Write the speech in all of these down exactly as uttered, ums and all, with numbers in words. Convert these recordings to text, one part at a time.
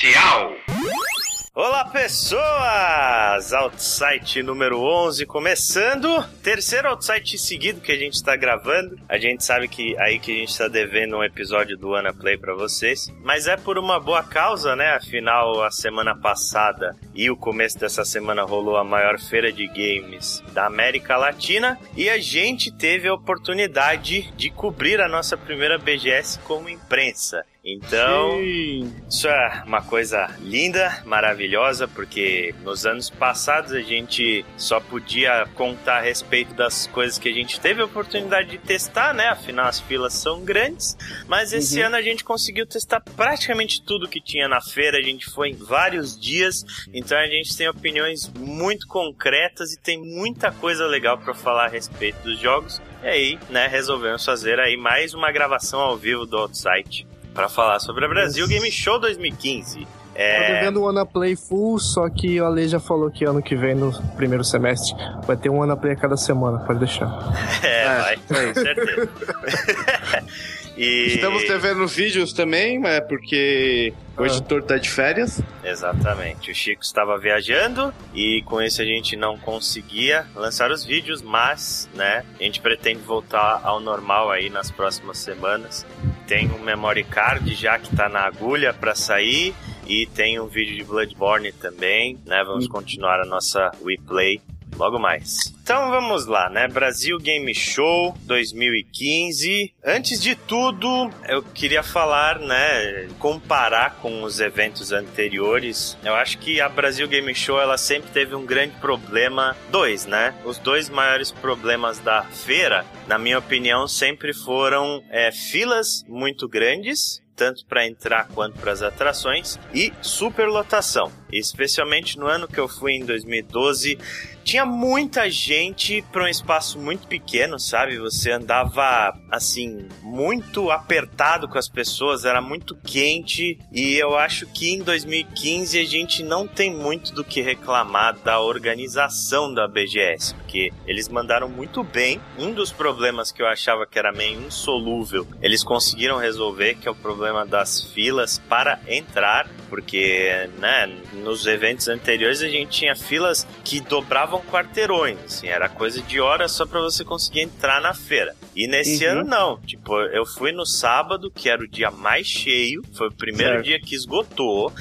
Oficial. Olá, pessoas! Outsite número onze começando. Terceiro Outsite seguido que a gente está gravando. A gente sabe que aí que a gente está devendo um episódio do Wanna Play para vocês. Mas é por uma boa causa, né? Afinal, a semana passada e o começo dessa semana rolou a maior feira de games da América Latina. E a gente teve a oportunidade de cobrir a nossa primeira B G S como imprensa. Então, Sim. Isso é uma coisa linda, maravilhosa, porque nos anos passados a gente só podia contar a respeito das coisas que a gente teve a oportunidade de testar, né? Afinal, as filas são grandes, mas esse uhum. ano a gente conseguiu testar praticamente tudo que tinha na feira, a gente foi em vários dias, então a gente tem opiniões muito concretas e tem muita coisa legal para falar a respeito dos jogos. E aí, né, resolvemos fazer aí mais uma gravação ao vivo do Outsite para falar sobre a Brasil Game Show dois mil e quinze. É... Tô devendo o Wanna Play full, só que o Ale já falou que ano que vem, no primeiro semestre, vai ter um Wanna Play a cada semana, pode deixar. É, é vai, com certeza. E... Estamos devendo vídeos também, né, porque o editor tá de férias. Exatamente, o Chico estava viajando e com isso a gente não conseguia lançar os vídeos, mas, né, a gente pretende voltar ao normal aí nas próximas semanas. Tem um memory card já que tá na agulha para sair e tem um vídeo de Bloodborne também, né? Vamos continuar a nossa WePlay logo mais. Então vamos lá, né? Brasil Game Show dois mil e quinze. Antes de tudo, eu queria falar, né? Comparar com os eventos anteriores. Eu acho que a Brasil Game Show, ela sempre teve um grande problema. Dois, né? Os dois maiores problemas da feira, na minha opinião, sempre foram é, filas muito grandes, tanto para entrar quanto para as atrações, e superlotação. Especialmente no ano que eu fui, em dois mil e doze, tinha muita gente para um espaço muito pequeno, sabe? Você andava, assim, muito apertado com as pessoas, era muito quente, e eu acho que em dois mil e quinze a gente não tem muito do que reclamar da organização da B G S, porque eles mandaram muito bem. Um dos problemas que eu achava que era meio insolúvel, eles conseguiram resolver, que é o problema das filas para entrar, porque, né, nos eventos anteriores a gente tinha filas que dobravam quarteirões, assim, era coisa de horas só pra você conseguir entrar na feira. E nesse uhum. ano não, tipo, eu fui no sábado, que era o dia mais cheio, foi o primeiro certo. dia que esgotou,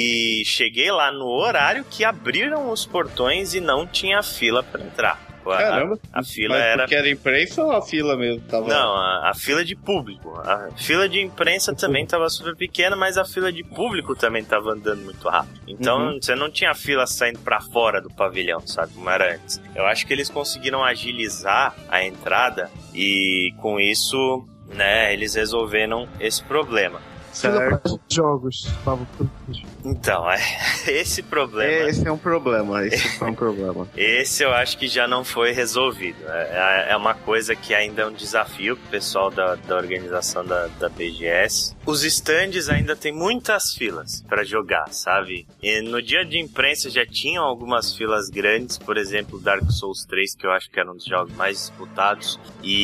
e cheguei lá no horário que abriram os portões e não tinha fila pra entrar. Caramba, a, a fila mas era... porque era imprensa ou a fila mesmo tava... Não, a, a fila de público. A fila de imprensa também tava super pequena, mas a fila de público também tava andando muito rápido. Então, uhum. você não tinha fila saindo pra fora do pavilhão, sabe, como era antes. Eu acho que eles conseguiram agilizar a entrada e, com isso, né, eles resolveram esse problema. Fila para jogos, Pablo. Então, é, esse problema... Esse é um problema, esse foi um problema. Esse eu acho que já não foi resolvido. É, é uma coisa que ainda é um desafio pro pessoal da, da organização da, da B G S. Os stands ainda tem muitas filas para jogar, sabe? E no dia de imprensa já tinham algumas filas grandes, por exemplo, Dark Souls três, que eu acho que era um dos jogos mais disputados.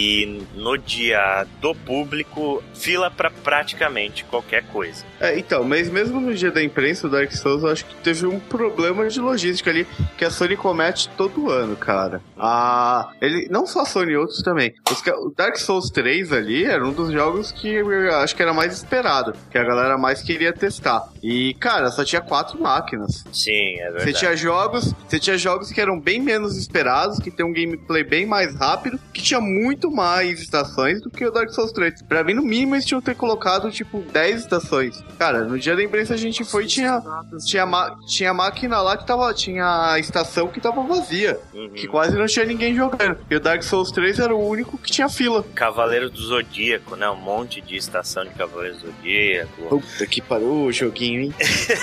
E no dia do público, fila para praticamente qualquer coisa. É, então, mas mesmo no dia da imprensa, o Dark Souls, eu acho que teve um problema de logística ali, que a Sony comete todo ano, cara. Ah, ele, não só a Sony, outros também. Os, o Dark Souls três ali era um dos jogos que eu acho que era mais esperado, que a galera mais queria testar. E, cara, só tinha quatro máquinas. Sim, é verdade. Você tinha jogos, você tinha jogos que eram bem menos esperados, que tem um gameplay bem mais rápido, que tinha muito mais estações do que o Dark Souls três. Pra mim, no mínimo, eles tinham que ter colocado, tipo, dez estações. Cara, no dia da imprensa a gente foi e tinha, tinha, tinha máquina lá que tava, tinha a estação que tava vazia, uhum. que quase não tinha ninguém jogando. E o Dark Souls três era o único que tinha fila. Cavaleiro do Zodíaco, né? Um monte de estação de Cavaleiro do Zodíaco. Puta que parou o joguinho, hein?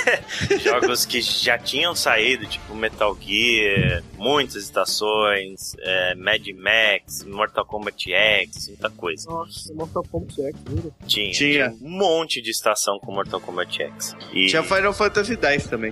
Jogos que já tinham saído, tipo Metal Gear, muitas estações, é, Mad Max, Mortal Kombat X, muita coisa. Nossa, Mortal Kombat X, viu? Tinha, tinha. tinha um monte de estação com Mortal Kombat X. E... tinha Final Fantasy dez também.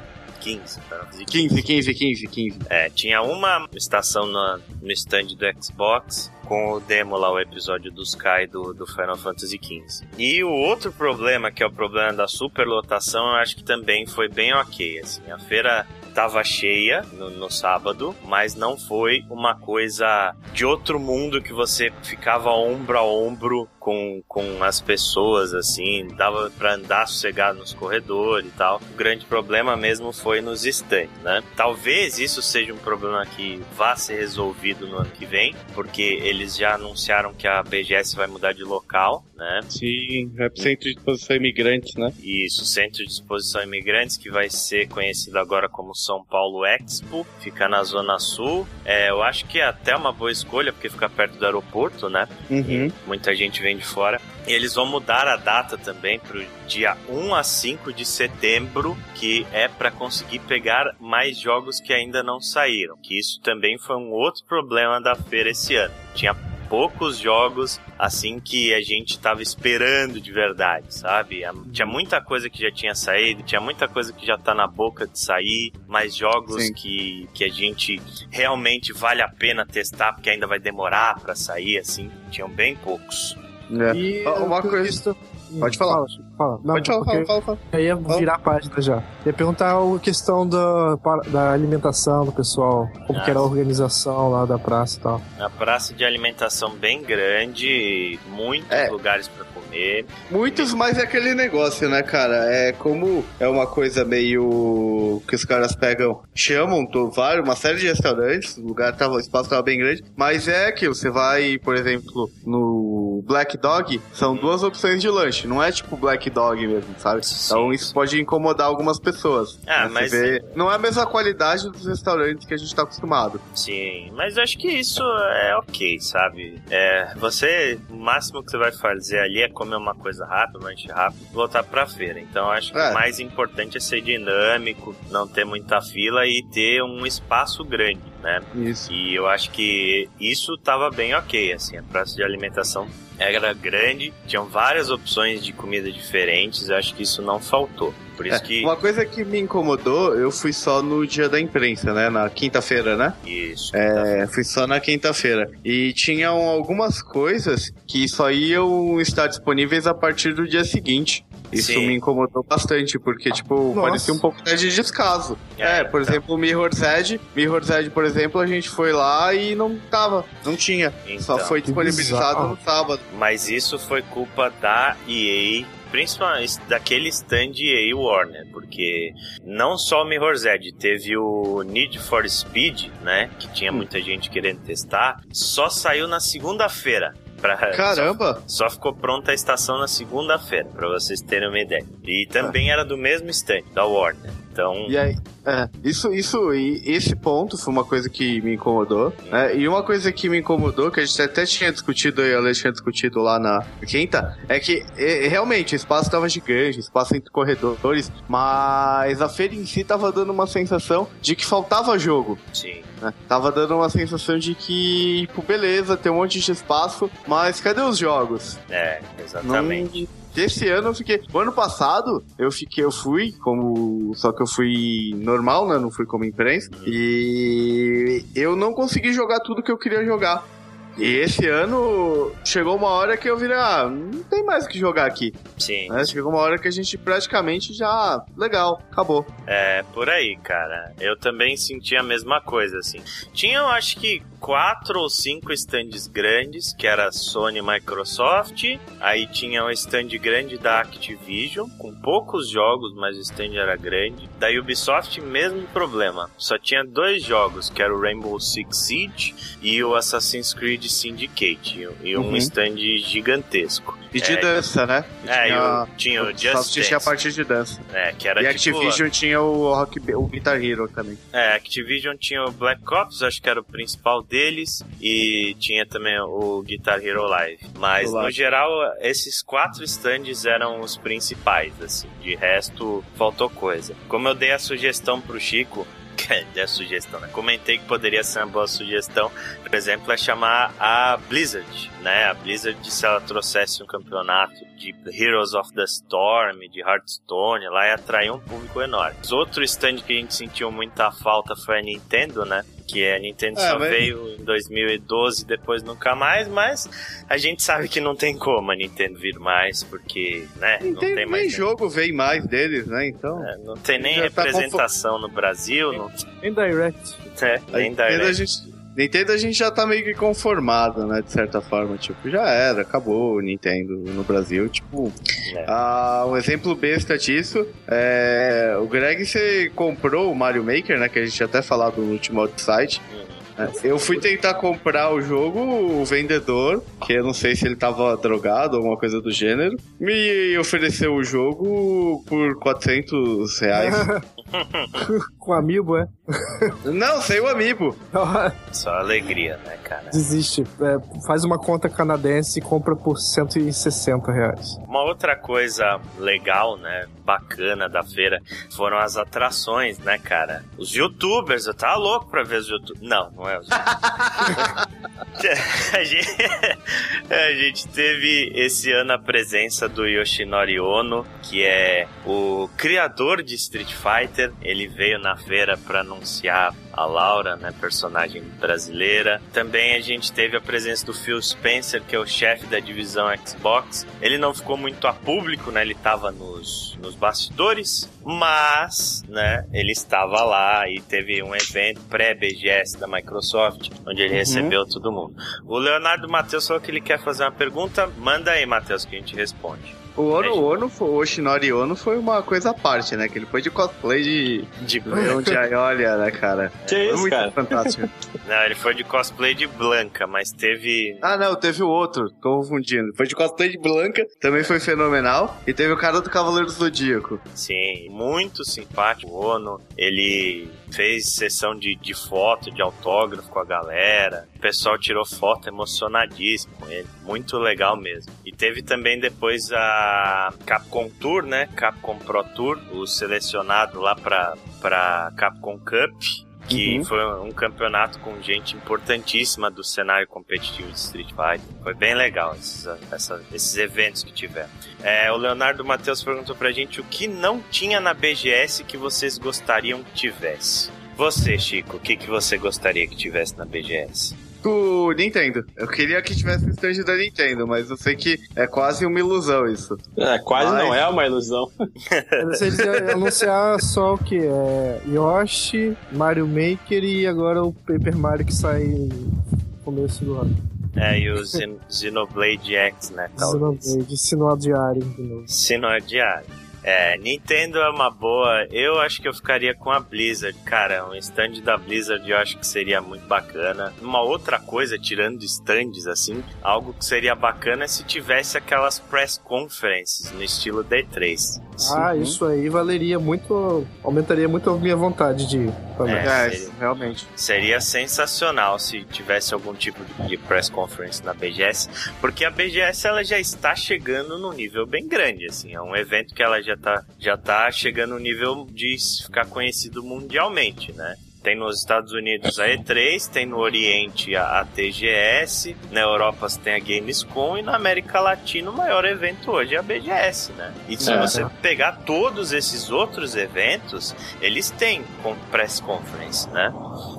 quinze. Final Fantasy quinze, quinze, quinze, quinze. É, tinha uma estação no, no stand do Xbox com o demo lá, o episódio dos Sky do, do Final Fantasy quinze. E o outro problema, que é o problema da superlotação, eu acho que também foi bem ok, assim. A feira tava cheia no, no sábado, mas não foi uma coisa de outro mundo que você ficava ombro a ombro com, com as pessoas, assim, dava pra andar sossegado nos corredores e tal. O grande problema mesmo foi nos stands, né? Talvez isso seja um problema que vá ser resolvido no ano que vem, porque eles já anunciaram que a B G S vai mudar de local, né? Sim, é pro Centro de Exposição Imigrantes, né? Isso, Centro de Exposição Imigrantes, que vai ser conhecido agora como São Paulo Expo, fica na Zona Sul. É, eu acho que é até uma boa escolha, porque fica perto do aeroporto, né? Uhum. Muita gente vem de fora. E eles vão mudar a data também pro dia um a cinco de setembro, que é para conseguir pegar mais jogos que ainda não saíram. Que isso também foi um outro problema da feira esse ano. Tinha poucos jogos assim que a gente tava esperando de verdade, sabe? Tinha muita coisa que já tinha saído, tinha muita coisa que já tá na boca de sair, mas jogos que, que a gente realmente vale a pena testar, porque ainda vai demorar pra sair, assim, tinham bem poucos. É. E uma coisa... Visto... Pode falar. Fala, fala. Não, Pode falar, fala, fala, fala. Eu ia virar a página já. Ia perguntar a questão da, da alimentação do pessoal, como Ah, que era a sim. organização lá da praça e tal. A praça de alimentação bem grande, muitos É. lugares pra comer. Muitos, mas é aquele negócio, né, cara? É como é uma coisa meio que os caras pegam, chamam tô, vários, uma série de restaurantes, o lugar tava, o espaço tava bem grande, mas é aquilo, você vai, por exemplo, no Black Dog, são duas opções de lanche, não é tipo Black Dog mesmo, sabe? Sim. Então isso pode incomodar algumas pessoas. Ah, Você mas- vê, não é a mesma qualidade dos restaurantes que a gente tá acostumado. Sim, mas eu acho que isso é ok, sabe? É, você, o máximo que você vai fazer ali é comer uma coisa rápida, um lanche rápido e voltar pra feira. Então eu acho que É. o mais importante é ser dinâmico, não ter muita fila e ter um espaço grande, né? Isso. E eu acho que isso tava bem ok, assim, a praça de alimentação era grande, tinham várias opções de comida diferentes, eu acho que isso não faltou. Por isso É, que... uma coisa que me incomodou, eu fui só no dia da imprensa, né? Na quinta-feira, né? Isso. É, fui só na quinta-feira. E tinham algumas coisas que só iam estar disponíveis a partir do dia seguinte. Isso Sim. me incomodou bastante, porque, tipo, Nossa. parecia um pouco até de descaso. É, É, por então. exemplo, o Mirror's Edge. Mirror's Edge, por exemplo, a gente foi lá e não tava, não tinha. Só Então. foi disponibilizado bizarro. no sábado. Mas isso foi culpa da E A, principalmente daquele stand E A Warner, porque não só o Mirror's Edge, teve o Need for Speed, né, que tinha muita gente querendo testar, só saiu na segunda-feira. Pra, Caramba! Só, só ficou pronta a estação na segunda-feira, pra vocês terem uma ideia. E também era do mesmo stand, da Warner. Então, E aí, é, isso, isso, e esse ponto foi uma coisa que me incomodou, né? E uma coisa que me incomodou, que a gente até tinha discutido, e a Alex tinha discutido lá na quinta, é que é, realmente o espaço tava gigante, espaço entre corredores, mas a feira em si tava dando uma sensação de que faltava jogo. sim. Né? Tava dando uma sensação de que, tipo, beleza, tem um monte de espaço, mas cadê os jogos? É, exatamente. Não... Esse ano eu fiquei. O ano passado eu fiquei, eu fui como. Só que eu fui normal, né? Não fui como imprensa. E eu não consegui jogar tudo que eu queria jogar. E esse ano chegou uma hora que eu virei, ah, não tem mais o que jogar aqui. Sim. Né? Chegou uma hora que a gente praticamente já. Legal, acabou. É, por aí, cara. Eu também senti a mesma coisa, assim. Tinha, eu acho que, quatro ou cinco stands grandes, que era Sony e Microsoft. Aí tinha um stand grande da Activision, com poucos jogos, mas o stand era grande. Da Ubisoft, mesmo problema. Só tinha dois jogos, que era o Rainbow Six Siege e o Assassin's Creed Syndicate. E um Uhum. stand gigantesco. E de É, dança, né? É, tinha, e o- tinha o Just Só tinha a Dance. parte de dança. É, que era E tipo... Activision tinha o, Rock, o Guitar Hero também. É, Activision tinha o Black Ops, acho que era o principal deles, e tinha também o Guitar Hero Live. Mas, O Live. no geral, esses quatro stands eram os principais, assim. De resto, faltou coisa. Como eu dei a sugestão pro Chico, é sugestão, né? Comentei que poderia ser uma boa sugestão, por exemplo, é chamar a Blizzard, né? A Blizzard, se ela trouxesse um campeonato de Heroes of the Storm, de Hearthstone, lá ia atrair um público enorme. Outro stand que a gente sentiu muita falta foi a Nintendo, né? Que a Nintendo é, só mas... veio em dois mil e doze, depois nunca mais, mas a gente sabe que não tem como a Nintendo vir mais, porque, né, Nintendo, não tem mais... nem jogo veio mais deles, né, então... É, não tem nem representação tá no Brasil, nem, não... nem Direct. É, nem a Direct. A gente... Nintendo a gente já tá meio que conformado, né, de certa forma, tipo, já era, acabou o Nintendo no Brasil, tipo, é. ah, um exemplo besta disso, é, o Greg, você comprou o Mario Maker, né, que a gente até falado no último outside, uhum. Eu fui tentar comprar o jogo, o vendedor, que eu não sei se ele tava drogado ou alguma coisa do gênero, me ofereceu o jogo por quatrocentos reais. Com amiibo, é? Não, sem o amiibo. Só alegria, né, cara? Desiste. É, faz uma conta canadense e compra por cento e sessenta reais. Uma outra coisa legal, né, bacana da feira, foram as atrações, né, cara? Os youtubers, eu tava louco pra ver os youtubers. Não, não é os youtubers. a, gente, a gente teve esse ano a presença do Yoshinori Ono, que é o criador de Street Fighter. Ele veio na feira pra anunciar a Laura, né, personagem brasileira. Também a gente teve a presença do Phil Spencer, que é o chefe da divisão Xbox. Ele não ficou muito a público, né, ele tava nos, nos bastidores, mas, né, ele estava lá e teve um evento pré-B G S da Microsoft, onde ele uhum. recebeu todo mundo. O Leonardo Matheus falou que ele quer fazer uma pergunta. Manda aí, Matheus, que a gente responde. O Ono, o Ono, o Yoshinori Ono foi uma coisa à parte, né? Que ele foi de cosplay de, de Leão de Aiolia, né, cara? Que é isso, muito cara? Fantástico. Não, ele foi de cosplay de Blanca, mas teve... Ah, não, teve o outro, tô confundindo. Foi de cosplay de Blanca, também foi fenomenal. E teve o cara do Cavaleiro do Zodíaco. Sim, muito simpático o Ono. Ele fez sessão de, de foto, de autógrafo com a galera. O pessoal tirou foto emocionadíssimo com ele. Muito legal mesmo. E teve também depois a Capcom Tour, né? Capcom Pro Tour, o selecionado lá pra, pra Capcom Cup, que uhum. foi um campeonato com gente importantíssima do cenário competitivo de Street Fighter. Foi bem legal esses, essa, esses eventos que tiveram. É, o Leonardo Matheus perguntou pra gente o que não tinha na B G S que vocês gostariam que tivesse. Você, Chico, o que, que você gostaria que tivesse na B G S? Do Nintendo. Eu queria que tivesse o stand da Nintendo, mas eu sei que é quase uma ilusão isso. É, quase mas... não é uma ilusão. Se eles anunciar só o que? É Yoshi, Mario Maker e agora o Paper Mario que sai no começo do ano. É, e o Xen- Xenoblade X, né? Xenoblade, Sinnoh Diário de novo. Sinnoh Diário. É, Nintendo é uma boa. Eu acho que eu ficaria com a Blizzard. Cara, um stand da Blizzard eu acho que seria muito bacana. Uma outra coisa, tirando stands, assim, algo que seria bacana é se tivesse aquelas press conferences no estilo D três. Ah, uhum. Isso aí valeria muito, aumentaria muito a minha vontade de ir também. É, é seria, realmente. Seria sensacional se tivesse algum tipo de press conference na B G S, porque a B G S ela já está chegando num nível bem grande, assim, é um evento que ela já tá, já tá chegando no nível de ficar conhecido mundialmente, né? Tem nos Estados Unidos a E três, tem no Oriente a, a T G S, na Europa você tem a Gamescom e na América Latina o maior evento hoje é a B G S, né? E se é. você pegar todos esses outros eventos, eles têm com press conference, né?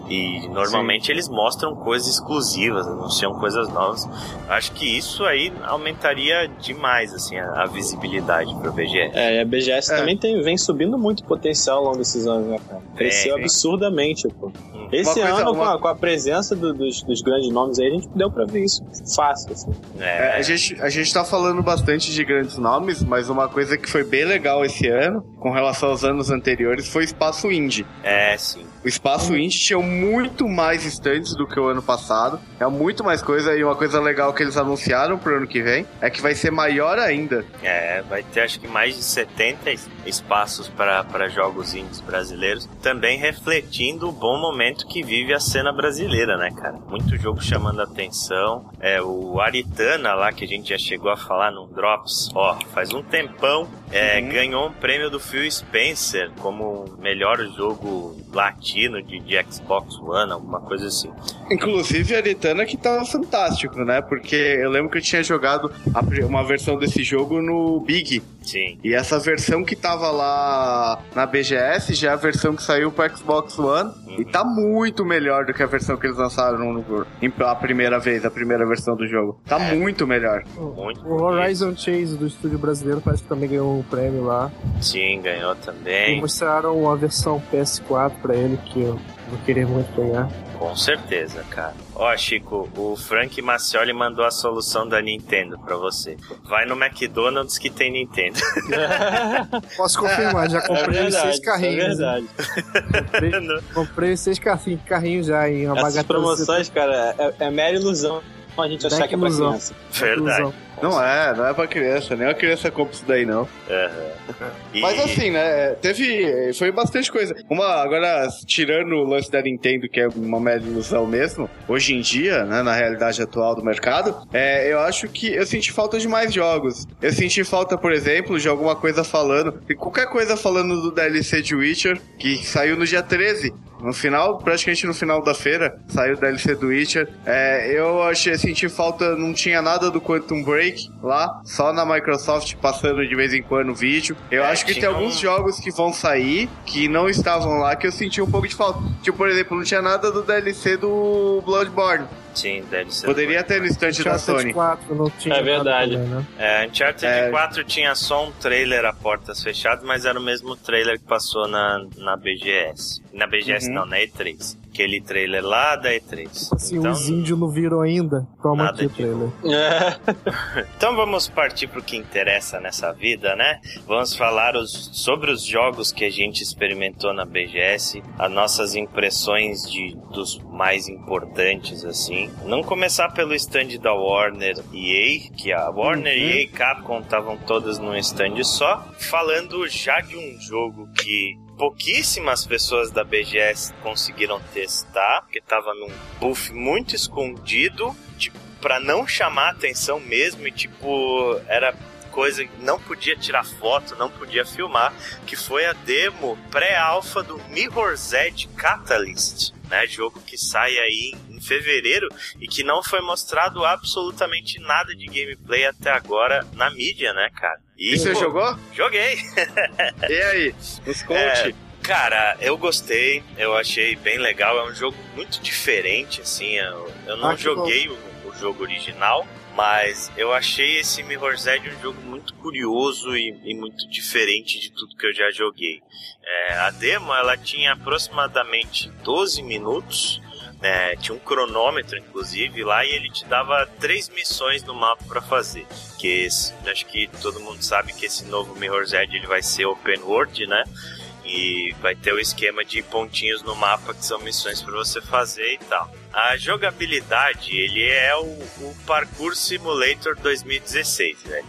E normalmente Sim. eles mostram coisas exclusivas, anunciam coisas novas. Acho que isso aí aumentaria demais, assim, a, a visibilidade pro B G S. É, e a B G S é. também tem, vem subindo muito potencial ao longo desses anos, né, cara? Cresceu é, absurdamente. Pô. Esse coisa, ano, uma... com, a, com a presença do, dos, dos grandes nomes aí, a gente deu pra ver isso fácil. Assim. É. É, a, gente, a gente tá falando bastante de grandes nomes, mas uma coisa que foi bem legal esse ano, com relação aos anos anteriores, foi o Espaço Indie. É, sim. O Espaço hum. Indie tinha muito mais stands do que o ano passado. É muito mais coisa, e uma coisa legal que eles anunciaram pro ano que vem é que vai ser maior ainda. É, vai ter acho que mais de setenta espaços para jogos indies brasileiros, também refletindo o bom momento momento que vive a cena brasileira, né, cara? Muito jogo chamando a atenção. É, o Aritana lá, que a gente já chegou a falar no Drops, ó, faz um tempão, é, uhum. ganhou um prêmio do Phil Spencer como melhor jogo latino de, de Xbox One, alguma coisa assim. Inclusive a Aritana que tava fantástico, né? Porque eu lembro que eu tinha jogado a, uma versão desse jogo no Big. Sim. E essa versão que tava lá na B G S já é a versão que saiu pro Xbox One. Uhum. E tá muito melhor do que a versão que eles lançaram no, a primeira vez, a primeira versão do jogo. Tá é. muito melhor. Muito o Horizon Chase do estúdio brasileiro parece que também ganhou um prêmio lá. Sim, ganhou também. E mostraram a versão P S quatro pra ele, que eu vou querer muito ganhar. Com certeza, cara. Ó, Chico, o Frank Macioli mandou a solução da Nintendo pra você. Vai no McDonald's que tem Nintendo. Posso confirmar, já comprei é verdade, seis carrinhos. É verdade. Comprei, comprei seis carrinhos, carrinhos já em uma Essas promoções, cara, é, é mera ilusão a gente achar que é pra criança. Verdade. Não é, não é pra criança, nem a criança compra isso daí, não. Uhum. E... Mas assim, né, teve, foi bastante coisa. Uma, agora, tirando o lance da Nintendo, que é uma mera ilusão mesmo, hoje em dia, né, na realidade atual do mercado, é, eu acho que eu senti falta de mais jogos. Eu senti falta, por exemplo, de alguma coisa falando, de qualquer coisa falando do D L C de Witcher, que saiu no dia treze. No final, praticamente no final da feira, saiu o D L C do Witcher. É, eu achei, senti falta, não tinha nada do Quantum Break lá, só na Microsoft passando de vez em quando o vídeo. Eu é, acho que tem alguns um... jogos que vão sair, que não estavam lá, que eu senti um pouco de falta. Tipo, por exemplo, não tinha nada do D L C do Bloodborne. Sim, deve ser. Poderia ter no estante da Sony. quatro não tinha é verdade. Também, né? É, Uncharted é... quatro tinha só um trailer a portas fechadas, mas era o mesmo trailer que passou na, na B G S. Na B G S uhum. não, na E três. Aquele trailer lá da E três. Assim, então, os índios não viram ainda. Toma aqui o trailer. É. Então vamos partir pro que interessa nessa vida, né? Vamos falar os, sobre os jogos que a gente experimentou na B G S, as nossas impressões de, dos mais importantes, assim. Não começar pelo stand da Warner e A, que a Warner uhum. e a Capcom estavam todas num stand só, falando já de um jogo que pouquíssimas pessoas da B G S conseguiram testar, porque tava num booth muito escondido, tipo, pra não chamar atenção mesmo, e tipo, era coisa que não podia tirar foto, não podia filmar, que foi a demo pré-alpha do Mirror's Edge Catalyst, né, jogo que sai aí em fevereiro e que não foi mostrado absolutamente nada de gameplay até agora na mídia, né, cara? E, e você pô, jogou? Joguei! E aí? Nos conte. É, cara, eu gostei, eu achei bem legal, é um jogo muito diferente, assim, eu, eu não ah, joguei o, o jogo original, mas eu achei esse Mirror's Edge um jogo muito curioso e, e muito diferente de tudo que eu já joguei. É, a demo, ela tinha aproximadamente doze minutos, né, tinha um cronômetro, inclusive, lá, e ele te dava três missões no mapa pra fazer. Que esse, acho que todo mundo sabe que esse novo Mirror's Edge ele vai ser open world, né? E vai ter o esquema de pontinhos no mapa que são missões para você fazer e tal. A jogabilidade, ele é o, o Parkour Simulator dois mil e dezesseis, velho.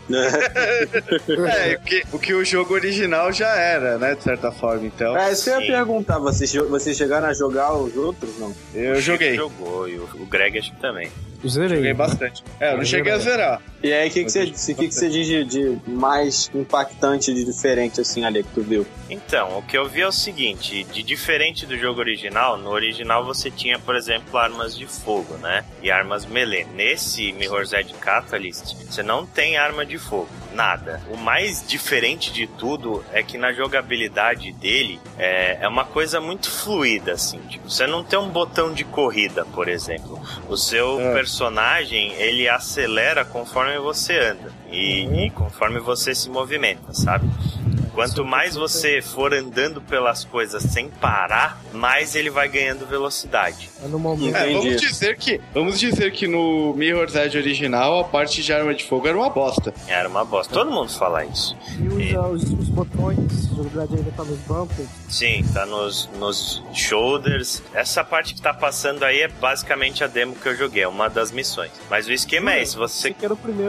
É, o que, o que o jogo original já era, né, de certa forma, então. É, isso eu ia perguntar, vocês, vocês chegaram a jogar os outros, não? Eu o joguei. Jogou, e o, o Greg acho que também. Zerei. Joguei bastante. É, eu não cheguei a zerar. E aí, o que, que, você, que, que você diz de, de mais impactante, de diferente, assim, ali, que tu viu? Então, o que eu vi é o seguinte, de diferente do jogo original, no original você tinha, por exemplo, armas de fogo, né? E armas melee. Nesse Mirror's Edge Catalyst, você não tem arma de fogo. Nada. O mais diferente de tudo é que na jogabilidade dele é, é uma coisa muito fluida, assim. Tipo, você não tem um botão de corrida, por exemplo. O seu é. personagem, ele acelera conforme você anda. E, uhum. e conforme você se movimenta, sabe? Quanto mais você for andando pelas coisas sem parar, mais ele vai ganhando velocidade. É no momento. É, vamos dizer que, vamos dizer que no Mirror's Edge original, a parte de arma de fogo era uma bosta. Era uma bosta. Todo mundo fala isso. E usa e... os, os botões, a jogabilidade ainda tá nos bumpers? Sim, tá nos, nos shoulders. Essa parte que tá passando aí é basicamente a demo que eu joguei, é uma das missões. Mas o esquema Sim, é esse, você... Esse que era o primeiro.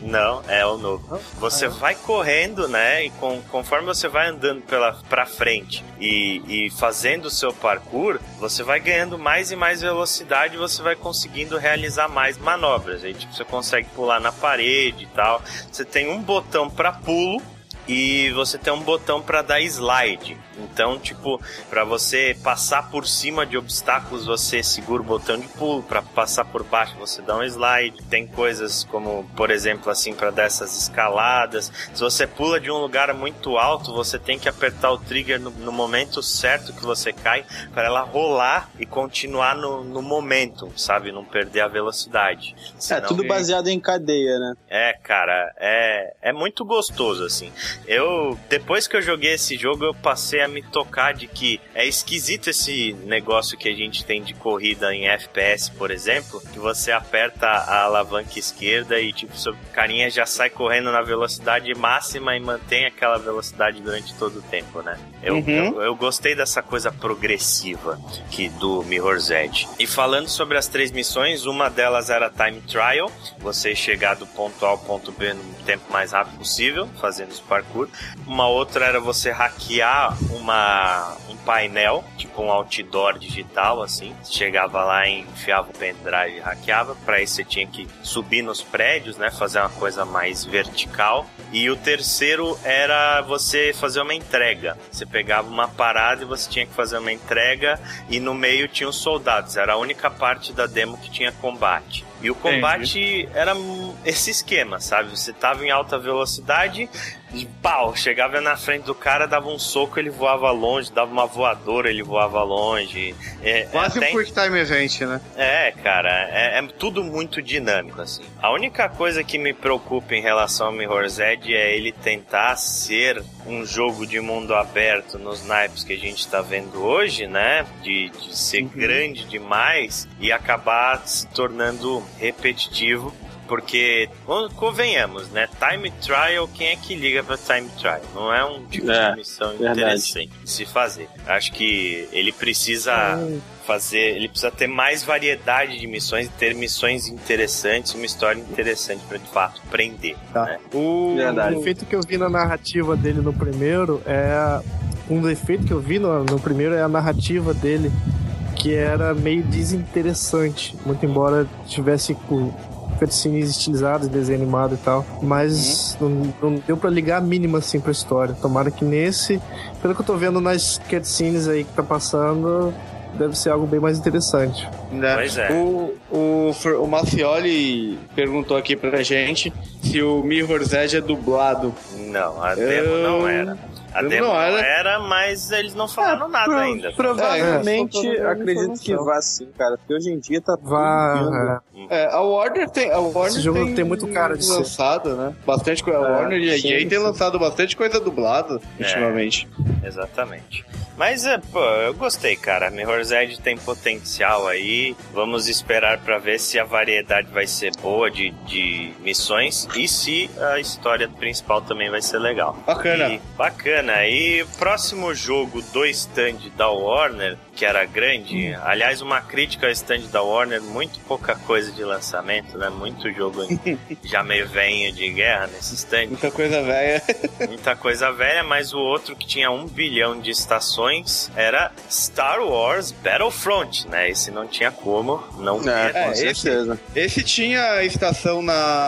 Não, é o novo. Você ah, é. vai correndo, né? E com, conforme você vai andando pela, pra frente e, e fazendo o seu parkour, você vai ganhando mais e mais velocidade e você vai conseguindo realizar mais manobras. Aí tipo, você consegue pular na parede e tal. Você tem um botão pra pulo e você tem um botão pra dar slide. Então, tipo, pra você passar por cima de obstáculos, você segura o botão de pulo. Pra passar por baixo, você dá um slide. Tem coisas como, por exemplo, assim, pra dar essas escaladas. Se você pula de um lugar muito alto, você tem que apertar o trigger no, no momento certo que você cai, para ela rolar e continuar no, no momento, sabe? Não perder a velocidade. Senão... É, tudo baseado em cadeia, né? É, cara, é, é muito gostoso, assim. Eu, depois que eu joguei esse jogo, eu passei a me tocar de que é esquisito esse negócio que a gente tem de corrida em F P S, por exemplo, que você aperta a alavanca esquerda e tipo, seu carinha já sai correndo na velocidade máxima e mantém aquela velocidade durante todo o tempo, né? Eu, uhum. eu, eu gostei dessa coisa progressiva que do Mirror's Edge. E falando sobre as três missões, uma delas era Time Trial, você chegar do ponto A ao ponto B no tempo mais rápido possível, fazendo os parkour. Uma outra era você hackear uma, um painel, tipo um outdoor digital, assim. Você chegava lá e enfiava o pendrive e hackeava. Pra isso você tinha que subir nos prédios, né? Fazer uma coisa mais vertical. E o terceiro era você fazer uma entrega. Você pegava uma parada e você tinha que fazer uma entrega. E no meio tinha os soldados. Era a única parte da demo que tinha combate. E o combate Entendi. Era esse esquema, sabe? Você tava em alta velocidade e pau, chegava na frente do cara, dava um soco, ele voava longe, dava uma voadora, ele voava longe. É, Quase é, um quick time event, né? É, cara, é, é tudo muito dinâmico, assim. A única coisa que me preocupa em relação ao Mirror's Edge é ele tentar ser um jogo de mundo aberto nos naipes que a gente tá vendo hoje, né? De, de ser uhum. grande demais e acabar se tornando repetitivo, porque, convenhamos, né? Time Trial, quem é que liga pra Time Trial? Não é um tipo é, de missão verdade. Interessante de se fazer. Acho que ele precisa hum. fazer, ele precisa ter mais variedade de missões, ter missões interessantes, uma história interessante pra de fato prender. Tá. Né? O, o defeito que eu vi na narrativa dele no primeiro é. Um defeito que eu vi no, no primeiro é a narrativa dele, que era meio desinteressante, muito embora tivesse com cutscenes estilizadas, desenho animado e tal, mas uhum. não, não deu pra ligar a mínima assim pra história. Tomara que nesse, pelo que eu tô vendo nas cutscenes aí que tá passando, deve ser algo bem mais interessante. Né? Pois é. O, o, o Macioli perguntou aqui pra gente se o Mirror's Edge é dublado. Não, a demo eu... não era. A demo não era. era, mas eles não falaram é, nada pro, ainda. Provavelmente, é, acredito que vá sim, cara. Porque hoje em dia tá tudo vá, é. é, a Warner tem... A Warner Esse jogo tem tem muito cara de lançado, ser. Né? Bastante coisa. A é, Warner e a E A tem lançado bastante coisa dublada, é, ultimamente. Exatamente. Mas, pô, eu gostei, cara. Mirror's Edge tem potencial aí. Vamos esperar pra ver se a variedade vai ser boa de, de missões e se a história principal também vai ser legal. Bacana. E, bacana. E o próximo jogo do stand da Warner, que era grande, hum. aliás, uma crítica ao stand da Warner, muito pouca coisa de lançamento, né? Muito jogo já meio velho de guerra nesse stand. Muita coisa velha. Muita coisa velha, mas o outro que tinha um bilhão de estações era Star Wars Battlefront, né? Esse não tinha como não é, é, com certeza. Esse, esse tinha estação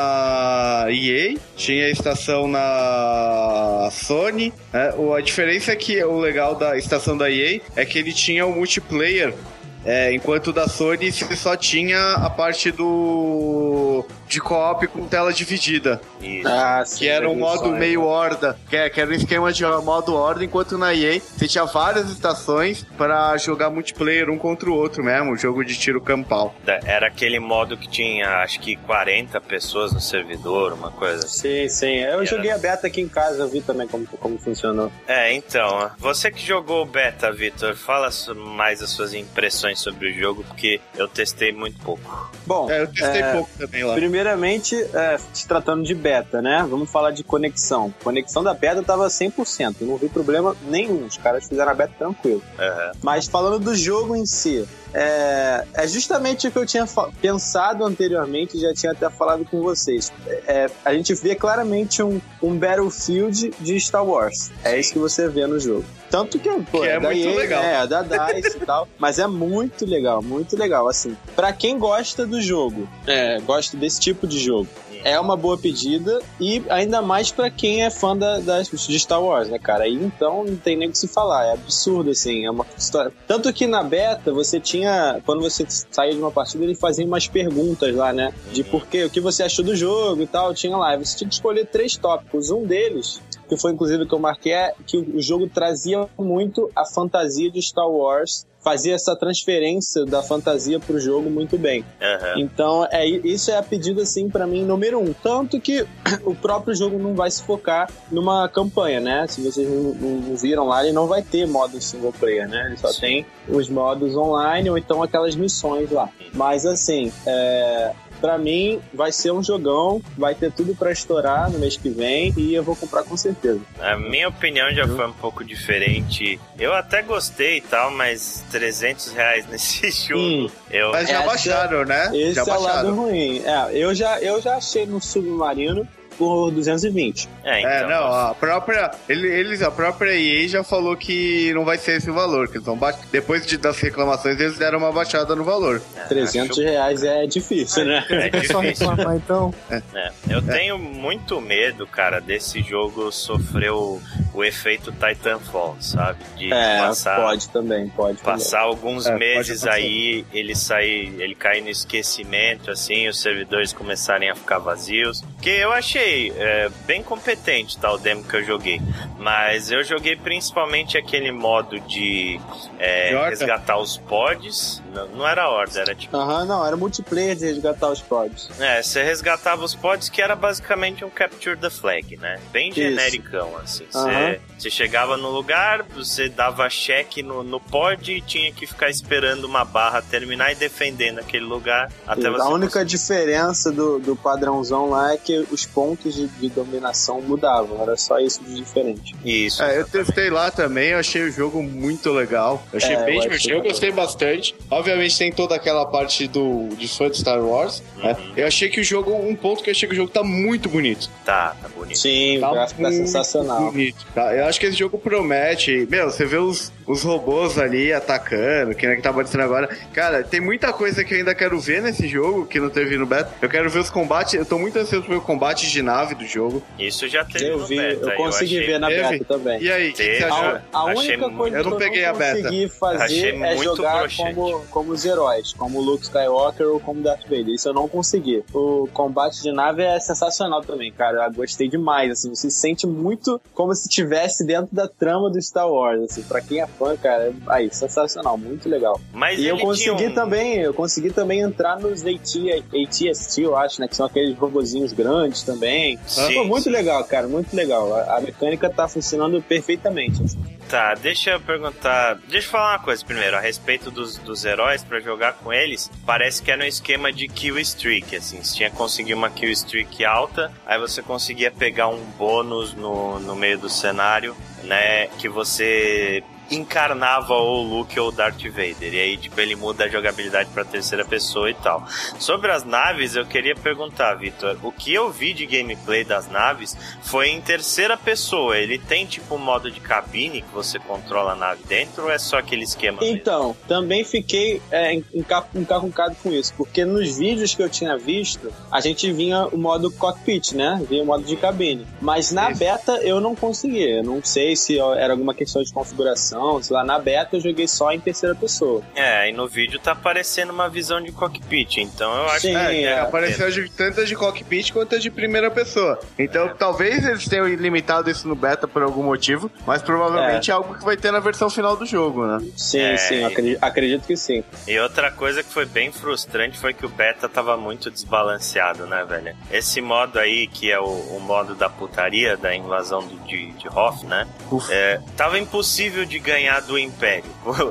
na E A, tinha estação na Sony, né? A diferença é que o legal da estação da E A é que ele tinha o multiplayer, é, enquanto o da Sony só tinha a parte do de co-op com tela dividida. Isso. Ah, sim, que era um modo sonho, meio horda, que era um esquema de modo horda, enquanto na E A você tinha várias estações para jogar multiplayer um contra o outro mesmo, jogo de tiro campal. Era aquele modo que tinha, acho que quarenta pessoas no servidor, uma coisa assim. Sim, sim. Eu era... joguei a beta aqui em casa, eu vi também como, como funcionou. É, então, você que jogou o beta, Vitor, fala mais as suas impressões sobre o jogo, porque eu testei muito pouco. Bom, é, eu testei é... pouco também lá. Primeiro primeiramente, é, se tratando de beta, né? Vamos falar de conexão. Conexão da beta tava cem por cento, eu não vi problema nenhum. Os caras fizeram a beta tranquilo. Uhum. Mas falando do jogo em si, É, é justamente o que eu tinha pensado anteriormente, já tinha até falado com vocês. É, a gente vê claramente um, um Battlefield de Star Wars. É isso que você vê no jogo. Tanto que, pô, que é, é da muito E A, legal. É, da DICE e tal. Mas é muito legal, muito legal. Assim, pra quem gosta do jogo, é, gosta desse tipo de jogo, é uma boa pedida, e ainda mais pra quem é fã da, da, de Star Wars, né, cara? Aí então não tem nem o que se falar, é absurdo, assim, é uma história. Tanto que na beta você tinha, quando você saía de uma partida, ele fazia umas perguntas lá, né? De por quê, o que você achou do jogo e tal, tinha lá. Você tinha que escolher três tópicos. Um deles, que foi inclusive que eu marquei, é que o jogo trazia muito a fantasia de Star Wars, fazia essa transferência da fantasia pro jogo muito bem. Uhum. Então, é, isso é a pedida, assim, pra mim, número um. Tanto que o próprio jogo não vai se focar numa campanha, né? Se vocês não, não viram lá, ele não vai ter modo single player, né? Ele só Sim. tem os modos online ou então aquelas missões lá. Mas, assim, é... pra mim, vai ser um jogão, vai ter tudo pra estourar no mês que vem e eu vou comprar com certeza. A minha opinião já foi um pouco diferente. Eu até gostei e tal, mas trezentos reais nesse jogo. Hum, eu... Mas já essa, baixaram, né? Esse já é baixaram. o lado ruim. É, eu, já, eu já achei no Submarino por duzentos e vinte. É, então, é não, a própria eles, a própria E A já falou que não vai ser esse o valor, que eles vão baixar. Depois de, das reclamações, eles deram uma baixada no valor. É, trezentos reais é difícil, né? É difícil. Reclamar, então. É. É. Eu é. tenho muito medo, cara, desse jogo sofrer o, o efeito Titanfall, sabe? De é, passar, pode também, pode passar também. alguns é, meses aí, ele sair, ele cair no esquecimento, assim, os servidores começarem a ficar vazios. Porque eu achei É, bem competente, tá, o demo que eu joguei, mas eu joguei principalmente aquele modo de é, resgatar os pods. Não, não era horda, era tipo... Aham, uhum, não, era multiplayer de resgatar os pods. É, você resgatava os pods, que era basicamente um Capture the Flag, né? Bem Isso. genericão, assim. Você, uhum. você chegava no lugar, você dava check no, no pod e tinha que ficar esperando uma barra terminar e defendendo aquele lugar até você... A única conseguir. diferença do, do padrãozão lá é que os pontos de, de dominação mudavam, era só isso de diferente. Isso. É, eu testei lá também, eu achei o jogo muito legal. Eu achei é, bem divertido, eu gostei bastante. Obviamente tem toda aquela parte do de fã de Star Wars, uhum. né? Eu achei que o jogo, um ponto que eu achei que o jogo tá muito bonito. Tá, tá bonito. Sim, tá o gráfico tá sensacional. Bonito, tá? Eu acho que esse jogo promete. Meu, você vê os, os robôs ali atacando, que nem que tá aparecendo agora. Cara, tem muita coisa que eu ainda quero ver nesse jogo, que não teve no beta. Eu quero ver os combates, eu tô muito ansioso pro combate de nave do jogo. Isso já teve eu no vi, beta. Eu consegui eu ver na teve. beta também. E aí, o que, que você achou? A, a única coisa eu não que peguei eu não consegui fazer é jogar como, como os heróis, como Luke Skywalker ou como Darth Vader. Isso eu não consegui. O combate de nave é sensacional também, cara. Eu gostei demais, assim. Você se sente muito como se estivesse dentro da trama do Star Wars, assim. Pra quem é fã, cara, é aí, sensacional, muito legal. Mas e eu consegui um... também, eu consegui também entrar nos A T S T, eu acho, né? Que são aqueles robozinhos grandes também. Sim, Foi muito sim. legal, cara, muito legal. A, a mecânica tá funcionando perfeitamente, assim. Tá, deixa eu perguntar. Deixa eu falar uma coisa primeiro, a respeito dos, dos heróis, pra jogar com eles. Parece que era um esquema de kill streak, assim. Você tinha que conseguir uma kill streak alta, aí você conseguia pegar um bônus no, no meio do cenário, né? Que você encarnava ou o Luke ou o Darth Vader. E aí, tipo, ele muda a jogabilidade pra terceira pessoa e tal. Sobre as naves, eu queria perguntar, Vitor, o que eu vi de gameplay das naves foi em terceira pessoa. Ele tem, tipo, um modo de cabine que você controla a nave dentro ou é só aquele esquema Então, mesmo? também fiquei é, encacucado com isso, porque nos vídeos que eu tinha visto, a gente vinha o modo cockpit, né? Vinha o modo de cabine. Mas na isso. beta eu não consegui. Eu não sei se era alguma questão de configuração. Sei lá, na beta eu joguei só em terceira pessoa. É, e no vídeo tá aparecendo uma visão de cockpit, então eu acho Sim, que... É, é, apareceu de, tanto de cockpit quanto de primeira pessoa. Então, é. talvez eles tenham limitado isso no beta por algum motivo, mas provavelmente é, é algo que vai ter na versão final do jogo, né? Sim, é, sim, acredito, acredito que sim. E outra coisa que foi bem frustrante foi que o beta tava muito desbalanceado, né, velho? Esse modo aí, que é o, o modo da putaria, da invasão do, de, de Hoth, né? É, tava impossível de ganhar do Império.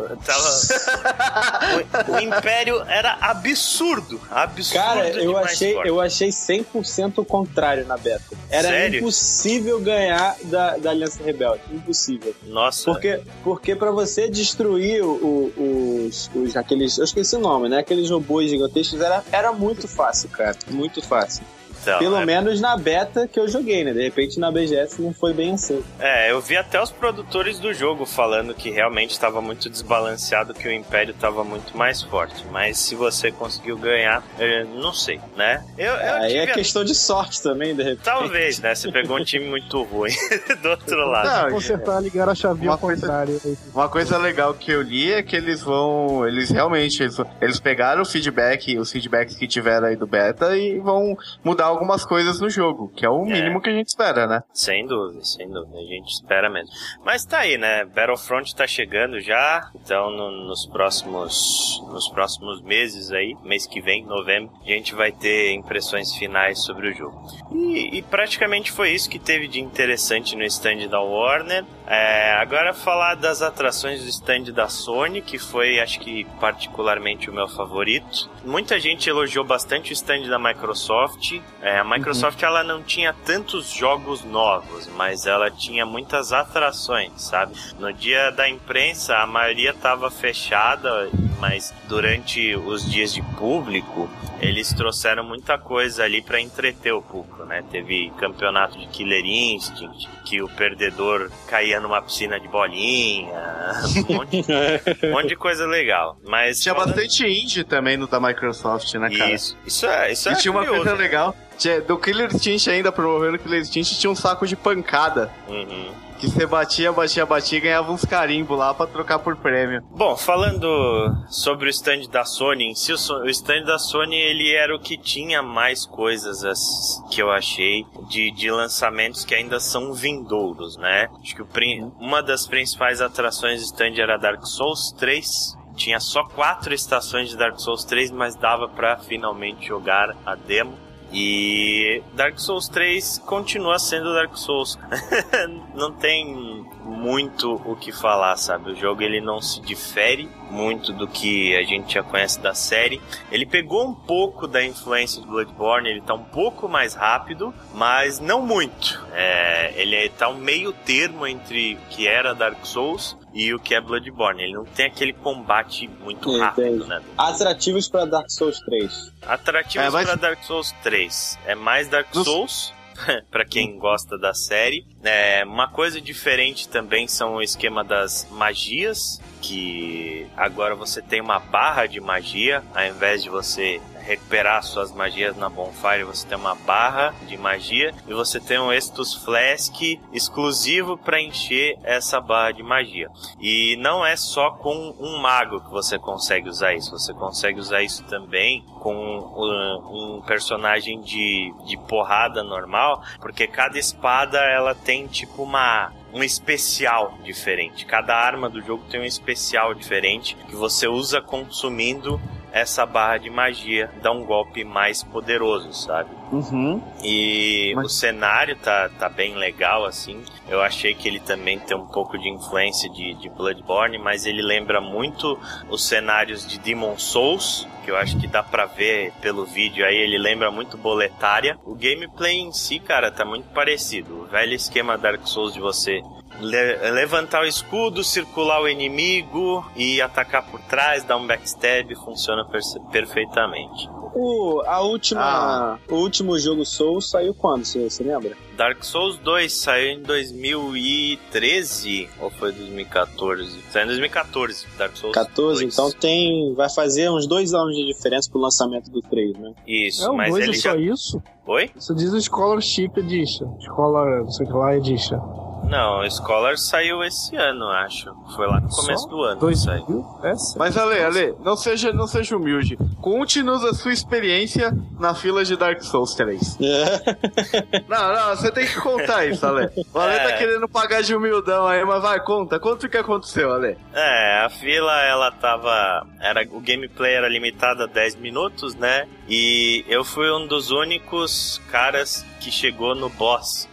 Tava... o, o Império era absurdo. Absurdo. Cara, eu achei, forte. eu achei cem por cento o contrário na beta. Era Sério? impossível ganhar da, da Aliança Rebelde. Impossível. Nossa. Porque, porque pra você destruir o, o, os, os aqueles. Eu esqueci o nome, né? Aqueles robôs gigantescos era, era muito fácil, cara. Muito fácil. Então, Pelo é... menos na beta que eu joguei, né? De repente na B G S não foi bem assim. É, eu vi até os produtores do jogo falando que realmente estava muito desbalanceado, que o Império estava muito mais forte. Mas se você conseguiu ganhar, eu não sei, né? Eu, eu Aí é tive... questão de sorte também, de repente. Talvez, né? Você pegou um time muito ruim do outro lado. Não, consertar, ligar a chavinha ao coisa, contrário. Uma coisa legal que eu li é que eles vão... Eles realmente... Eles, eles pegaram o feedback, os feedbacks que tiveram aí do beta e vão mudar algumas coisas no jogo, que é o mínimo é. que a gente espera, né? Sem dúvida, sem dúvida. A gente espera mesmo. Mas tá aí, né? Battlefront tá chegando já. Então, no, nos próximos nos próximos meses aí, mês que vem, novembro, a gente vai ter impressões finais sobre o jogo. E, e praticamente foi isso que teve de interessante no stand da Warner. É, agora falar das atrações do stand da Sony, que foi, acho que, particularmente o meu favorito. Muita gente elogiou bastante o stand da Microsoft. É, a Microsoft, uhum. ela não tinha tantos jogos novos, mas ela tinha muitas atrações, sabe? No dia da imprensa, a maioria estava fechada, mas durante os dias de público, eles trouxeram muita coisa ali para entreter o público, né? Teve campeonato de Killer Instinct, que o perdedor caía numa piscina de bolinha, um monte, um monte de coisa legal. Mas tinha falando... bastante indie também no da Microsoft, né, cara? Isso, isso é, isso é E tinha curioso, uma coisa né? legal, tinha, do Killer Instinct ainda, promovendo o Killer Instinct, tinha um saco de pancada. Uhum. Que você batia, batia, batia e ganhava uns carimbos lá pra trocar por prêmio. Bom, falando sobre o stand da Sony em si, o stand da Sony, ele era o que tinha mais coisas que eu achei de, de lançamentos que ainda são vindouros, né? Acho que o, uma das principais atrações do stand era Dark Souls três. Tinha só quatro estações de Dark Souls três, mas dava pra finalmente jogar a demo. E Dark Souls três continua sendo Dark Souls. Não tem muito o que falar, sabe? O jogo ele não se difere muito do que a gente já conhece da série. Ele pegou um pouco da influência de Bloodborne, ele tá um pouco mais rápido, mas não muito. É, ele tá um meio termo entre o que era Dark Souls e o que é Bloodborne. Ele não tem aquele combate muito Entendi. rápido, né? Atrativos para Dark Souls três. Atrativos é, mas... para Dark Souls três. É mais Dark Nos... Souls, para quem gosta da série. É, uma coisa diferente também são o esquema das magias, que agora você tem uma barra de magia, ao invés de você recuperar suas magias na Bonfire, você tem uma barra de magia e você tem um Estus Flask exclusivo para encher essa barra de magia. E não é só com um mago que você consegue usar isso, você consegue usar isso também com um, um personagem de, de porrada normal, porque cada espada ela tem tipo uma um especial diferente. Cada arma do jogo tem um especial diferente que você usa consumindo essa barra de magia, dá um golpe mais poderoso, sabe? Uhum. E Mas... o cenário tá, tá bem legal, assim. Eu achei que ele também tem um pouco de influência de, de Bloodborne, mas ele lembra muito os cenários de Demon Souls, que eu acho que dá pra ver pelo vídeo aí, ele lembra muito Boletária. O gameplay em si, cara, tá muito parecido. O velho esquema Dark Souls de você le- levantar o escudo, circular o inimigo e atacar por trás, dar um backstab, funciona per- perfeitamente. O, a última, ah. o último jogo Souls saiu quando, você, você lembra? Dark Souls dois saiu em dois mil e treze ou foi dois mil e quatorze? Saiu em dois mil e quatorze, Dark Souls quatorze, dois. Então tem, vai fazer uns dois anos de diferença pro lançamento do três, né? Isso, é, o mas dois ele é já... só isso? Oi? Você diz o Scholarship Edition. Scholar, não sei o que lá, Edition. Não, o Scholar saiu esse ano, acho. Foi lá no começo Só? do ano. Dois saiu. mil? É, Mas Ale, Ale, não seja, não seja humilde. Conte-nos a sua experiência na fila de Dark Souls três. Não, não, você tem que contar isso, Ale. O Ale é. tá querendo pagar de humildão aí, mas vai, conta. Conta o que aconteceu, Ale. É, a fila, ela tava... Era, o gameplay era limitado a dez minutos, né? E eu fui um dos únicos caras que chegou no boss.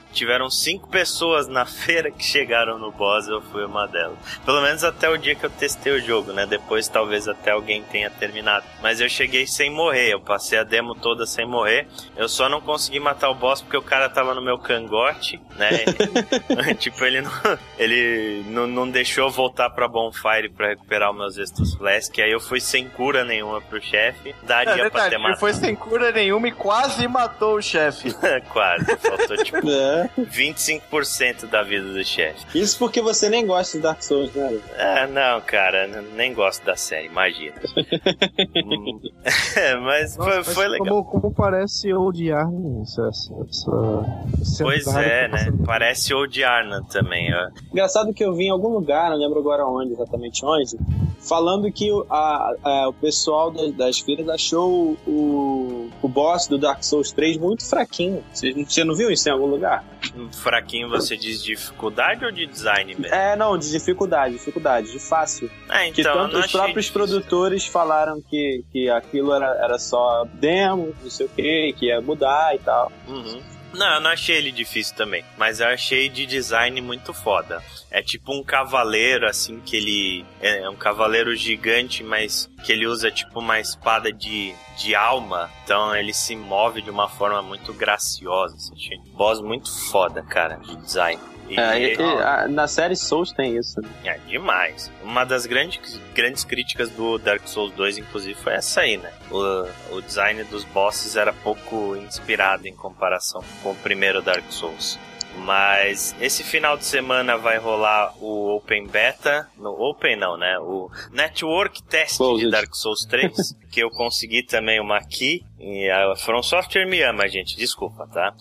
tiveram cinco pessoas na feira que chegaram no boss, eu fui uma delas. Pelo menos até o dia que eu testei o jogo, né? Depois talvez até alguém tenha terminado. Mas eu cheguei sem morrer, eu passei a demo toda sem morrer. Eu só não consegui matar o boss porque o cara tava no meu cangote, né? Tipo, ele não, ele não, não deixou eu voltar pra Bonfire pra recuperar os meus Estus Flask. Aí eu fui sem cura nenhuma pro chefe. Daria é, pra ter matado. Ele foi sem cura nenhuma e quase matou o chefe. Quase, faltou tipo é. vinte e cinco por cento da vida do chefe. Isso porque você nem gosta de Dark Souls, né? Ah, não, cara, nem gosto da série, imagina. hum, mas Nossa, foi, foi legal. Como, como parece Old Arna, essa, essa Pois é, né? Parece Old Arna também. Ó. Engraçado que eu vi em algum lugar, não lembro agora onde, exatamente onde, falando que a, a, o pessoal das, das feiras achou o, o boss do Dark Souls três muito fraquinho. Você, você não viu isso em algum lugar? Fraquinho você diz de dificuldade ou de design mesmo? É, não, de dificuldade, dificuldade, de fácil. Ah, então, que tanto os próprios difícil. produtores falaram que, que aquilo era, era só demo, não sei o que, que ia mudar e tal. Uhum. Não, eu não achei ele difícil também, mas eu achei de design muito foda. É tipo um cavaleiro, assim, que ele... É um cavaleiro gigante, mas que ele usa tipo uma espada de, de alma. Então ele se move de uma forma muito graciosa, assim. Achei um boss muito foda, cara, de design. E, é, e, e, a, na série Souls tem isso, né? É, demais. Uma das grandes, grandes críticas do Dark Souls dois, inclusive, foi essa aí, né? O, o design dos bosses era pouco inspirado em comparação com o primeiro Dark Souls. Mas esse final de semana vai rolar o Open Beta, no Open não, né? O Network Test Close de Dark Souls três, que eu consegui também uma key. E a From Software me ama, gente, desculpa, tá?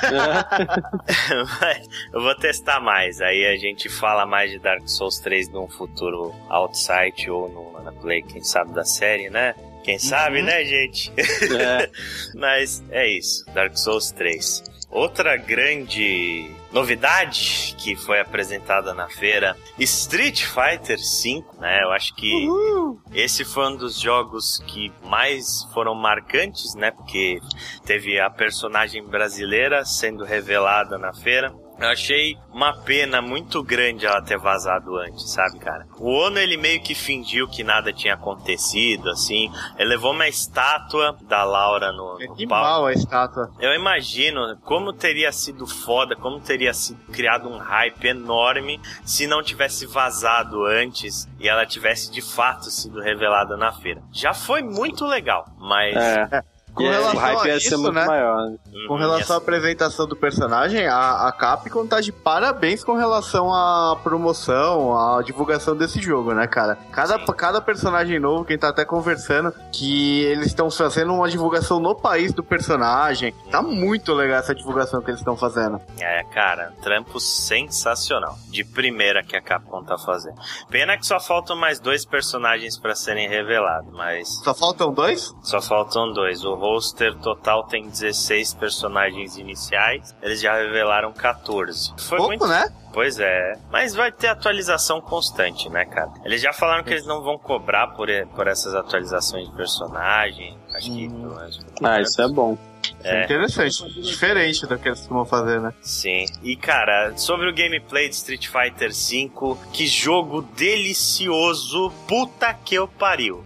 Mas eu vou testar mais, aí a gente fala mais de Dark Souls três num futuro Outside ou no, na Play, quem sabe da série, né? Quem sabe, uhum. né, gente? É. Mas é isso, Dark Souls três. Outra grande novidade que foi apresentada na feira, Street Fighter cinco, né? Eu acho que Uhul. esse foi um dos jogos que mais foram marcantes, né? Porque teve a personagem brasileira sendo revelada na feira. Eu achei uma pena muito grande ela ter vazado antes, sabe, cara? O Ono, ele meio que fingiu que nada tinha acontecido, assim. Ele levou uma estátua da Laura no, no que palco. Mal a estátua. Eu imagino como teria sido foda, como teria sido criado um hype enorme se não tivesse vazado antes e ela tivesse de fato sido revelada na feira. Já foi muito legal, mas... É. Com yeah, relação o hype ia ser muito né? maior. Né? Com relação à apresentação do personagem, a, a Capcom tá de parabéns com relação à promoção, à divulgação desse jogo, né, cara? Cada, cada personagem novo, quem tá até conversando, que eles estão fazendo uma divulgação no país do personagem. Tá muito legal essa divulgação que eles estão fazendo. É, cara, trampo sensacional. De primeira que a Capcom tá fazendo. Pena que só faltam mais dois personagens pra serem revelados, mas... Só faltam dois? Só faltam dois. O roster total tem dezesseis personagens iniciais, eles já revelaram quatorze. Foi pouco, muito... né? Pois é, mas vai ter atualização constante, né, cara? Eles já falaram que eles não vão cobrar por, por essas atualizações de personagem. Acho que... Hum. Ah, isso é bom. É. Interessante, diferente do que eles costumam fazer, né? Sim. E, cara, sobre o gameplay de Street Fighter cinco, que jogo delicioso, puta que eu pariu.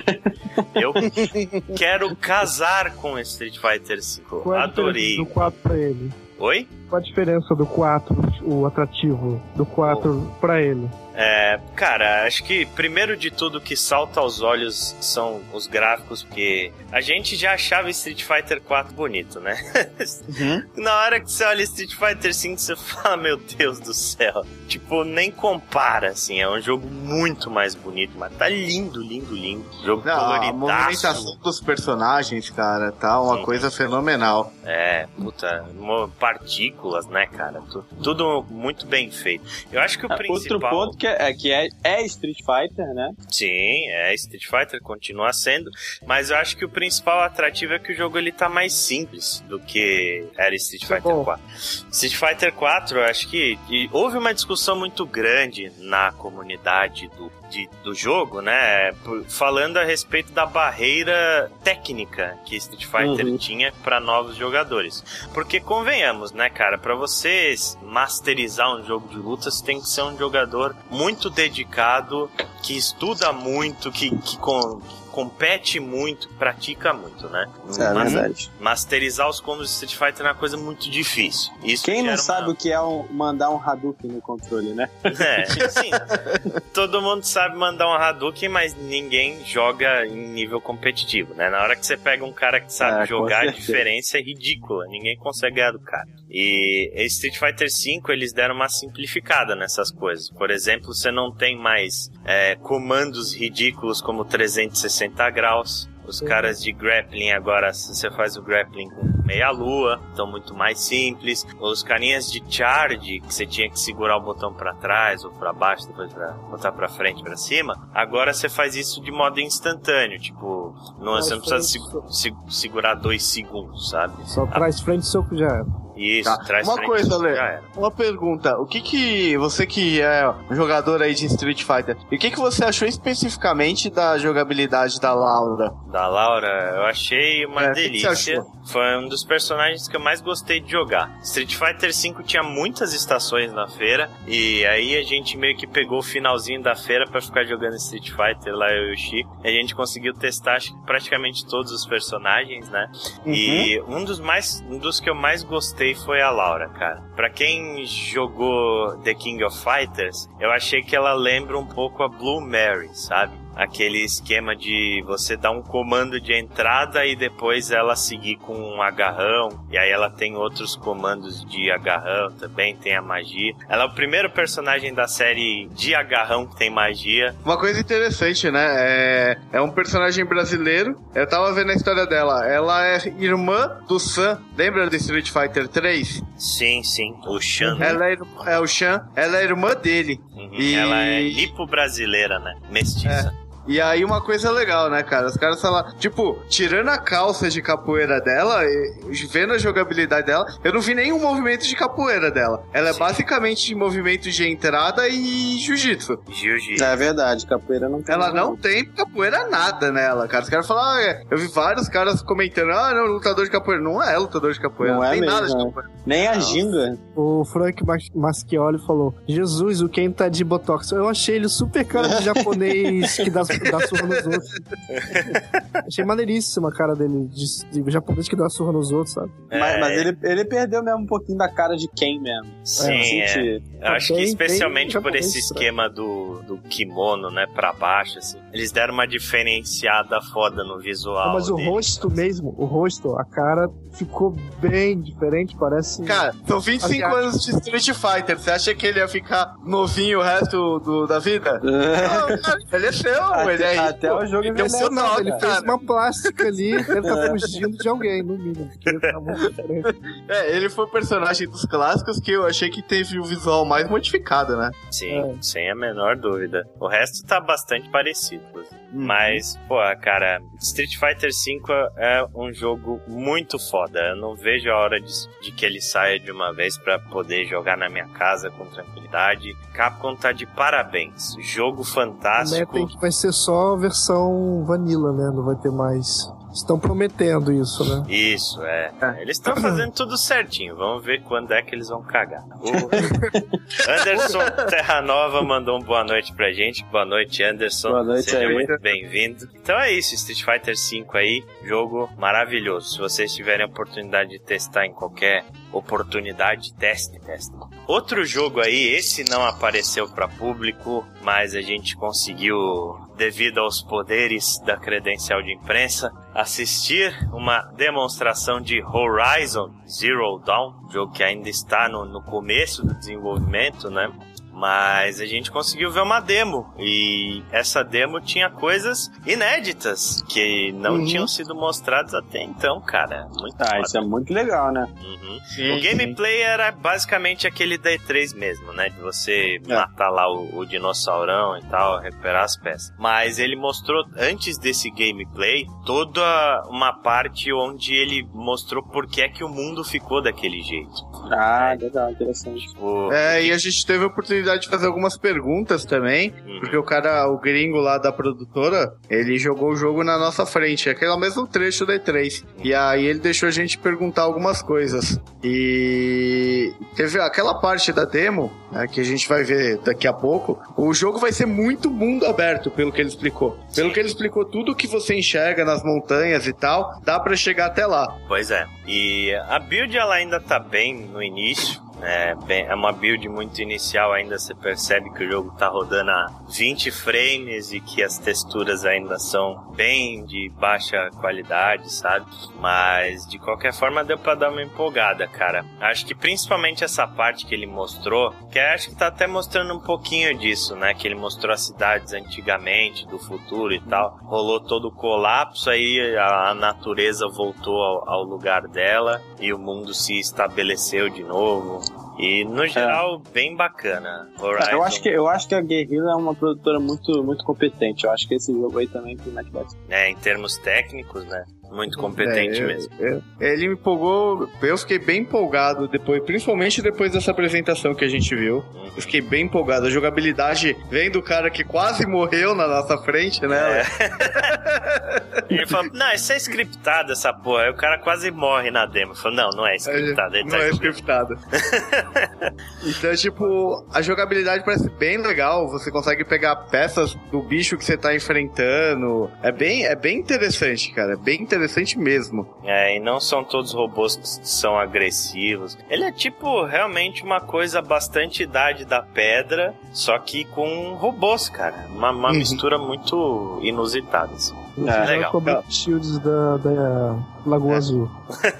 Eu, eu quero casar com Street Fighter cinco. Qual Adorei. Do quatro pra ele. Oi? Qual a diferença do quatro, o atrativo do quatro oh. pra ele? É, cara, acho que primeiro de tudo que salta aos olhos são os gráficos, porque a gente já achava Street Fighter quatro bonito, né? Uhum. Na hora que você olha Street Fighter cinco, você fala, meu Deus do céu. Tipo, nem compara, assim, é um jogo muito mais bonito, mas tá lindo, lindo, lindo. Jogo Não, coloridaço. A movimentação dos personagens, cara, tá uma Sim. coisa fenomenal. É, puta, partículas, né, cara? Tudo muito bem feito. Eu acho que o é, principal... Outro ponto que é, que é, é Street Fighter, né? Sim, é Street Fighter, continua sendo, mas eu acho que o principal atrativo é que o jogo ele tá mais simples do que era Street Fighter quatro. Street Fighter quatro, eu acho que houve uma discussão muito grande na comunidade do, de, do jogo, né? Falando a respeito da barreira técnica que Street Fighter uhum. tinha para novos jogadores. Porque, convenhamos, né, cara? cara, pra você masterizar um jogo de luta, você tem que ser um jogador muito dedicado, que estuda muito, que, que, com, que compete muito, pratica muito, né? É Mas, verdade. masterizar os combos de Street Fighter é uma coisa muito difícil. Isso Quem não uma... sabe o que é um, mandar um Hadouken no controle, né? É, sim. Todo mundo sabe mandar um Hadouken, mas ninguém joga em nível competitivo, né? Na hora que você pega um cara que sabe É, jogar, a diferença é ridícula. Ninguém consegue ganhar do cara. E Street Fighter cinco, eles deram uma simplificada nessas coisas. Por exemplo, você não tem mais é, comandos ridículos como trezentos e sessenta graus. Os caras de grappling agora, você faz o grappling com meia lua, então muito mais simples. Os carinhas de charge, que você tinha que segurar o botão pra trás ou pra baixo, depois pra botar pra frente, pra cima. Agora você faz isso de modo instantâneo, tipo, não, você não precisa se, se, segurar dois segundos, sabe? Só traz frente e soco já era. Isso, Tá. traz Uma frente, coisa, Lê, já era. uma pergunta. O que que você que é um jogador aí de Street Fighter, e o que que você achou especificamente da jogabilidade da Laura? Da Laura, eu achei uma É, que que delícia. você achou? Foi um dos personagens que eu mais gostei de jogar. Street Fighter cinco tinha muitas estações na feira, e aí a gente meio que pegou o finalzinho da feira pra ficar jogando Street Fighter, lá eu e o Chico. E a gente conseguiu testar acho que praticamente todos os personagens, né? Uhum. E um dos mais, um dos que eu mais gostei foi a Laura, cara. Pra quem jogou The King of Fighters, eu achei que ela lembra um pouco a Blue Mary, sabe? Aquele esquema de você dar um comando de entrada e depois ela seguir com um agarrão. E aí ela tem outros comandos de agarrão também, tem a magia. Ela é o primeiro personagem da série de agarrão que tem magia. Uma coisa interessante, né? É, é um personagem brasileiro. Eu tava vendo a história dela. Ela é irmã do Sam. Lembra do Street Fighter três? Sim, sim. O Shan. Ela é, é o Shan. Ela é irmã dele. Uhum. E... Ela é lipo-brasileira, né? Mestiça. É. E aí uma coisa legal, né, cara? Os caras falam, tipo, tirando a calça de capoeira dela, e vendo a jogabilidade dela, eu não vi nenhum movimento de capoeira dela. Ela é Sim. basicamente de movimento de entrada e jiu-jitsu. Jiu-jitsu. É verdade, capoeira não tem. Ela não tem capoeira nada nela, cara. Os caras falam, ah, é. Eu vi vários caras comentando, ah, não, lutador de capoeira. Não é lutador de capoeira, Não não, é tem mesmo, nada de é. capoeira. Nem a Não. ginga. O Frank Mas- Maschioli falou: Jesus, o Ken tá de botox. Eu achei ele super cara de japonês que dá, dá surra nos outros. Achei maneiríssima a cara dele, de, de japonês que dá surra nos outros, sabe? É, Mas, mas ele, ele perdeu mesmo um pouquinho da cara de quem mesmo. Sim, Eu é. senti. Eu acho que Bem- especialmente bem por esse japonês, esquema do, do kimono, né, pra baixo, assim. Eles deram uma diferenciada foda no visual. Não, mas o dele. rosto mesmo, o rosto, a cara ficou bem diferente, parece... Cara, são vinte e cinco Asiático. anos de Street Fighter. Você acha que ele ia ficar novinho o resto do, da vida? Não, cara, ele é seu, Até- ele é até o jogo ele tem o seu envelhece, nome, Ele cara. fez uma plástica ali, deve estar fugindo de alguém, no mínimo. Porque ele tá muito diferente. É, ele foi o personagem dos clássicos que eu achei que teve o visual mais modificado, né? Sim, É. sem a menor dúvida. O resto tá bastante parecido, inclusive. Uhum. Mas, pô, cara, Street Fighter cinco é um jogo muito foda. Eu não vejo a hora de, de que ele saia de uma vez pra poder jogar na minha casa com tranquilidade. Capcom tá de parabéns. Jogo fantástico. Tem que vai ser só a versão vanilla, né? Não vai ter mais... Estão prometendo isso, né? Isso, é. Eles estão fazendo tudo certinho. Vamos ver quando é que eles vão cagar. O Anderson Terra Nova mandou um boa noite pra gente. Boa noite, Anderson. Boa noite Seja aí. muito bem-vindo. Então é isso, Street Fighter cinco aí, jogo maravilhoso. Se vocês tiverem a oportunidade de testar em qualquer oportunidade, teste, teste. Outro jogo aí, esse não apareceu pra público, mas a gente conseguiu, devido aos poderes da credencial de imprensa, assistir uma demonstração de Horizon Zero Dawn, jogo que ainda está no, no começo do desenvolvimento, né? Mas a gente conseguiu ver uma demo, e essa demo tinha coisas inéditas que não Uhum. tinham sido mostradas até então, cara. Muito Ah, foda. isso é muito legal, né? Uhum. Sim, O gameplay era basicamente aquele da E três mesmo, né? De você É. matar lá o, o dinossaurão e tal, recuperar as peças. Mas ele mostrou, antes desse gameplay, toda uma parte onde ele mostrou por que é que o mundo ficou daquele jeito. Ah, legal, interessante. O, É, e a gente teve a oportunidade oportunidade de fazer algumas perguntas também, uhum. porque o cara, o gringo lá da produtora, ele jogou o jogo na nossa frente, aquele mesmo trecho da E três. E aí ele deixou a gente perguntar algumas coisas. E teve aquela parte da demo, né, que a gente vai ver daqui a pouco. O jogo vai ser muito mundo aberto, pelo que ele explicou. Pelo que ele explicou, tudo que você enxerga nas montanhas e tal, dá pra chegar até lá. Pois é. E a build, ela ainda tá bem no início. É, bem, é uma build muito inicial ainda, você percebe que o jogo tá rodando a vinte frames e que as texturas ainda são bem de baixa qualidade, sabe? Mas de qualquer forma deu pra dar uma empolgada, cara. Acho que principalmente essa parte que ele mostrou, que acho que tá até mostrando um pouquinho disso, né? Que ele mostrou as cidades antigamente, do futuro e tal. Rolou todo o colapso, aí a, a natureza voltou ao, ao lugar dela e o mundo se estabeleceu de novo. E, no geral, é. bem bacana. Horizon. Eu acho, que, eu acho que a Guerrilla é uma produtora muito, muito competente. Eu acho que esse jogo aí também promete bastante. É, em termos técnicos, né? Muito competente é, mesmo. É, é, ele me empolgou, eu fiquei bem empolgado depois, principalmente depois dessa apresentação que a gente viu. Uhum. Eu fiquei bem empolgado. A jogabilidade vem do cara que quase morreu na nossa frente, né? É. Ele falou, não, isso é scriptado essa porra. Aí o cara quase morre na demo. Falou, não, não é scriptado. Ele não tá é scriptado. Então, tipo, a jogabilidade parece bem legal. Você consegue pegar peças do bicho que você tá enfrentando. É bem, é bem interessante, cara. É bem interessante. Interessante mesmo. É, e não são todos robôs que são agressivos. Ele é tipo realmente uma coisa bastante Idade da Pedra, só que com robôs, cara. Uma, uma uhum. mistura muito inusitada, assim. É, legal. O Shields da, da Lagoa é. Azul.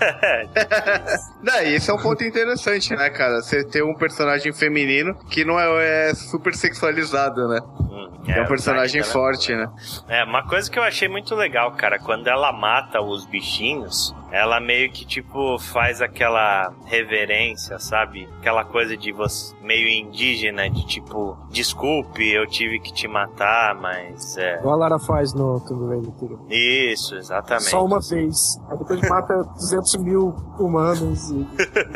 Não, esse é um ponto interessante, né, cara? Você ter um personagem feminino que não é, é super sexualizado, né? Hum, é, é um personagem forte, né? É, uma coisa que eu achei muito legal, cara, quando ela mata os bichinhos, ela meio que, tipo, faz aquela reverência, sabe? Aquela coisa de você, meio indígena, de tipo, desculpe, eu tive que te matar, mas é... Igual a Lara faz no Tomb Raider. Isso, exatamente. Só uma vez. Aí depois mata duzentos mil humanos. E...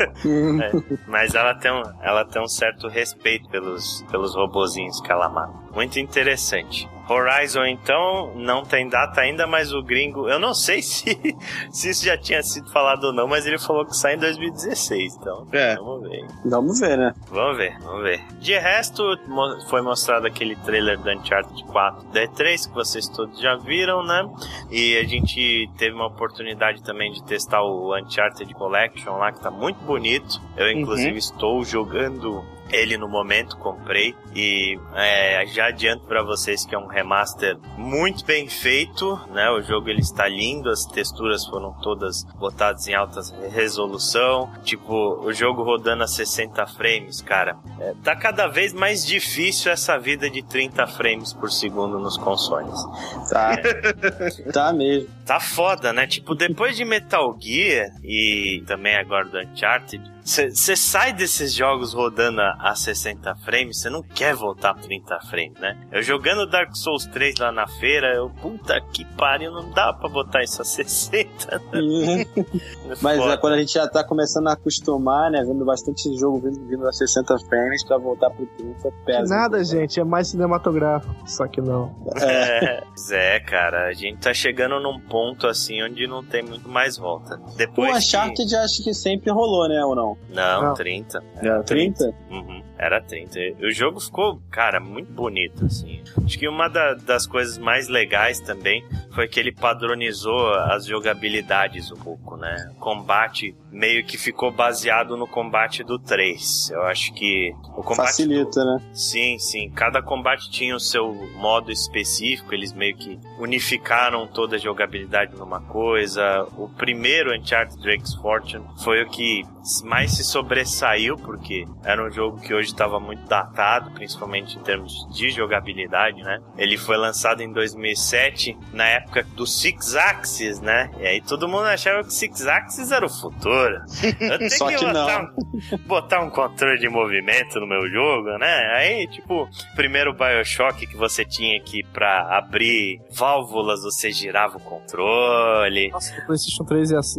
é, mas ela tem, um, ela tem um certo respeito pelos, pelos robozinhos que ela mata. Muito interessante. Horizon, então, não tem data ainda, mas o gringo... Eu não sei se, se isso já tinha sido falado ou não, mas ele falou que sai em dois mil e dezesseis, então é. vamos ver. Vamos ver, né? Vamos ver, vamos ver. De resto, foi mostrado aquele trailer do Uncharted quatro da E três, que vocês todos já viram, né? E a gente teve uma oportunidade também de testar o Uncharted Collection lá, que tá muito bonito. Eu, inclusive, uhum. estou jogando... ele no momento, comprei e é, já adianto pra vocês que é um remaster muito bem feito, né? O jogo ele está lindo, as texturas foram todas botadas em alta resolução, tipo, o jogo rodando a sessenta frames, cara, é, tá cada vez mais difícil essa vida de trinta frames por segundo nos consoles. Tá, é. Tá mesmo. Tá foda, né? Tipo, depois de Metal Gear e também agora do Uncharted, você sai desses jogos rodando a, a sessenta frames, você não quer voltar a trinta frames, né? Eu jogando Dark Souls três lá na feira, eu, puta que pariu, não dá pra botar isso a sessenta. Né? Mas é, quando a gente já tá começando a acostumar, né? Vendo bastante jogo vindo, vindo a sessenta frames pra voltar pro trinta, pesa. Nada, né? Gente, é mais cinematográfico, só que não. É, é, cara, a gente tá chegando num ponto assim onde não tem muito mais volta. Depois o Uncharted que... acho que sempre rolou, né, ou não? Não, não. trinta. Era trinta? Uhum, era trinta. O jogo ficou, cara, muito bonito, assim. Acho que uma da, das coisas mais legais também foi que ele padronizou as jogabilidades um pouco, né? O combate meio que ficou baseado no combate do três. Eu acho que o combate facilita, do... né? Sim, sim. Cada combate tinha o seu modo específico, eles meio que unificaram toda a jogabilidade numa coisa. O primeiro Uncharted Drake's Fortune foi o que mais se sobressaiu, porque era um jogo que hoje estava muito datado, principalmente em termos de jogabilidade, né? Ele foi lançado em dois mil e sete, na época do Six Axis, né? E aí todo mundo achava que Six Axis era o futuro. Eu tenho Só que, que botar, não. Um, botar um controle de movimento no meu jogo, né? Aí, tipo, primeiro BioShock que você tinha que, pra abrir válvulas, você girava o controle. Nossa, o PlayStation três é assim.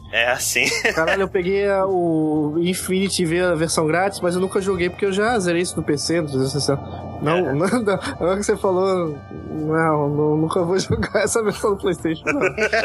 É assim. Caralho, eu peguei a, o Infinity V, a versão grátis, mas eu nunca joguei porque eu já zerei isso no P C, no trezentos e sessenta. Não, é. não, não, não, que você falou, não, não, nunca vou jogar essa versão do PlayStation, não.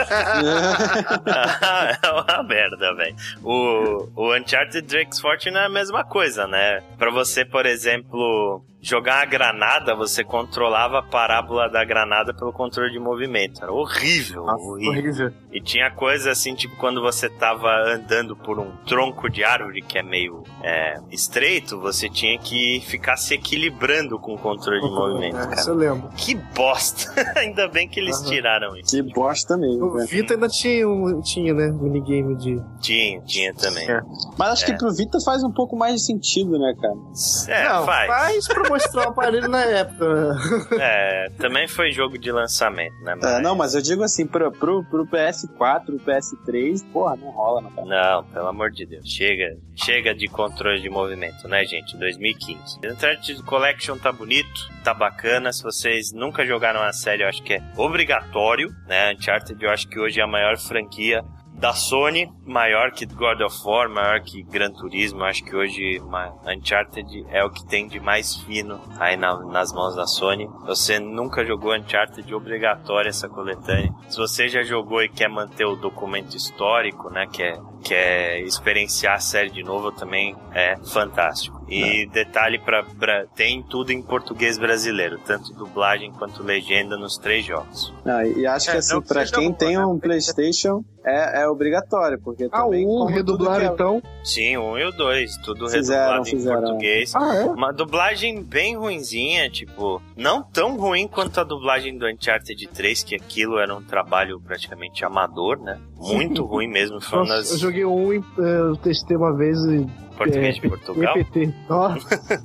É uma merda, velho. O, o Uncharted Drake's Fortune é a mesma coisa, né? Pra você, por exemplo, jogar a granada, você controlava a parábola da granada pelo controle de movimento. Era horrível, Nossa, horrível. horrível. E tinha coisa assim, tipo, quando você tava andando por um tronco de árvore que é meio é, estreito, você tinha que ficar se equilibrando com o controle de movimento, é, cara. Isso eu lembro. Que bosta! Ainda bem que eles uhum. tiraram isso. Que bosta mesmo. O né? Vita ainda tinha, um, tinha, né? Minigame de... Tinha, tinha também. É. Mas acho é. que pro Vita faz um pouco mais de sentido, né, cara? É, Não, faz. faz pra mostrar o aparelho na época. É, também foi jogo de lançamento, né? Mas... É, não, mas eu digo assim, pro, pro, pro P S quatro, P S três, porra, não rola, não, cara. Não, pelo amor de Deus. Chega, chega de controle de movimento, né, gente? dois mil e quinze. O Uncharted Collection tá bonito, tá bacana. Se vocês nunca jogaram a série, eu acho que é obrigatório, né? Uncharted, eu acho que hoje é a maior franquia da Sony, maior que God of War, maior que Gran Turismo. Eu acho que hoje Uncharted é o que tem de mais fino aí na, nas mãos da Sony. Você nunca jogou Uncharted, obrigatório essa coletânea. Se você já jogou e quer manter o documento histórico, né, quer, quer experienciar a série de novo, também é fantástico. E é. detalhe, pra, pra, tem tudo em português brasileiro, tanto dublagem quanto legenda nos três jogos. Não, e acho que é, assim, pra quem jogou, tem né? um PlayStation, é, é obrigatório, porque ah, também... um redublaram, é... então? Sim, um e o dois, tudo fizeram, redublado fizeram. em português. Ah, é? Uma dublagem bem ruinzinha, tipo, não tão ruim quanto a dublagem do Uncharted três, que aquilo era um trabalho praticamente amador, né? Muito ruim mesmo. Foi Nossa, nas... Eu joguei um e eu testei uma vez e... Português é, de Portugal? P P T. Nossa.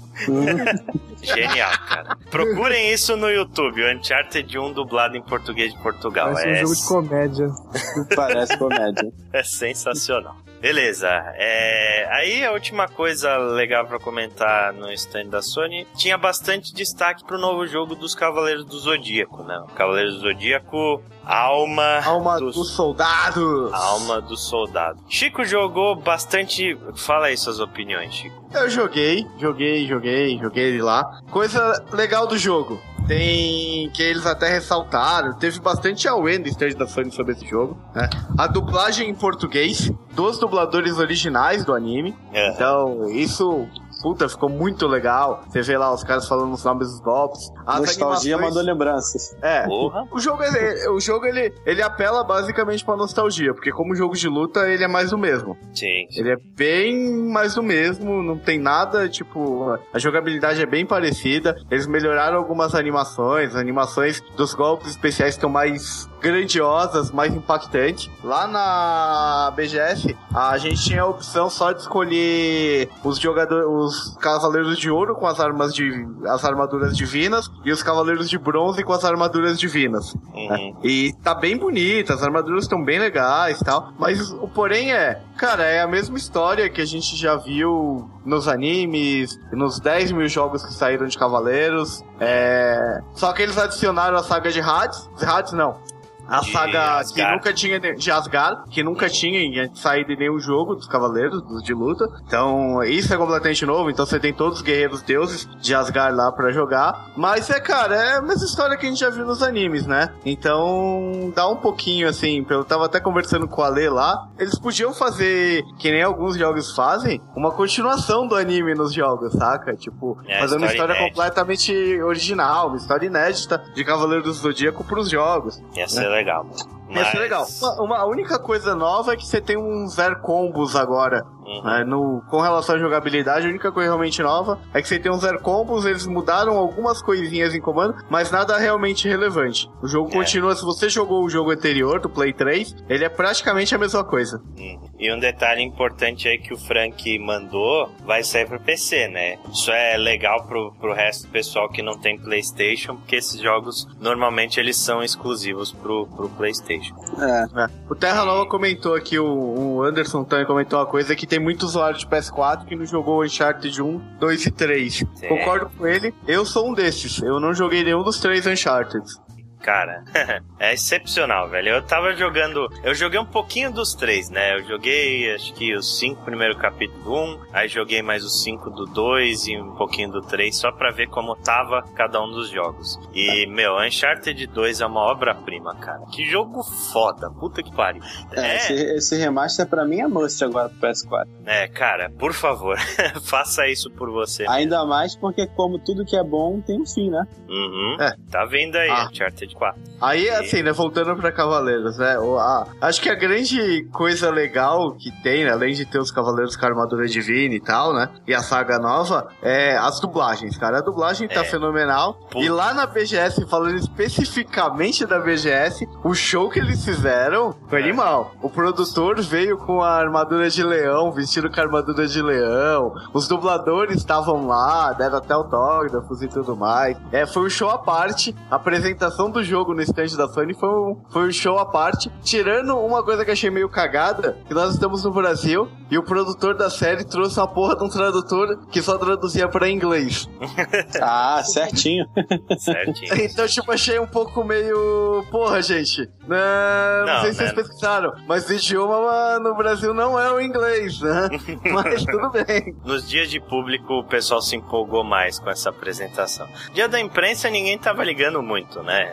Genial, cara. Procurem isso no YouTube, o Uncharted um dublado em português de Portugal. Parece é... um jogo de comédia. Parece comédia. É sensacional. Beleza, é... aí a última coisa legal pra comentar no stand da Sony, tinha bastante destaque pro novo jogo dos Cavaleiros do Zodíaco, né? Cavaleiros do Zodíaco, Alma... Alma dos... do Soldado. Alma do Soldado. Chico jogou bastante... Fala aí suas opiniões, Chico. Eu joguei, joguei, joguei, joguei ele lá. Coisa legal do jogo. Tem que eles até ressaltaram, teve bastante auê no stand da Sony sobre esse jogo, né? A dublagem em português dos dubladores originais do anime. É. Então, isso... Puta, ficou muito legal. Você vê lá os caras falando os nomes dos golpes. As nostalgia animações... mandou lembranças. É. Porra. O jogo, ele, o jogo ele, ele apela basicamente pra nostalgia, porque como jogo de luta, ele é mais do mesmo. Sim. Ele é bem mais do mesmo, não tem nada, tipo... A jogabilidade é bem parecida. Eles melhoraram algumas animações. As animações dos golpes especiais estão mais grandiosas, mais impactantes. Lá na B G S, a gente tinha a opção só de escolher os jogadores, os Cavaleiros de Ouro com as armas de, as armaduras divinas e os Cavaleiros de Bronze com as armaduras divinas. Uhum. Né? E tá bem bonita, as armaduras estão bem legais e tal, mas o porém é, cara, é a mesma história que a gente já viu nos animes, nos dez mil jogos que saíram de Cavaleiros, é... só que eles adicionaram a saga de Hades, Hades não, a de saga Asgard. que nunca tinha de Asgard, que nunca tinha saído em nenhum jogo dos Cavaleiros, dos de luta. Então, isso é completamente novo. Então, você tem todos os guerreiros deuses de Asgard lá pra jogar. Mas é, cara, é a mesma história que a gente já viu nos animes, né? Então, dá um pouquinho assim. Eu tava até conversando com o Ale lá. Eles podiam fazer, que nem alguns jogos fazem, uma continuação do anime nos jogos, saca? Tipo, é, fazer uma história inédita. completamente original, uma história inédita de Cavaleiros do Zodíaco pros jogos. Ia ser né? legal. Mas... Isso é legal. Uma, uma única coisa nova é que você tem uns zero combos agora. Uhum. Né? No, com relação à jogabilidade, a única coisa realmente nova é que você tem uns zero combos, eles mudaram algumas coisinhas em comando, mas nada realmente relevante. O jogo é. continua, se você jogou o jogo anterior, do Play três, ele é praticamente a mesma coisa. Uhum. E um detalhe importante aí que o Frank mandou, vai sair pro P C, né? Isso é legal pro, pro resto do pessoal que não tem PlayStation, porque esses jogos, normalmente, eles são exclusivos pro, pro PlayStation. É. É. O Terra Nova comentou aqui, o, o Anderson também comentou uma coisa, que tem muito usuário de P S quatro que não jogou Uncharted um, dois e três. É. Concordo com ele, eu sou um desses. Eu não joguei nenhum dos três Uncharted. Cara, é excepcional, velho. Eu tava jogando... Eu joguei um pouquinho dos três, né? Eu joguei, acho que os cinco primeiro capítulo do um, aí joguei mais os cinco do dois e um pouquinho do três, só pra ver como tava cada um dos jogos. E, meu, Uncharted dois é uma obra-prima, cara. Que jogo foda, puta que pariu. É, É, esse, esse remaster pra mim é must agora pro P S quatro. é cara, por favor, faça isso por você. Ainda mais porque, como tudo que é bom, tem um fim, né? Uhum. É. Tá vendo aí, Ah. Uncharted quatro. Aí, assim, né, voltando pra Cavaleiros, né, o, a, acho que a grande coisa legal que tem, né, além de ter os Cavaleiros com a armadura divina e tal, né, e a saga nova, é as dublagens, cara. A dublagem tá É. fenomenal. Puta. E lá na B G S, falando especificamente da B G S, o show que eles fizeram foi É. animal. O produtor veio com a armadura de leão, vestido com a armadura de leão, os dubladores estavam lá, deram até autógrafos e tudo mais. É, foi um show à parte. A apresentação do jogo no stand da Sony foi um, foi um show à parte. Tirando uma coisa que eu achei meio cagada, que nós estamos no Brasil e o produtor da série trouxe uma porra de um tradutor que só traduzia pra inglês. Ah, certinho. Certinho. Então, tipo, achei um pouco meio... Porra, gente. Não, não Não, sei se vocês né? pesquisaram, mas o idioma no Brasil não é o inglês, né? Mas tudo bem. Nos dias de público, o pessoal se empolgou mais com essa apresentação. Dia da imprensa, ninguém tava ligando muito, né?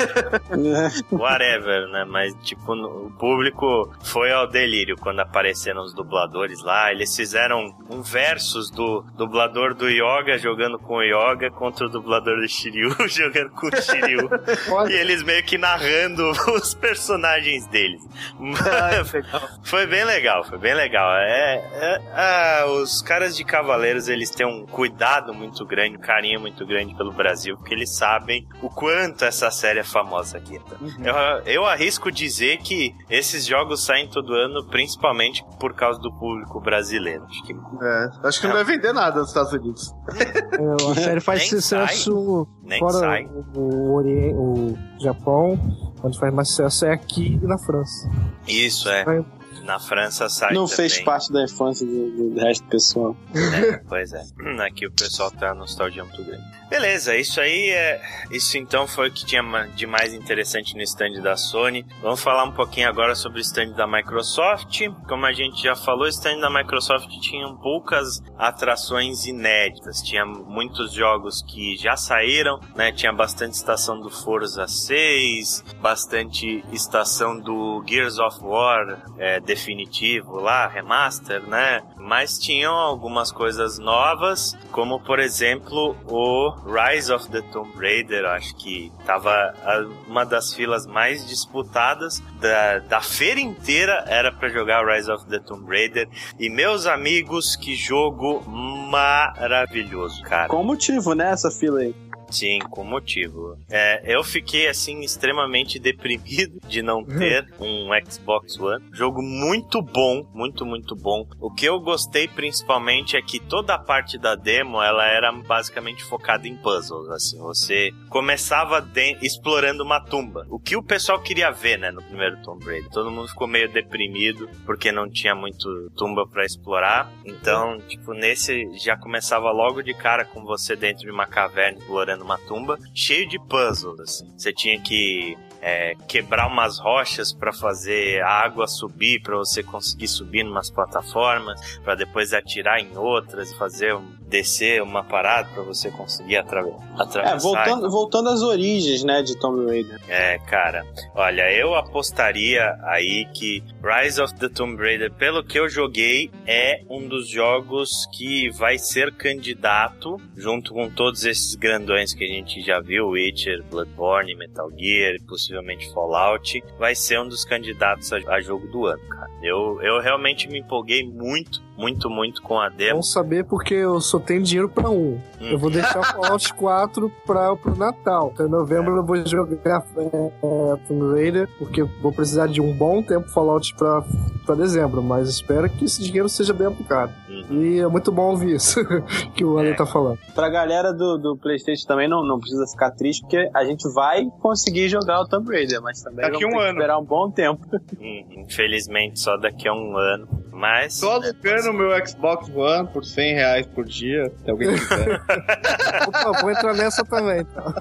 Whatever, né? Mas, tipo, no- o público foi ao delírio quando apareceram os dubladores lá. Eles fizeram um versus do dublador do Yoga jogando com o Yoga contra o dublador do Shiryu jogando com o Shiryu. E eles meio que narrando os personagens deles. Ai, legal. Foi bem legal, foi bem legal. É, é- ah, os caras de Cavaleiros, eles têm um cuidado muito grande, um carinho muito grande pelo Brasil, porque eles sabem o quanto essa série é famosa aqui. Tá? Eu, eu arrisco dizer que esses jogos saem todo ano, principalmente por causa do público brasileiro. Acho que É, acho que não vai vender nada nos Estados Unidos. É, a série faz Nem sucesso Nem fora sai. o, o, Ori- o Japão, onde faz mais sucesso é aqui e na França. isso é. Vai- Na França sai Não também. fez parte da infância do, do resto do pessoal. É, pois é. Aqui o pessoal tá nostalgia muito grande. Beleza, isso aí é... Isso então foi o que tinha ma- de mais interessante no stand da Sony. Vamos falar um pouquinho agora sobre o stand da Microsoft. Como a gente já falou, o stand da Microsoft tinha poucas atrações inéditas. Tinha muitos jogos que já saíram, né? Tinha bastante estação do Forza seis, bastante estação do Gears of War é, definitivo lá, remaster, né? Mas tinham algumas coisas novas, como por exemplo o Rise of the Tomb Raider. Acho que tava a- uma das filas mais disputadas da, da feira inteira era pra jogar Rise of the Tomb Raider. E meus amigos, que jogo maravilhoso, cara. Com motivo, né, essa fila aí? Sim, com motivo. É, eu fiquei, assim, extremamente deprimido de não ter um Xbox One. Jogo muito bom, muito, muito bom. O que eu gostei principalmente é que toda a parte da demo, ela era basicamente focada em puzzles, assim. Você começava de- explorando uma tumba. O que o pessoal queria ver, né, no primeiro Tomb Raider. Todo mundo ficou meio deprimido, porque não tinha muito tumba pra explorar. Então, tipo, nesse já começava logo de cara com você dentro de uma caverna explorando uma tumba, cheio de puzzles, assim. Você tinha que é, quebrar umas rochas pra fazer a água subir, pra você conseguir subir numas plataformas, pra depois atirar em outras, fazer um, descer uma parada pra você conseguir atrave- atravessar. É, voltando, voltando às origens, né, de Tomb Raider. É, cara, olha, eu apostaria aí que Rise of the Tomb Raider, pelo que eu joguei, é um dos jogos que vai ser candidato, junto com todos esses grandões que a gente já viu, Witcher, Bloodborne, Metal Gear, possivelmente Fallout, vai ser um dos candidatos a, a jogo do ano, cara. Eu, eu realmente me empolguei muito, muito, muito com a demo. Vamos saber porque eu só tenho dinheiro pra um. Eu vou deixar o Fallout quatro pra, pro Natal. Então, em novembro eu vou jogar é, é, Tomb Raider, porque eu vou precisar de um bom tempo Fallout pra, pra dezembro, mas espero que esse dinheiro seja bem aplicado. Uhum. E é muito bom ouvir isso que o Ale É. tá falando. Pra galera do, do PlayStation também não, não precisa ficar triste, porque a gente vai conseguir jogar o Tomb Raider, mas também Daqui vamos um ter que ano. esperar um bom tempo. Hum, Infelizmente só daqui a um ano, Mas... Tô alugando o meu Xbox One por cem reais por dia, se alguém quiser. Opa, vou entrar nessa também, então.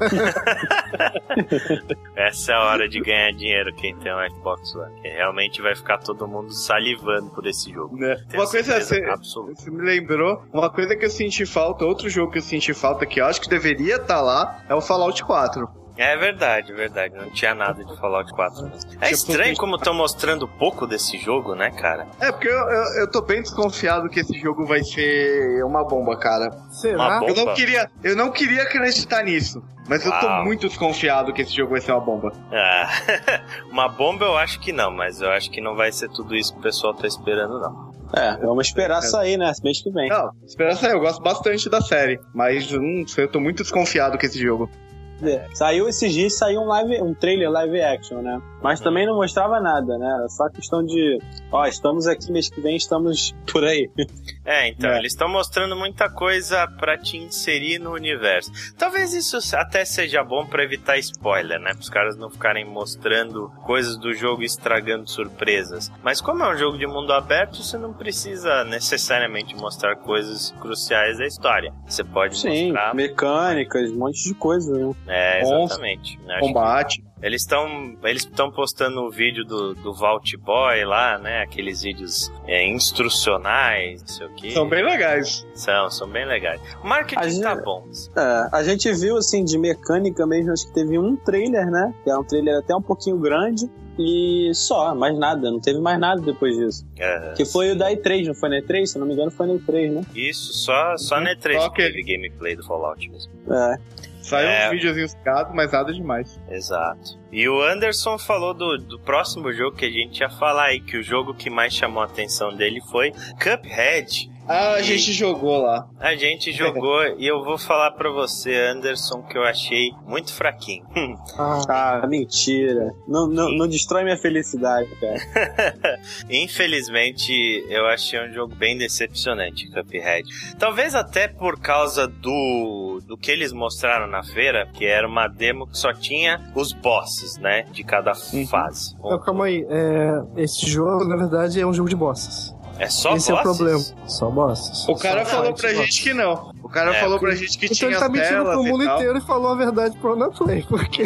Essa é a hora de ganhar dinheiro quem tem um Xbox One. Que realmente vai ficar todo mundo salivando por esse jogo. Né? Uma coisa, você, você me lembrou, uma coisa que eu senti falta, outro jogo que eu senti falta que eu acho que deveria estar lá, é o Fallout quatro. É verdade, verdade. Não tinha nada de Fallout quatro. É estranho como estão mostrando pouco desse jogo, né, cara? É, porque eu, eu, eu tô bem desconfiado que esse jogo vai ser uma bomba, cara. Será? Uma bomba? Eu não queria, eu não queria acreditar nisso. Mas Uau. eu tô muito desconfiado que esse jogo vai ser uma bomba. Ah, uma bomba eu acho que não, mas eu acho que não vai ser tudo isso que o pessoal tá esperando, não. É, vamos esperar sair, né? Mês que vem. Não, esperar sair. Eu gosto bastante da série, mas hum, eu tô muito desconfiado com esse jogo. É, saiu esses dias, saiu um, live, um trailer live action, né? Mas também não mostrava nada, né? Era só questão de, ó, estamos aqui mês que vem, estamos por aí. É, então, é. eles estão mostrando muita coisa pra te inserir no universo. Talvez isso até seja bom pra evitar spoiler, né? Para os caras não ficarem mostrando coisas do jogo e estragando surpresas. Mas como é um jogo de mundo aberto, você não precisa necessariamente mostrar coisas cruciais da história. Você pode Sim, mostrar... mecânicas, um monte de coisa, né? É, exatamente. Acho combate. Eles estão eles estão postando o vídeo do, do Vault Boy lá, né? Aqueles vídeos é, instrucionais, não sei o que. São bem legais. São, são bem legais. O marketing gente, tá bom. É, a gente viu, assim, de mecânica mesmo, acho que teve um trailer, né? Que é um trailer até um pouquinho grande. E só, mais nada, não teve mais nada depois disso. É, que foi o da E três, não foi na E três? Se eu não me engano, foi na E três, né? Isso, só, só na E três só que que... teve gameplay do Fallout mesmo. É. Saiu é... uns videozinhos caros, mas nada demais. Exato. E o Anderson falou do, do próximo jogo que a gente ia falar aí, que o jogo que mais chamou a atenção dele foi Cuphead. Ah, a e gente jogou lá. A gente jogou e eu vou falar pra você, Anderson, que eu achei muito fraquinho. Ah, mentira. Não, não, não destrói minha felicidade, cara. Infelizmente, eu achei um jogo bem decepcionante, Cuphead. Talvez até por causa do, do que eles mostraram na feira, que era uma demo que só tinha os bosses, né, de cada fase. Não, calma aí. É, esse jogo, na verdade, é um jogo de bosses. É só Esse bosses? é o problema. Só bosses. O cara só falou pra gente que não. O cara é, falou pra gente que então tinha ele tá mentindo telas pro mundo e tal. inteiro e falou a verdade pro Anaplay, porque...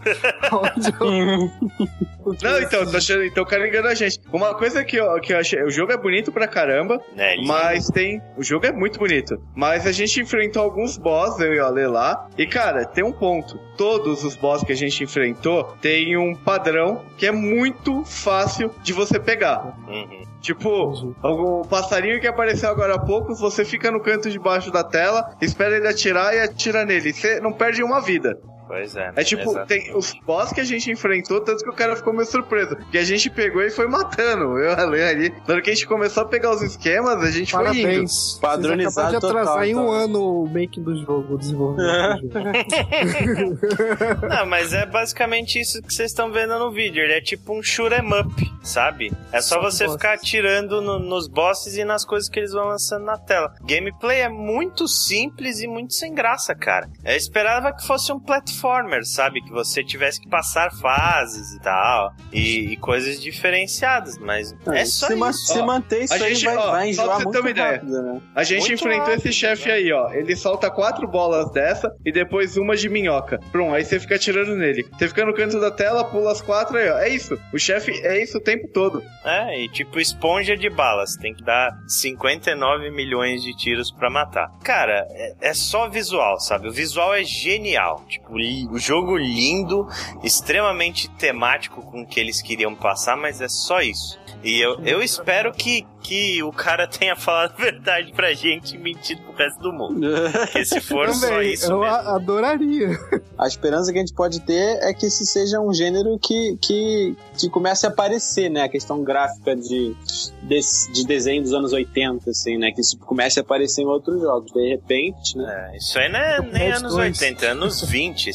porque não, então, tô achando, então o cara engana a gente. Uma coisa que eu, que eu achei, o jogo é bonito pra caramba, é, mas tem... O jogo é muito bonito, mas a gente enfrentou alguns boss, eu e o Ale lá, e cara, tem um ponto. Todos os boss que a gente enfrentou tem um padrão que é muito fácil de você pegar. Uhum. Tipo, o passarinho que apareceu agora há pouco, você fica no canto de baixo da tela, espera ele atirar e atira nele. Você não perde uma vida. Pois é. É tipo, exatamente. Tem os boss que a gente enfrentou, tanto que o cara ficou meio surpreso. Que a gente pegou e foi matando. Eu ali. Na hora que a gente começou a pegar os esquemas, a gente Parabéns. foi indo. Padronizado de atrasar total, em um então. ano o making do jogo, o desenvolvimento do jogo. Não, mas é basicamente isso que vocês estão vendo no vídeo. Ele é tipo um shoot 'em up, sabe? É só você ficar atirando no, nos bosses e nas coisas que eles vão lançando na tela. Gameplay é muito simples e muito sem graça, cara. Eu esperava que fosse um platformer, sabe? Que você tivesse que passar fases e tal. E, e coisas diferenciadas, mas é, é só se isso. Ma- se ó, manter isso aí, gente, vai, ó, vai enjoar só pra você muito ter uma ideia. rápido, né? A gente Muito enfrentou rápido, esse chefe aí, ó. Ele solta quatro bolas dessa e depois uma de minhoca. Pronto, aí você fica atirando nele. Você fica no canto da tela, pula as quatro aí, ó. É isso. O chefe é isso o tempo todo. É, e tipo esponja de balas. Tem que dar cinquenta e nove milhões de tiros pra matar. Cara, é, é só visual, sabe? O visual é genial. Tipo, li, o jogo lindo, extremamente temático com o que eles queriam passar, mas é só isso. E eu, eu espero que, que o cara tenha falado a verdade pra gente e mentido pro resto do mundo. Porque se for Também, só isso eu mesmo... a- adoraria. A esperança que a gente pode ter é que esse seja um gênero que, que, que comece a aparecer, né? A questão gráfica de, de, de desenho dos anos oitenta, assim, né? Que isso comece a aparecer em outros jogos. De repente, né? É, isso aí não é nem anos oitenta, é anos vinte esse,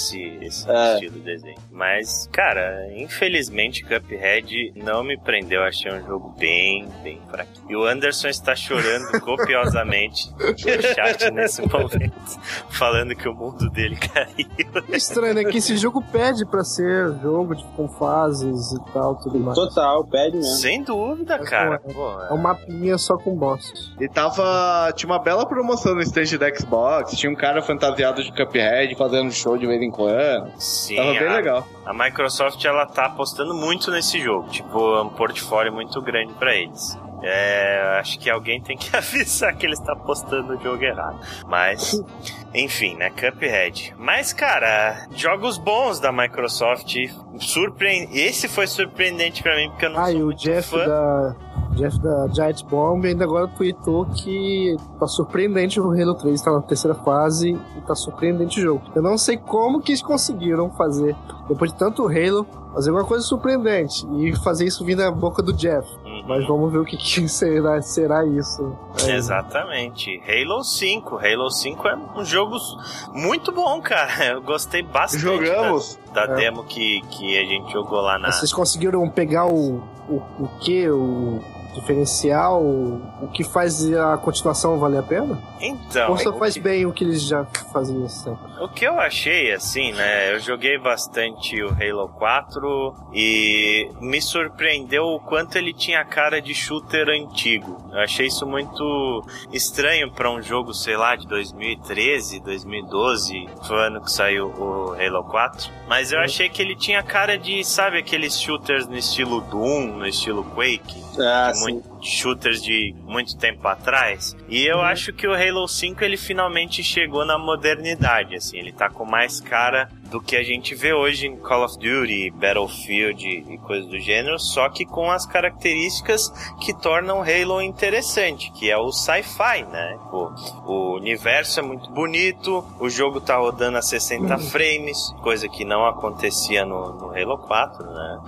esse É. estilo de desenho. Mas, cara, infelizmente Cuphead não me prendeu. Achei um jogo bem, bem fraco. E o Anderson está chorando copiosamente no chat nesse momento, falando que o mundo dele caiu. Estranho, né? Que esse jogo pede pra ser jogo de, com fases e tal, tudo mais. Total, pede mesmo. Sem dúvida, Mas cara. não é. Pô, É um mapinha só com bosses. E tava... Tinha uma bela promoção no stand da Xbox. Tinha um cara fantasiado de Cuphead fazendo show de vez em quando. sim, Tava bem a, legal. a Microsoft, ela tá apostando muito nesse jogo. Tipo, é um portfólio muito grande pra eles. É, acho que alguém tem que avisar que ele está postando o jogo errado. Mas, enfim, né? Cuphead. Mas, cara, jogos bons da Microsoft. Surpre... Esse foi surpreendente pra mim, porque eu não Ah, sou e o muito Jeff fã. da, Jeff da Giant Bomb ainda agora tweetou que tá surpreendente o Halo três, tá na terceira fase e tá surpreendente o jogo. Eu não sei como que eles conseguiram fazer, depois de tanto Halo, fazer uma coisa surpreendente e fazer isso vindo da boca do Jeff. Uhum. Mas vamos ver o que, que será, será isso. É. Exatamente. Halo cinco. Halo cinco é um jogo muito bom, cara. Eu gostei bastante. Jogamos. Da, da É. demo que, que a gente jogou lá na... Vocês conseguiram pegar o, o, o que? O diferencial? O, o que faz a continuação valer a pena? Então, Ou só o faz que- bem o que eles já faziam sempre? O que eu achei, assim, né? Eu joguei bastante o Halo quatro e me surpreendeu o quanto ele tinha cara de shooter antigo. Eu achei isso muito estranho pra um jogo, sei lá, de dois mil e treze, dois mil e doze, foi o ano que saiu o Halo quatro. Mas eu achei que ele tinha cara de, sabe, aqueles shooters no estilo Doom, no estilo Quake. Ah, de sim. muito- shooters de muito tempo atrás. E eu acho que o Halo cinco ele finalmente chegou na modernidade, assim, ele tá com mais cara do que a gente vê hoje em Call of Duty, Battlefield e coisas do gênero, só que com as características que tornam o Halo interessante, que é o sci-fi, né? O, o universo é muito bonito, o jogo tá rodando a sessenta frames, coisa que não acontecia no, no Halo quatro, né?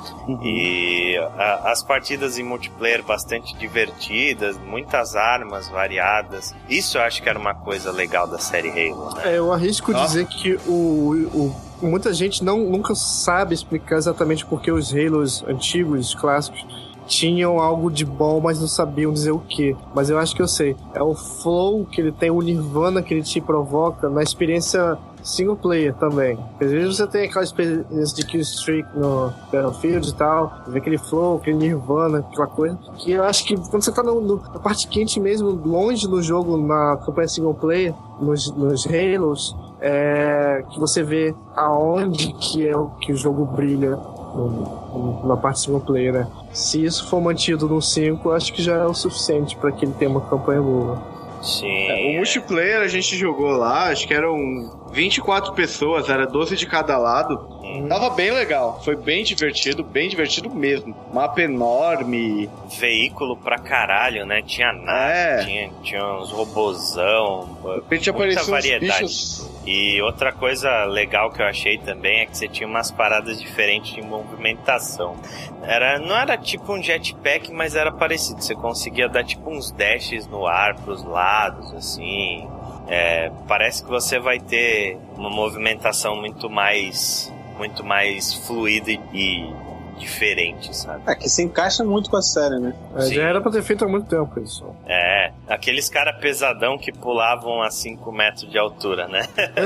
E a- as partidas em multiplayer bastante divertidas, muitas armas variadas. Isso eu acho que era uma coisa legal da série Halo, né? É, eu arrisco Nossa. dizer que o, o, muita gente não, nunca sabe explicar exatamente por que os Halos antigos, clássicos, tinham algo de bom, mas não sabiam dizer o que. Mas eu acho que eu sei. É o flow que ele tem, o nirvana que ele te provoca na experiência single player também. Às vezes você tem aquela experiência de kill streak no Battlefield e tal, vê aquele flow, aquele nirvana, aquela coisa, que eu acho que quando você tá no, no, na parte quente mesmo, longe do jogo, na campanha single player, nos, nos Halos, é, que você vê aonde que é o que o jogo brilha no, no, na parte single player, né? Se isso for mantido no cinco, eu acho que já é o suficiente para que ele tenha uma campanha boa. Sim. É, o multiplayer a gente jogou lá, acho que eram vinte e quatro pessoas, era doze de cada lado. Hum. Tava bem legal, foi bem divertido, bem divertido mesmo. Mapa enorme. Veículo pra caralho, né? Tinha nave, É. tinha, tinha uns robozão, De repente muita apareciam uns variedade. bichos. E outra coisa legal que eu achei também é que você tinha umas paradas diferentes de movimentação. Era, não era tipo um jetpack, mas era parecido. Você conseguia dar tipo uns dashes no ar pros lados, assim. É, parece que você vai ter uma movimentação muito mais, muito mais fluida e diferente, sabe? É, que se encaixa muito com a série, né? É, Sim. já era pra ter feito há muito tempo isso. É, aqueles cara pesadão que pulavam a cinco metros de altura, né?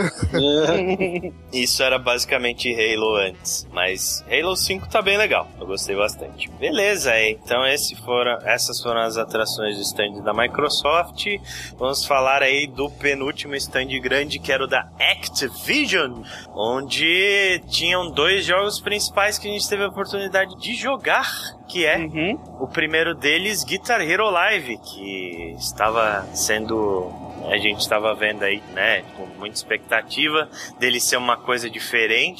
É. Isso era basicamente Halo antes, mas Halo cinco tá bem legal, eu gostei bastante. Beleza, então esse foram, essas foram as atrações do stand da Microsoft. Vamos falar aí do penúltimo stand grande, que era o da Activision, onde tinham dois jogos principais que a gente teve a oportunidade de jogar, que é Uhum. o primeiro deles, Guitar Hero Live, que estava sendo... A gente estava vendo aí, né, com muita expectativa dele ser uma coisa diferente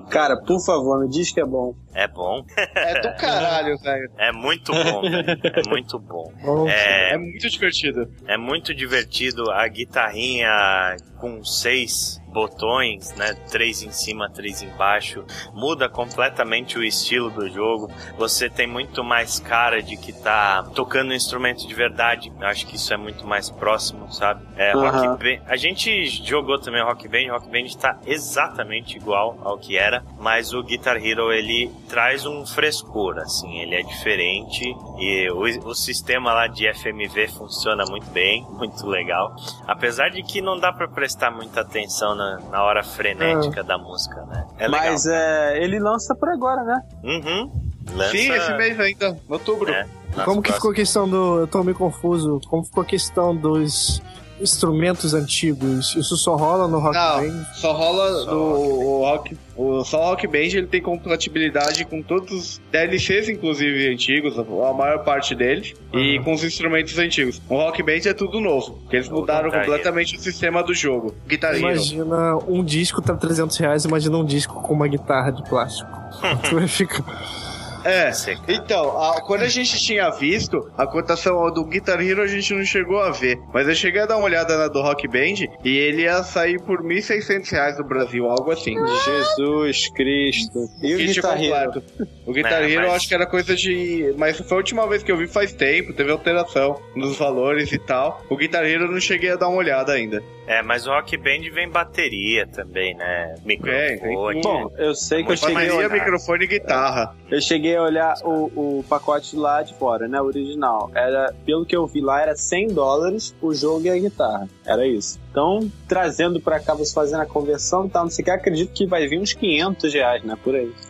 Cara, por favor, me diz que é bom. É bom. É do caralho, velho. É muito bom, velho. É muito bom. É, É, é muito divertido. é muito divertido a guitarrinha com seis botões, né? Três em cima, três embaixo. Muda completamente o estilo do jogo. Você tem muito mais cara de que tá tocando um instrumento de verdade. Eu acho que isso é muito mais próximo, sabe? É, Uhum. Rock Band. A gente jogou também Rock Band. Rock Band tá exatamente igual ao que era, mas o Guitar Hero, ele traz um frescor, assim. Ele é diferente e o, o sistema lá de F M V funciona muito bem, muito legal. Apesar de que não dá pra prestar muita atenção na, na hora frenética da música, né? É legal. Mas é, ele lança por agora, né? Uhum. Lança... Sim, esse mês ainda, em outubro. É, nas Como que ficou a próximas- questão do... Eu tô meio confuso. Como ficou a questão dos instrumentos antigos? Isso só rola no Rock Não, Band? só rola Só no o Rock. O, só o Rock Band ele tem compatibilidade com todos os D L Cs, inclusive antigos, a maior parte deles, e com os instrumentos antigos. O Rock Band é tudo novo, porque eles O mudaram Guitar Hero. completamente o sistema do jogo. Guitar Hero. Imagina um disco tá trezentos reais, imagina um disco com uma guitarra de plástico. Tu vai ficar... É, Sei, cara. então, a- quando a gente tinha visto, a cotação do Guitar Hero a gente não chegou a ver. Mas eu cheguei a dar uma olhada na do Rock Band e ele ia sair por mil e seiscentos reais no Brasil, algo assim. Jesus Cristo. E o Kit Guitar Hero? completo. O Guitar É, Hero eu mas- acho que era coisa de... Mas foi a última vez que eu vi faz tempo, teve alteração nos valores e tal. O Guitar Hero eu não cheguei a dar uma olhada ainda. É, mas o Rock Band vem bateria também, né? Microfone. Bom, eu sei que eu cheguei a Bateria, olhar. microfone e guitarra. Eu cheguei a olhar o, o pacote lá de fora, né? O original. Era, pelo que eu vi lá, era cem dólares o jogo e a guitarra. Era isso. Então, trazendo pra cá, você fazendo a conversão e tal, não sei o que, acredito que vai vir uns quinhentos reais, né? Por aí.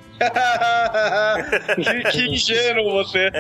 que, que ingênuo você.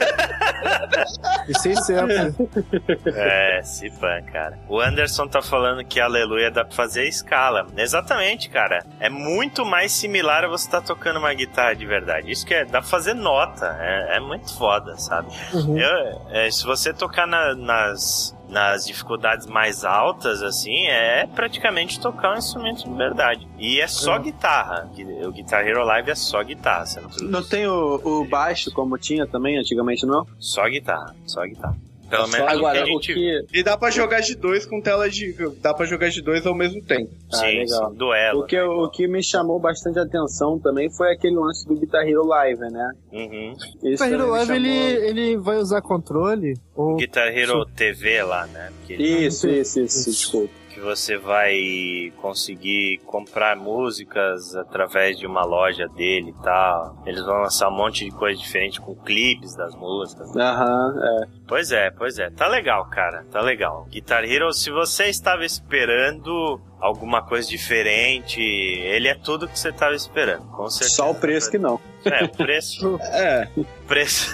E seiscentos. É, se pã, cara. O Anderson tá falando que Aleluia dá pra fazer a escala. Exatamente, cara. É muito mais similar a você tá tocando uma guitarra de verdade. Isso que é, dá pra fazer nota. É, é muito foda, sabe? Uhum. Eu- é, se você tocar na- nas, nas dificuldades mais altas, assim, é praticamente tocar um instrumento de verdade. E é só Uhum. guitarra. O Guitar Hero Live é só guitarra. Você não, Não tem o, o baixo, como tinha também antigamente, não? Só guitarra, só guitarra. Pelo Só menos Agora, o que a o gente... que, E dá pra jogar de dois com tela de... Dá pra jogar de dois ao mesmo tempo. Ah, Sim, legal. sim, duelo. o, que, o que me chamou bastante atenção também foi aquele lance do Guitar Hero Live, né? Uhum. Isso O Guitar Hero também me Live, ele, chamou- ele vai usar controle? Ou... Guitar Hero T V lá, né? Que, ele- Isso, isso, isso, desculpa. que você vai conseguir comprar músicas através de uma loja dele e tal. Eles vão lançar um monte de coisa diferente com clipes das músicas. Aham, é. Pois é, pois é. Tá legal, cara. Tá legal. Guitar Hero, se você estava esperando alguma coisa diferente, ele é tudo que você estava esperando, com certeza. Só o preço que não. É, o preço... É, o preço...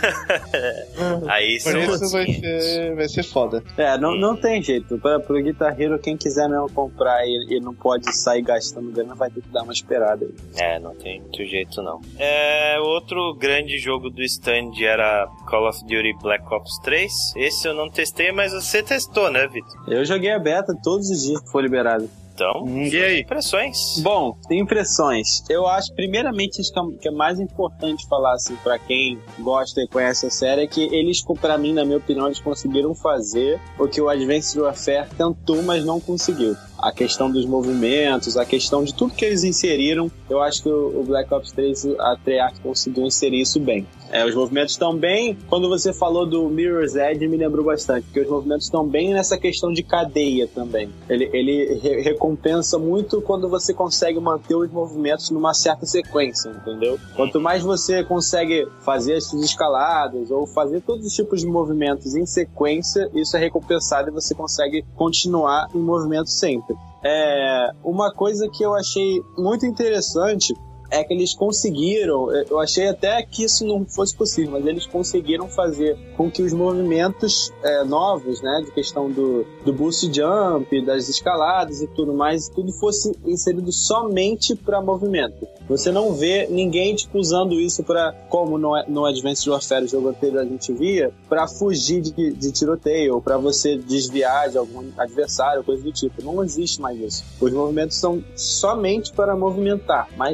Aí por são isso outros vai quinhentos. ser, vai ser foda. É, não, não tem jeito. Pra, pro Guitar Hero, quem quiser mesmo comprar e, e não pode sair gastando grana, vai ter que dar uma esperada aí. É, não tem muito jeito não. É, outro grande jogo do stand era Call of Duty Black Ops três. Esse eu não testei, mas você testou, né, Vitor? Eu joguei a beta todos os dias que foi liberado. Então, E aí? impressões. Bom, tem impressões. Eu acho, primeiramente, acho que é- que é mais importante falar, assim, pra quem gosta e conhece a série, é que eles, pra mim, na minha opinião, eles conseguiram fazer o que o Advanced Warfare tentou, mas não conseguiu. A questão dos movimentos, a questão de tudo que eles inseriram, eu acho que o o Black Ops três, a Treyarch conseguiu inserir isso bem. É, os movimentos estão bem. Quando você falou do Mirror's Edge, me lembrou bastante, porque os movimentos estão bem nessa questão de cadeia também. Ele, ele re- recompensa muito quando você consegue manter os movimentos numa certa sequência, entendeu? Quanto mais você consegue fazer as suas escaladas ou fazer todos os tipos de movimentos em sequência, isso é recompensado e você consegue continuar em movimento sempre. É, uma coisa que eu achei muito interessante é que eles conseguiram, eu achei até que isso não fosse possível, mas eles conseguiram fazer com que os movimentos é, novos, né, de questão do, do boost jump, das escaladas e tudo mais, tudo fosse inserido somente para movimento. Você não vê ninguém tipo, usando isso para, como no, no Advanced Warfare, o jogo anterior a gente via, para fugir de, de tiroteio, ou para você desviar de algum adversário, coisa do tipo. Não existe mais isso. Os movimentos são somente para movimentar, mais nada.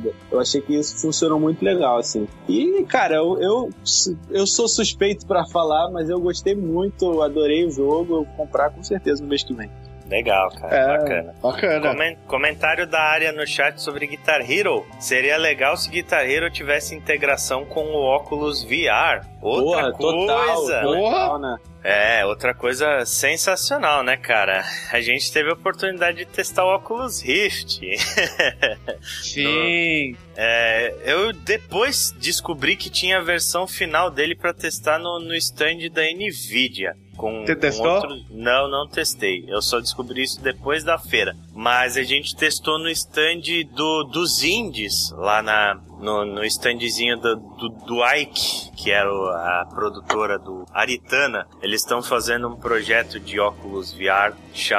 parada. Eu achei que isso funcionou muito legal, assim. E, cara, eu, eu, eu sou suspeito pra falar, mas eu gostei muito, adorei o jogo, eu vou comprar com certeza no mês que vem. Legal, cara. É, bacana. Bacana. Comen- comentário da área no chat sobre Guitar Hero. Seria legal se Guitar Hero tivesse integração com o óculos V R. Outra Porra, total, coisa. total, né? É, outra coisa sensacional, né, cara? A gente teve a oportunidade de testar o Oculus Rift. Sim. É, eu depois descobri que tinha a versão final dele pra testar no, no stand da Nvidia. Com, Você com testou? outro... Não, não testei. Eu só descobri isso depois da feira. Mas a gente testou no stand do, dos indies, lá na, no, no standzinho do, do, do Ike, que era a produtora do Aritana. Eles estão fazendo um projeto de óculos V R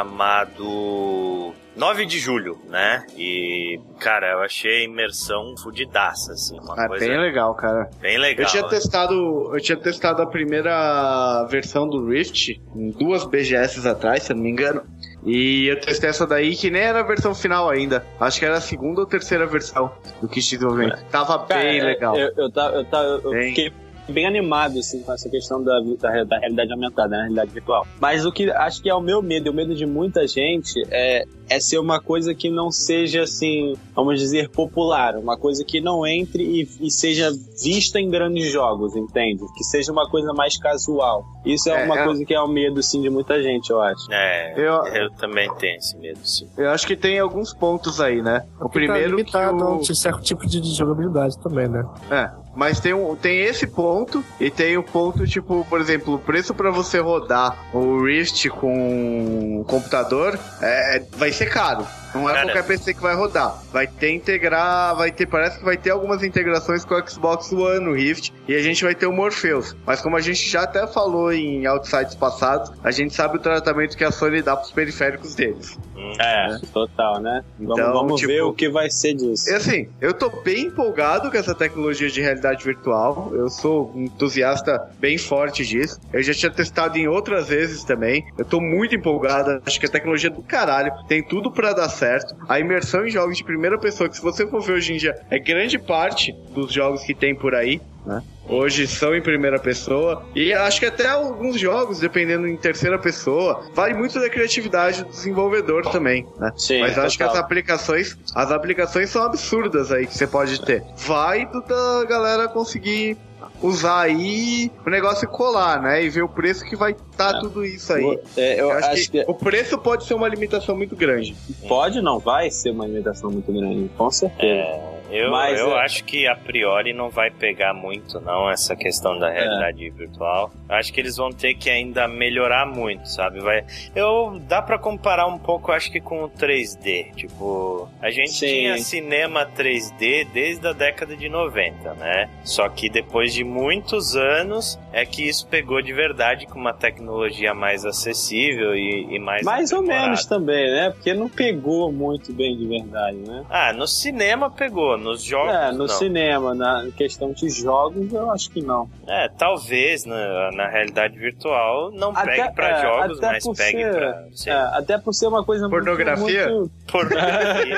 chamado nove de julho, né? E, cara, eu achei a imersão fudidaça, assim. Uma É coisa bem legal, cara. bem legal. Eu tinha né? testado, eu tinha testado a primeira versão do Rift, em duas B G S atrás, se eu não me engano. E eu testei essa daí, que nem era a versão final ainda. Acho que era a segunda ou terceira versão do kit de desenvolvimento. É. Tava Cara, bem legal. Eu, eu, eu, eu, eu Bem. fiquei bem animado assim, com essa questão da, da, da realidade aumentada, né, realidade virtual. Mas o que acho que é o meu medo, e o medo de muita gente, é, é ser uma coisa que não seja, assim, vamos dizer, popular. Uma coisa que não entre e, e seja vista em grandes jogos, entende? Que seja uma coisa mais casual. Isso é, É, uma é... coisa que é o medo, sim, de muita gente, eu acho. É, Eu- eu também tenho esse medo, sim. Eu acho que tem alguns pontos aí, né? O primeiro tá que limitado a o... um certo tipo de jogabilidade também, né? É, mas tem, um, tem esse ponto e tem o ponto, tipo, por exemplo, o preço pra você rodar o Rift com o computador é, vai ser caro. Não é Cara. qualquer P C que vai rodar. Vai ter integrar, vai ter, parece que vai ter algumas integrações com o Xbox One no Rift e a gente vai ter o Morpheus. Mas como a gente já até falou em Outsides passados, a gente sabe o tratamento que a Sony dá pros periféricos deles. É, total, né? Então, vamos vamos tipo, ver o que vai ser disso. E assim, eu tô bem empolgado com essa tecnologia de realidade virtual. Eu sou um entusiasta bem forte disso. Eu já tinha testado em outras vezes também. Eu tô muito empolgado. Acho que a tecnologia é do caralho tem tudo pra dar certo. A imersão em jogos de primeira pessoa, que se você for ver hoje em dia, é grande parte dos jogos que tem por aí, né? Hoje são em primeira pessoa. E acho que até alguns jogos, dependendo em terceira pessoa, vale muito da criatividade do desenvolvedor também, né? Sim, Mas acho que total. as aplicações, as aplicações são absurdas aí que você pode ter. Vai do, da galera conseguir usar aí o negócio colar, né? E ver o preço que vai estar É. tudo isso aí. É, eu Eu acho, acho que, que o preço pode ser uma limitação muito grande. pode, não vai ser uma limitação muito grande, com certeza. É, eu Mas, eu é. acho que a priori não vai pegar muito, não, essa questão da realidade virtual. Eu acho que eles vão ter que ainda melhorar muito, sabe? Vai, eu, dá pra comparar um pouco, acho que com o três D. Tipo, a gente Sim. tinha cinema três D desde a década de noventa, né? Só que depois de muitos anos é que isso pegou de verdade com uma tecnologia mais acessível e, e mais Mais ou aprimorada. menos também, né? Porque não pegou muito bem de verdade, né? Ah, no cinema pegou, nos jogos É, no não. cinema, na questão de jogos, eu acho que não. É, talvez na, na realidade virtual não Até- pegue pra é, jogos, até mas por pegue ser- pra sei É, lá, até por ser uma coisa muito- Pornografia? muito... pornografia.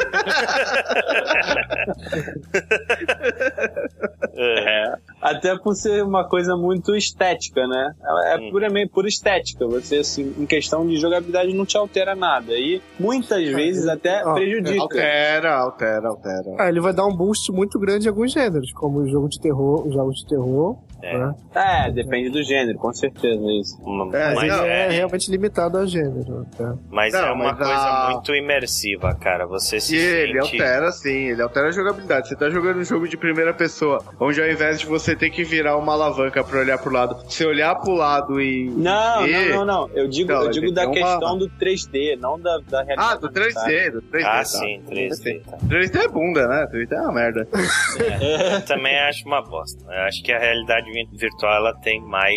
é. É, até por ser uma coisa muito estética, né? É Hum. puramente por estética. Você, assim, em questão de jogabilidade, não te altera nada. E muitas vezes até Ó, prejudica. Altera, altera, altera. Ah, ele vai dar um boost muito grande em alguns gêneros, como o jogo de terror, os jogos de terror. É. Né? É, depende do gênero, com certeza isso. Uma- É, Mas mas ele é, é, realmente limitado a gênero. Tá? mas Não, é uma mas coisa a- muito imersiva, cara. Você se E ele sente... altera, sim, ele altera a jogabilidade. Você tá jogando um jogo de primeira pessoa, onde ao invés de você ter que virar uma alavanca pra olhar pro lado, você olhar pro lado e... Não, e... não, não, não. Eu digo, Não, eu digo ele da tem uma- questão do três D, não da, da realidade. Ah, do três D, do três D. Ah, tá. sim, três D. Tá. três D é bunda, né? três D é uma merda. Eu também acho uma bosta. Eu acho que a realidade vi- virtual ela tem mais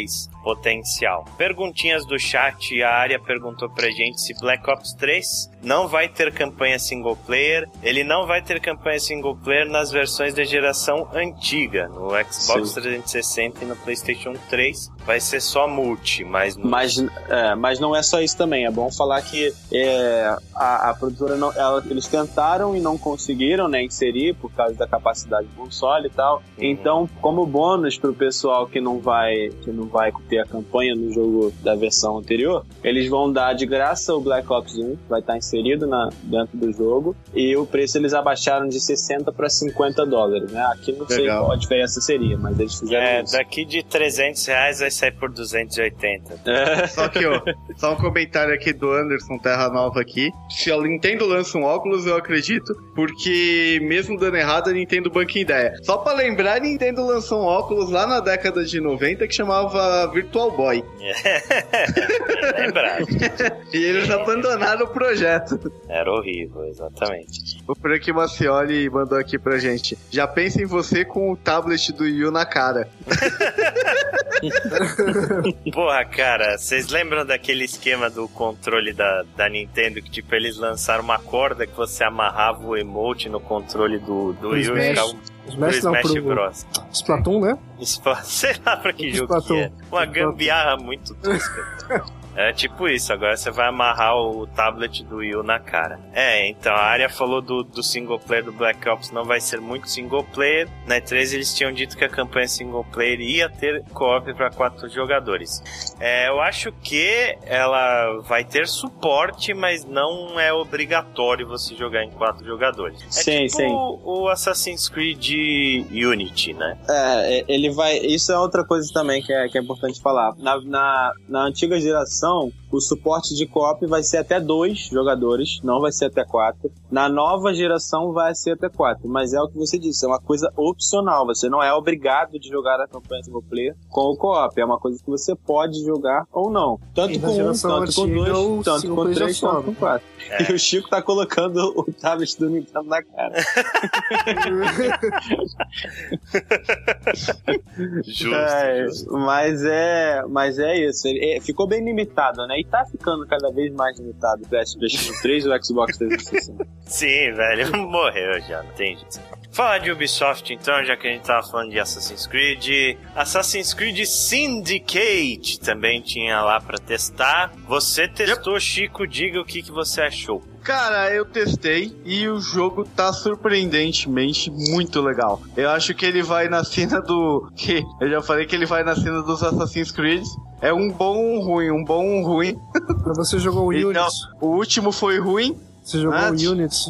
potencial. Perguntinhas do chat, a área perguntou pra gente se Black Ops três não vai ter campanha single player. Ele não vai ter campanha single player nas versões da geração antiga, no Xbox Sim. trezentos e sessenta e no PlayStation três. Vai ser só multi, mas... No... Mas, é, mas não é só isso também. É bom falar que é, a, a produtora, não, ela, eles tentaram e não conseguiram, né, inserir por causa da capacidade do console e tal. Uhum. Então, como bônus pro pessoal que não vai, que não vai ter a campanha no jogo da versão anterior, eles vão dar de graça o Black Ops um, vai estar inserido na, dentro do jogo, e o preço eles abaixaram de sessenta para cinquenta dólares, né? Aqui não Legal. sei qual a diferença seria, mas eles fizeram é, isso. Daqui de trezentos reais vai sair por duzentos e oitenta. É. Só que, ó, só um comentário aqui do Anderson Terra Nova aqui. Se a Nintendo lança um óculos, eu acredito, porque mesmo dando errado, a Nintendo banca ideia. Só pra lembrar, a Nintendo lançou um óculos lá na década de noventa que chamava Virtual Boy. É lembrado. E eles abandonaram o projeto. Era horrível, exatamente. O Frank Macioli mandou aqui pra gente: já pensa em você com o tablet do Yu na cara. Porra, cara, vocês lembram daquele esquema do controle da, da Nintendo que, tipo, eles lançaram uma corda que você amarrava o emote no controle do, do Yu e ficava... Smash, não, Smash pro Bros. Splatoon, né? Sei lá pra que jogo que é. Uma gambiarra muito tosca. É tipo isso, agora você vai amarrar o tablet do Wii U na cara. É, então a área falou do, do single player do Black Ops, não vai ser muito single player. Na E três eles tinham dito que a campanha single player ia ter co-op para quatro jogadores. É, eu acho que ela vai ter suporte, mas não é obrigatório você jogar em quatro jogadores. É sim, tipo sim. O, o Assassin's Creed Unity, né? É, ele vai... Isso é outra coisa também que é, que é importante falar. Na, na, na antiga geração, o suporte de co-op vai ser até dois jogadores, não vai ser até quatro. Na nova geração vai ser até quatro, mas é o que você disse, é uma coisa opcional. Você não é obrigado de jogar a campanha single player com o co-op, é uma coisa que você pode jogar ou não. Tanto com um, tanto com dois, tanto com três, tanto com quatro. É. E o Chico tá colocando o tablet do Nintendo na cara. Justo, é, justo. Mas é, mas é isso. Ele, é, ficou bem limitado, né? E tá ficando cada vez mais limitado o PlayStation três e o Xbox trezentos e sessenta. Sim, velho, morreu já, não tem jeito. Falar de Ubisoft então, já que a gente tava falando de Assassin's Creed. Assassin's Creed Syndicate também tinha lá pra testar. Você testou, yep. Chico, diga o que, que você achou. Cara, eu testei e o jogo tá surpreendentemente muito legal. Eu acho que ele vai na cena do... que eu já falei que ele vai na cena dos Assassin's Creed. É um bom um ruim, um bom um ruim. Você jogou o Unity? Então, o último foi ruim. Você jogou ah, o Unity?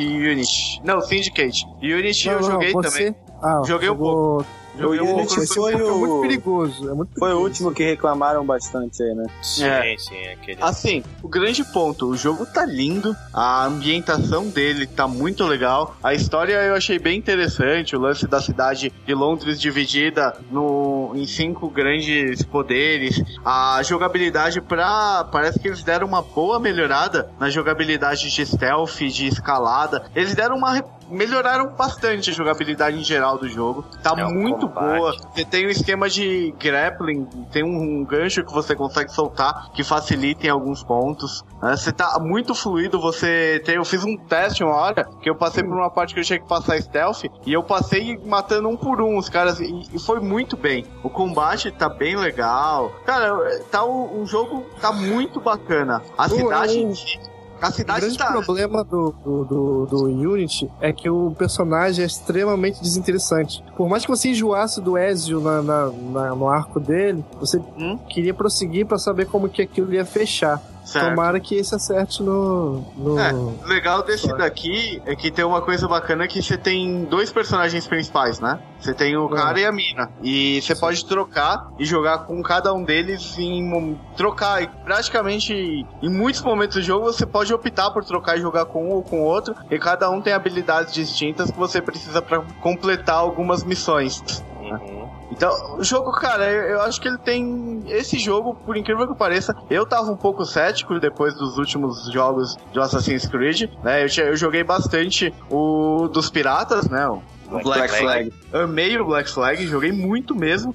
Unity. Não, Syndicate. Unity não, eu não, joguei você... também. Ah, joguei jogou... um pouco. Joguei o um Unity pouco. foi, o... é muito perigoso. É muito perigoso. Foi o último que reclamaram bastante aí, né? Sim, é. sim. Aquele... Assim, o grande ponto, o jogo tá lindo, a ambientação dele tá muito legal, a história eu achei bem interessante, o lance da cidade de Londres dividida no, em cinco grandes poderes, a jogabilidade pra... parece que eles deram uma boa melhorada na jogabilidade de stealth, de escalada, eles deram uma... melhoraram bastante a jogabilidade em geral do jogo. Tá é um muito combate. boa. Você tem um esquema de grappling, tem um, um gancho que você consegue soltar, que facilita em alguns pontos. Né? Você tá muito fluido, você tem... Eu fiz um teste uma hora, que eu passei por uma parte que eu tinha que passar stealth, e eu passei matando um por um os caras, e, e foi muito bem. O combate tá bem legal. Cara, tá, o, o jogo tá muito bacana. A cidade em si... A cidade o grande tá... problema do, do, do, do Unity é que o personagem é extremamente desinteressante. Por mais que você enjoasse do Ezio na, na, na, no arco dele, você hum? queria prosseguir pra saber como que aquilo ia fechar. Certo. Tomara que esse acerte no... no... É, o legal desse daqui é que tem uma coisa bacana que você tem dois personagens principais, né? Você tem o cara é. e a mina. E você Sim. pode trocar e jogar com cada um deles em... Trocar. E praticamente, em muitos momentos do jogo, você pode optar por trocar e jogar com um ou com o outro. E cada um tem habilidades distintas que você precisa pra completar algumas missões. Uhum. Então, o jogo, cara, eu, eu acho que ele tem... Esse jogo, por incrível que pareça, eu tava um pouco cético depois dos últimos jogos de Assassin's Creed, né? Eu, eu joguei bastante o dos piratas, né? O Black, Black Flag. Flag. Amei o Black Flag, joguei muito mesmo.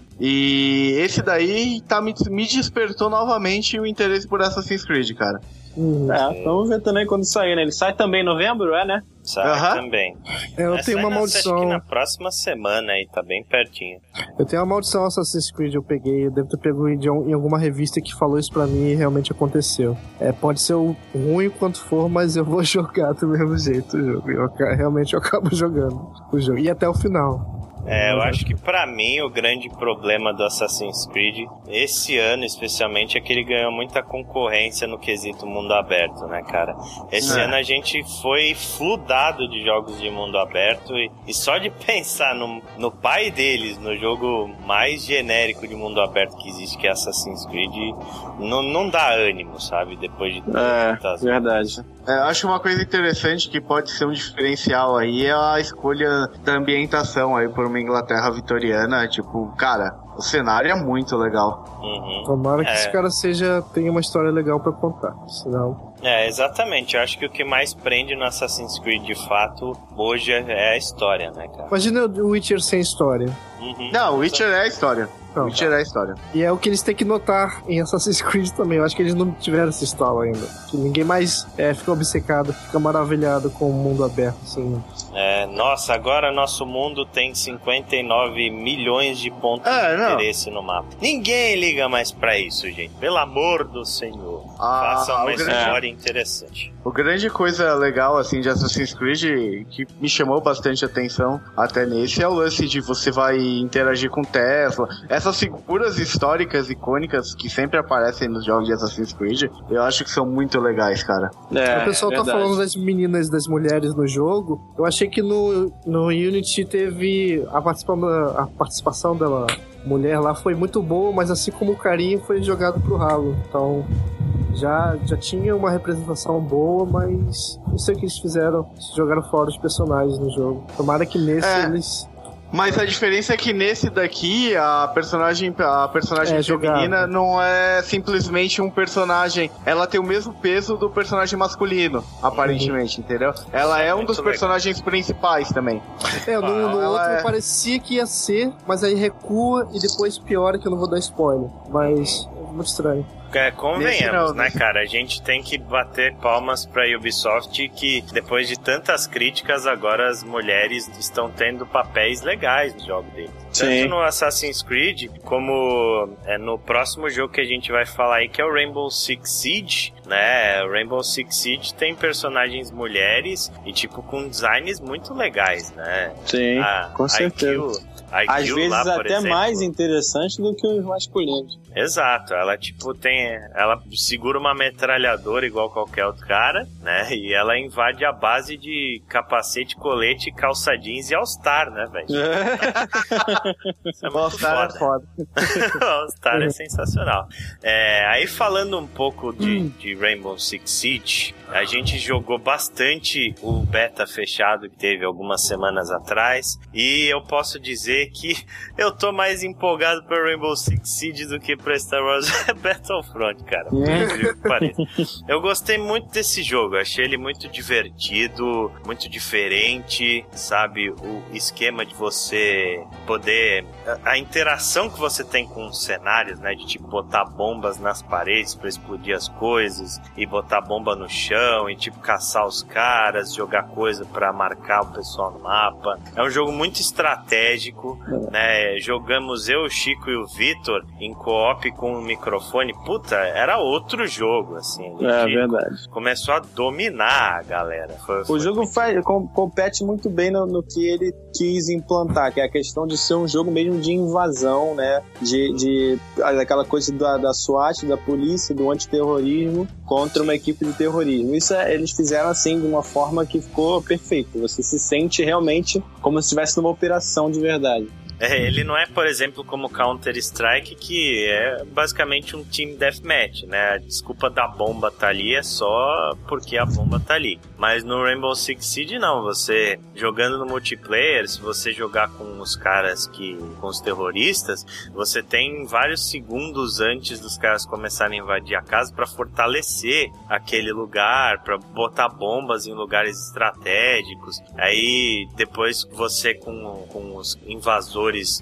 E esse daí tá, me, me despertou novamente o interesse por Assassin's Creed, cara. Hum, é, vamos ver também quando sair, né? Ele sai também em novembro, é, né? Sai uh-huh. também. Eu Essa tenho uma na, maldição. Acho que na próxima semana aí, tá bem pertinho. Eu tenho uma maldição Assassin's Creed, eu peguei, eu devo ter pego em, em alguma revista que falou isso pra mim e realmente aconteceu. É, pode ser o ruim quanto for, mas eu vou jogar do mesmo jeito o jogo. Eu, realmente eu acabo jogando o jogo. E até o final. É, eu acho que pra mim o grande problema do Assassin's Creed, esse ano especialmente, é que ele ganhou muita concorrência no quesito mundo aberto, né, cara? Esse é. ano a gente foi fludado de jogos de mundo aberto e, e só de pensar no, no pai deles, no jogo mais genérico de mundo aberto que existe, que é Assassin's Creed, não, não dá ânimo, sabe? Depois de tantas... É, verdade. É, acho uma coisa interessante que pode ser um diferencial aí é a escolha da ambientação aí por uma Inglaterra vitoriana. Tipo, cara, o cenário é muito legal. Uhum. Tomara que é. esse cara seja, tenha uma história legal pra contar, senão... É, exatamente. Eu acho que o que mais prende no Assassin's Creed, de fato, hoje é a história, né, cara? Imagina o Witcher sem história. Uhum. Não, o Witcher é a história. Não, Witcher é a história. E é o que eles têm que notar em Assassin's Creed também. Eu acho que eles não tiveram esse estalo ainda. Que ninguém mais é, fica obcecado, fica maravilhado com o mundo aberto, assim. É, nossa, agora nosso mundo tem cinquenta e nove milhões de pontos é, de interesse no mapa. Ninguém liga mais pra isso, gente. Pelo amor do Senhor. Ah, faça uma história é. interessante. O grande coisa legal, assim, de Assassin's Creed, que me chamou bastante atenção até nesse, é o lance de você vai interagir com Tesla. Essas figuras históricas, icônicas, que sempre aparecem nos jogos de Assassin's Creed, eu acho que são muito legais, cara. É, o pessoal é tá falando das meninas e das mulheres no jogo. Eu achei que no, no Unity teve a participação, a participação da mulher lá foi muito boa, mas assim como o carinho foi jogado pro ralo. Então... Já, já tinha uma representação boa, mas não sei o que eles fizeram. Jogaram fora os personagens no jogo. Tomara que nesse é. eles... Mas a diferença é que nesse daqui, a personagem, a personagem é, feminina jogado. não é simplesmente um personagem. Ela tem o mesmo peso do personagem masculino, aparentemente, uhum. entendeu? Ela é, é um dos legal. personagens principais também. É, no, no outro é... parecia que ia ser, mas aí recua e depois piora, que eu não vou dar spoiler. Mas é muito estranho. É, convenhamos, né, cara? A gente tem que bater palmas pra Ubisoft que, depois de tantas críticas, agora as mulheres estão tendo papéis legais no jogo deles. Sim. Tanto no Assassin's Creed, como é, no próximo jogo que a gente vai falar aí, que é o Rainbow Six Siege, né? O Rainbow Six Siege tem personagens mulheres e, tipo, com designs muito legais, né? Sim, a, com certeza. I Q, I Q Às vezes lá, até exemplo, mais interessante do que os masculinos. Exato, ela tipo tem, ela segura uma metralhadora igual qualquer outro cara, né? E ela invade a base de capacete, colete, calça jeans e All-Star, né, velho? É All-Star é foda. All-Star é sensacional. É, aí falando um pouco de, hum. de Rainbow Six Siege, a gente jogou bastante o beta fechado que teve algumas semanas atrás e eu posso dizer que eu tô mais empolgado para Rainbow Six Siege do que pra Star Wars Battlefront, cara. Eu gostei muito desse jogo, achei ele muito divertido, muito diferente, sabe? O esquema de você poder... A interação que você tem com os cenários, né? De tipo botar bombas nas paredes pra explodir as coisas e botar bomba no chão e tipo caçar os caras, jogar coisa pra marcar o pessoal no mapa. É um jogo muito estratégico, né? Jogamos eu, o Chico e o Vitor em co-op com o microfone, puta, era outro jogo, assim. É verdade. Começou a dominar a galera. Foi, foi o jogo muito... faz, com, compete muito bem no, no que ele quis implantar, que é a questão de ser um jogo mesmo de invasão, né? De, de aquela coisa da, da SWAT, da polícia, do antiterrorismo contra uma equipe de terrorismo. Isso é, eles fizeram assim de uma forma que ficou perfeita. Você se sente realmente como se estivesse numa operação de verdade. É, ele não é, por exemplo, como Counter-Strike, que é basicamente um Team Deathmatch, né? A desculpa da bomba tá ali é só porque a bomba tá ali. Mas no Rainbow Six Siege, não. Você, jogando no multiplayer, se você jogar com os caras que... com os terroristas, você tem vários segundos antes dos caras começarem a invadir a casa pra fortalecer aquele lugar, pra botar bombas em lugares estratégicos. Aí, depois você, com, com os invasores,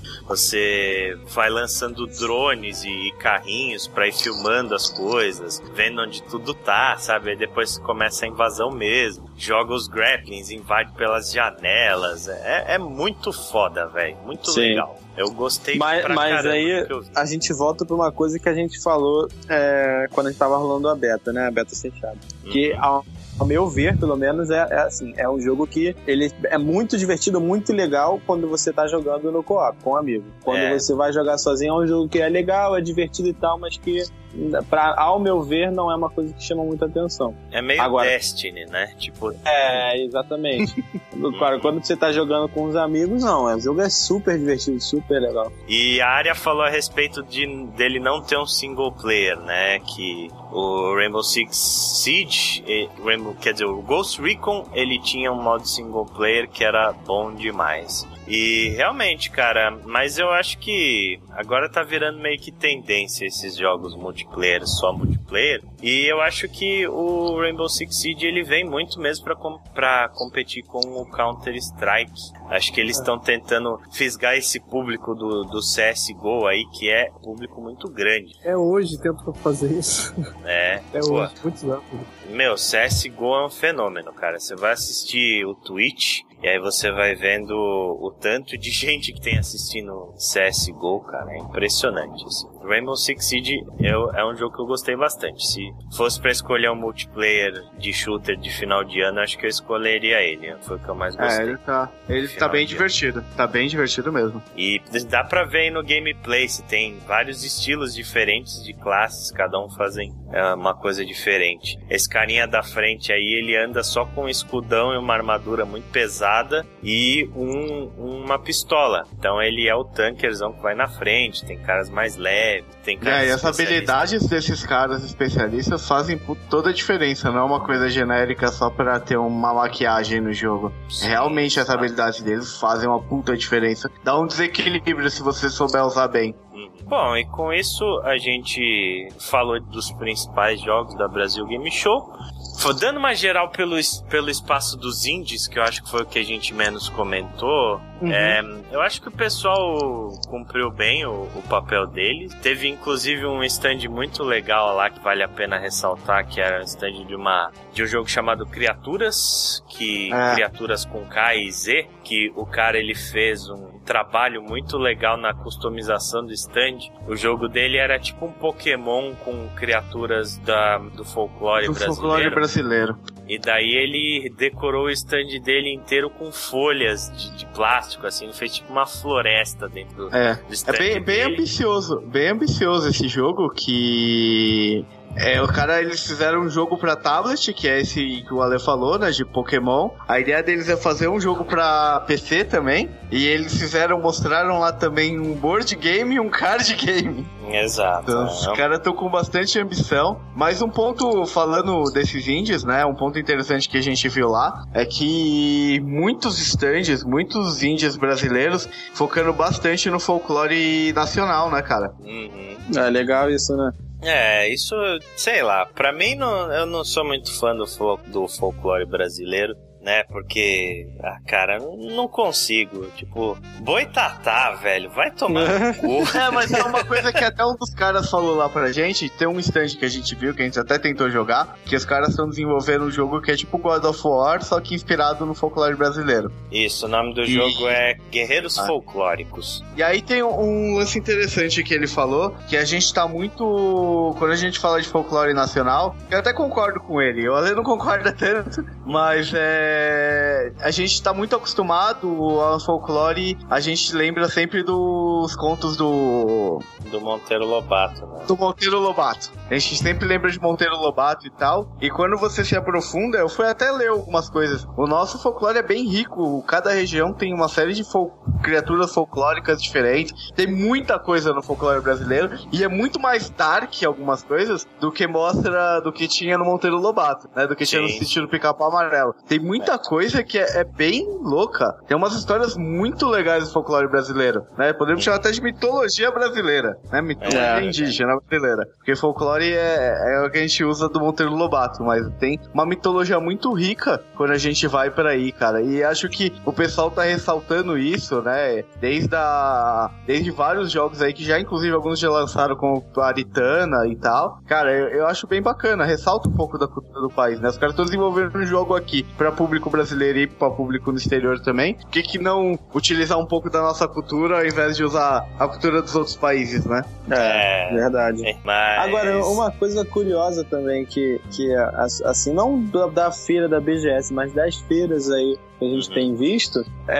você vai lançando drones e carrinhos pra ir filmando as coisas, vendo onde tudo tá, sabe? Aí depois começa a invasão mesmo. Joga os grapplings, invade pelas janelas. É, é muito foda, velho. Muito Sim. legal. Eu gostei mas, pra mas caramba. Mas aí a gente volta pra uma coisa que a gente falou é, quando a gente tava rolando a beta, né? A beta fechada. Uhum. Que ao, ao meu ver, pelo menos, é, é assim, é um jogo que ele é muito divertido, muito legal quando você tá jogando no co-op, com um amigo. Quando é. você vai jogar sozinho, é um jogo que é legal, é divertido e tal, mas que Pra, ao meu ver, não é uma coisa que chama muita atenção. É meio Agora, Destiny, né? Tipo... É, exatamente. Claro, quando você tá jogando com os amigos, não. O jogo é super divertido, super legal. E a área falou a respeito de, dele não ter um single player, né? Que o Rainbow Six Siege, e, Rainbow, quer dizer, o Ghost Recon, ele tinha um modo single player que era bom demais. E realmente, cara, mas eu acho que agora tá virando meio que tendência esses jogos multiplayer, só multiplayer. E eu acho que o Rainbow Six Siege ele vem muito mesmo pra, com, pra competir com o Counter-Strike. Acho que eles estão tentando fisgar esse público do, do C S G O aí, que é um público muito grande. É hoje tento fazer isso. É, é pô, hoje, muito rápido. Meu, C S G O é um fenômeno, cara. Você vai assistir o Twitch e aí você vai vendo o tanto de gente que tem assistindo C S G O, cara. É impressionante, assim. Rainbow Six Siege eu, é um jogo que eu gostei bastante. Se fosse pra escolher um multiplayer de shooter de final de ano, acho que eu escolheria ele. Foi o que eu mais gostei. É, ele tá, ele tá bem divertido. Tá bem divertido mesmo. E dá pra ver aí no gameplay, se tem vários estilos diferentes de classes, cada um fazem é, uma coisa diferente. Esse carinha da frente aí, ele anda só com um escudão e uma armadura muito pesada e um, uma pistola. Então ele é o tankerzão que vai na frente, tem caras mais leves. Tem é, e as habilidades desses caras especialistas fazem toda a diferença, não é uma coisa genérica só pra ter uma maquiagem no jogo. Sim, realmente as habilidades deles fazem uma puta diferença. Dá um desequilíbrio se você souber usar bem. Bom, e com isso a gente falou dos principais jogos da Brasil Game Show. Foi dando uma geral pelo, pelo espaço dos indies, que eu acho que foi o que a gente menos comentou. Uhum. É, eu acho que o pessoal cumpriu bem o, o papel dele. Teve inclusive um stand muito legal lá que vale a pena ressaltar, que era um stand de, uma, de um jogo chamado Criaturas, que é. Criaturas com K e Z, que o cara ele fez um trabalho muito legal na customização do stand. O jogo dele era tipo um Pokémon com criaturas da, do folclore do brasileiro. Folclore brasileiro. E daí ele decorou o stand dele inteiro com folhas de, de plástico, assim, ele fez tipo uma floresta dentro do, é. do stand É bem, bem ambicioso, bem ambicioso esse jogo, que... É, o cara, eles fizeram um jogo pra tablet, que é esse que o Ale falou, né, de Pokémon. A ideia deles é fazer um jogo pra P C também. E eles fizeram, mostraram lá também um board game e um card game. Exato. Então, é. Os caras estão com bastante ambição. Mas um ponto, falando desses indies, né, um ponto interessante que a gente viu lá, é que muitos stands, muitos indies brasileiros, focando bastante no folclore nacional, né, cara? Uhum. É legal isso, né? É, isso, sei lá, pra mim não, eu não sou muito fã do, fol- do folclore brasileiro, né, porque, ah, cara, não consigo, tipo, boitatá, velho, vai tomar no cu. É, mas é uma coisa que até um dos caras falou lá pra gente, tem um stand que a gente viu, que a gente até tentou jogar, que os caras estão desenvolvendo um jogo que é tipo God of War, só que inspirado no folclore brasileiro. Isso, o nome do e... jogo é Guerreiros ah. Folclóricos. E aí tem um lance interessante que ele falou, que a gente tá muito... Quando a gente fala de folclore nacional, eu até concordo com ele, eu não concordo tanto, Mas é... a gente tá muito acostumado ao folclore, a gente lembra sempre dos contos do... Do Monteiro Lobato, né? Do Monteiro Lobato. A gente sempre lembra de Monteiro Lobato e tal. E quando você se aprofunda, eu fui até ler algumas coisas. O nosso folclore é bem rico. Cada região tem uma série de fol... criaturas folclóricas diferentes. Tem muita coisa no folclore brasileiro. E é muito mais dark algumas coisas do que mostra, do que tinha no Monteiro Lobato, né? Do que tinha Sim. no Sítio do Pica-Pau Amarelo. Tem muita é. coisa que é, é bem louca. Tem umas histórias muito legais do folclore brasileiro, né? Podemos chamar até de mitologia brasileira, né? Mitologia é, indígena é. brasileira. Porque folclore é, é o que a gente usa do Monteiro Lobato, mas tem uma mitologia muito rica quando a gente vai por aí, cara. E acho que o pessoal tá ressaltando isso, né? Desde a... desde vários jogos aí que já, inclusive, alguns já lançaram com a Aritana e tal. Cara, eu, eu acho bem bacana. Ressalta um pouco da cultura do país, né? Os caras estão desenvolvendo um jogo aqui pra público brasileiro e pra público no exterior também. Por que que não utilizar um pouco da nossa cultura ao invés de usar a cultura dos outros países, né? É, é verdade. É, mas... Agora, uma coisa curiosa também, que, que assim, não da, da feira da B G S, mas das feiras aí que a gente uhum. tem visto,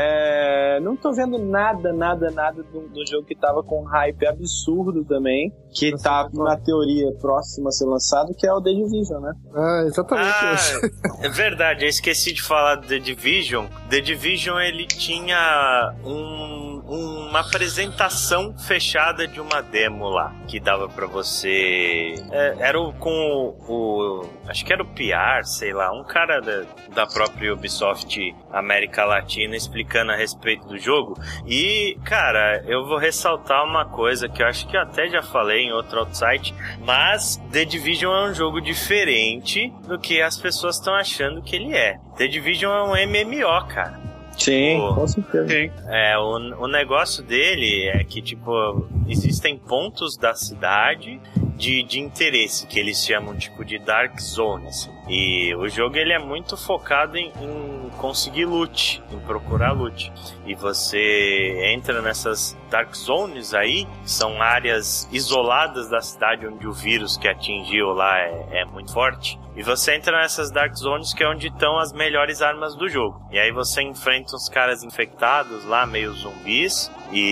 é... não tô vendo nada, nada, nada do, do jogo que tava com um hype absurdo também, que Nossa, tá na teoria próximo a ser lançado, que é o The Division, né? Ah, exatamente. Ah, é verdade, eu esqueci de falar do The Division. The Division, ele tinha um, uma apresentação fechada de uma demo lá, que dava pra você... É, era o, com o, o... acho que era o P R, sei lá, um cara da, da própria Ubisoft América Latina explicando a respeito do jogo. E, cara, eu vou ressaltar uma coisa que eu acho que eu até já falei em outro outsite, mas The Division é um jogo diferente do que as pessoas estão achando que ele é. The Division é um M M O, cara. Sim, tipo, com certeza. Sim. É, o, o negócio dele é que, tipo, existem pontos da cidade de, de interesse, que eles chamam, tipo, de Dark Zones. E o jogo, ele é muito focado em, em conseguir loot, em procurar loot. E você entra nessas Dark Zones aí, que são áreas isoladas da cidade onde o vírus que atingiu lá é, é muito forte. E você entra nessas Dark Zones, que é onde estão as melhores armas do jogo. E aí você enfrenta uns caras infectados lá, meio zumbis.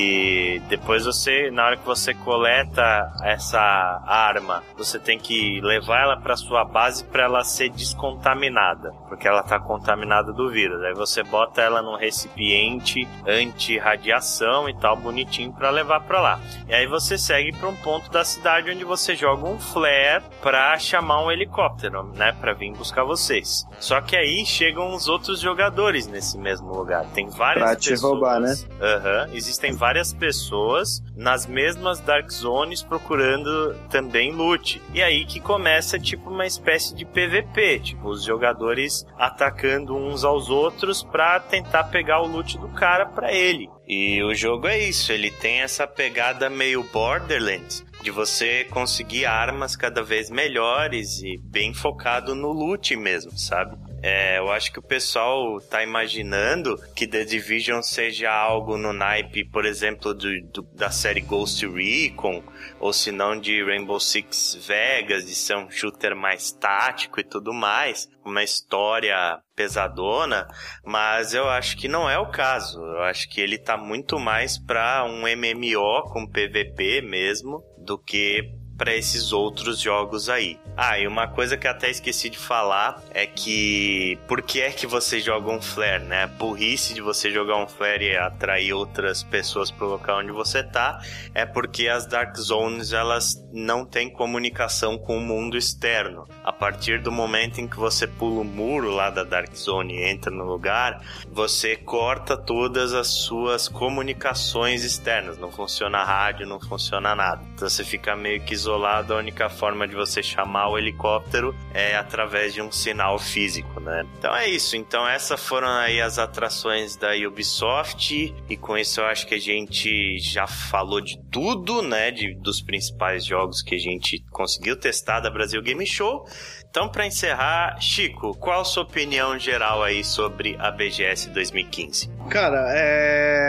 E depois você, na hora que você coleta essa arma, você tem que levar ela para sua base para ela ser descontaminada, porque ela tá contaminada do vírus. Aí você bota ela num recipiente anti-radiação e tal, bonitinho, para levar para lá. E aí você segue para um ponto da cidade onde você joga um flare para chamar um helicóptero, né, para vir buscar vocês. Só que aí chegam os outros jogadores nesse mesmo lugar. Tem várias pra te pessoas. roubar, né? Uhum. Existem várias pessoas nas mesmas Dark Zones procurando também loot. E aí que começa tipo uma espécie de P V P, tipo os jogadores atacando uns aos outros pra tentar pegar o loot do cara pra ele. E o jogo é isso, ele tem essa pegada meio Borderlands, de você conseguir armas cada vez melhores e bem focado no loot mesmo, sabe? É, eu acho que o pessoal tá imaginando que The Division seja algo no naipe, por exemplo, do, do, da série Ghost Recon, ou se não de Rainbow Six Vegas, de ser um shooter mais tático e tudo mais, uma história pesadona, mas eu acho que não é o caso. Eu acho que ele tá muito mais pra um M M O com P V P mesmo, do que para esses outros jogos aí. Ah, e uma coisa que eu até esqueci de falar é que por que é que você joga um flare, né? A burrice de você jogar um flare e atrair outras pessoas pro local onde você tá é porque as Dark Zones, elas não têm comunicação com o mundo externo. A partir do momento em que você pula o muro lá da Dark Zone e entra no lugar, você corta todas as suas comunicações externas. Não funciona rádio, não funciona nada. Então você fica meio que isolado. A única forma de você chamar o helicóptero é através de um sinal físico, né? Então é isso. Então essas foram aí as atrações da Ubisoft, e com isso eu acho que a gente já falou de tudo, né? De, dos principais jogos que a gente conseguiu testar da Brasil Game Show. Então, para encerrar, Chico, qual a sua opinião geral aí sobre a B G S dois mil e quinze? Cara, é...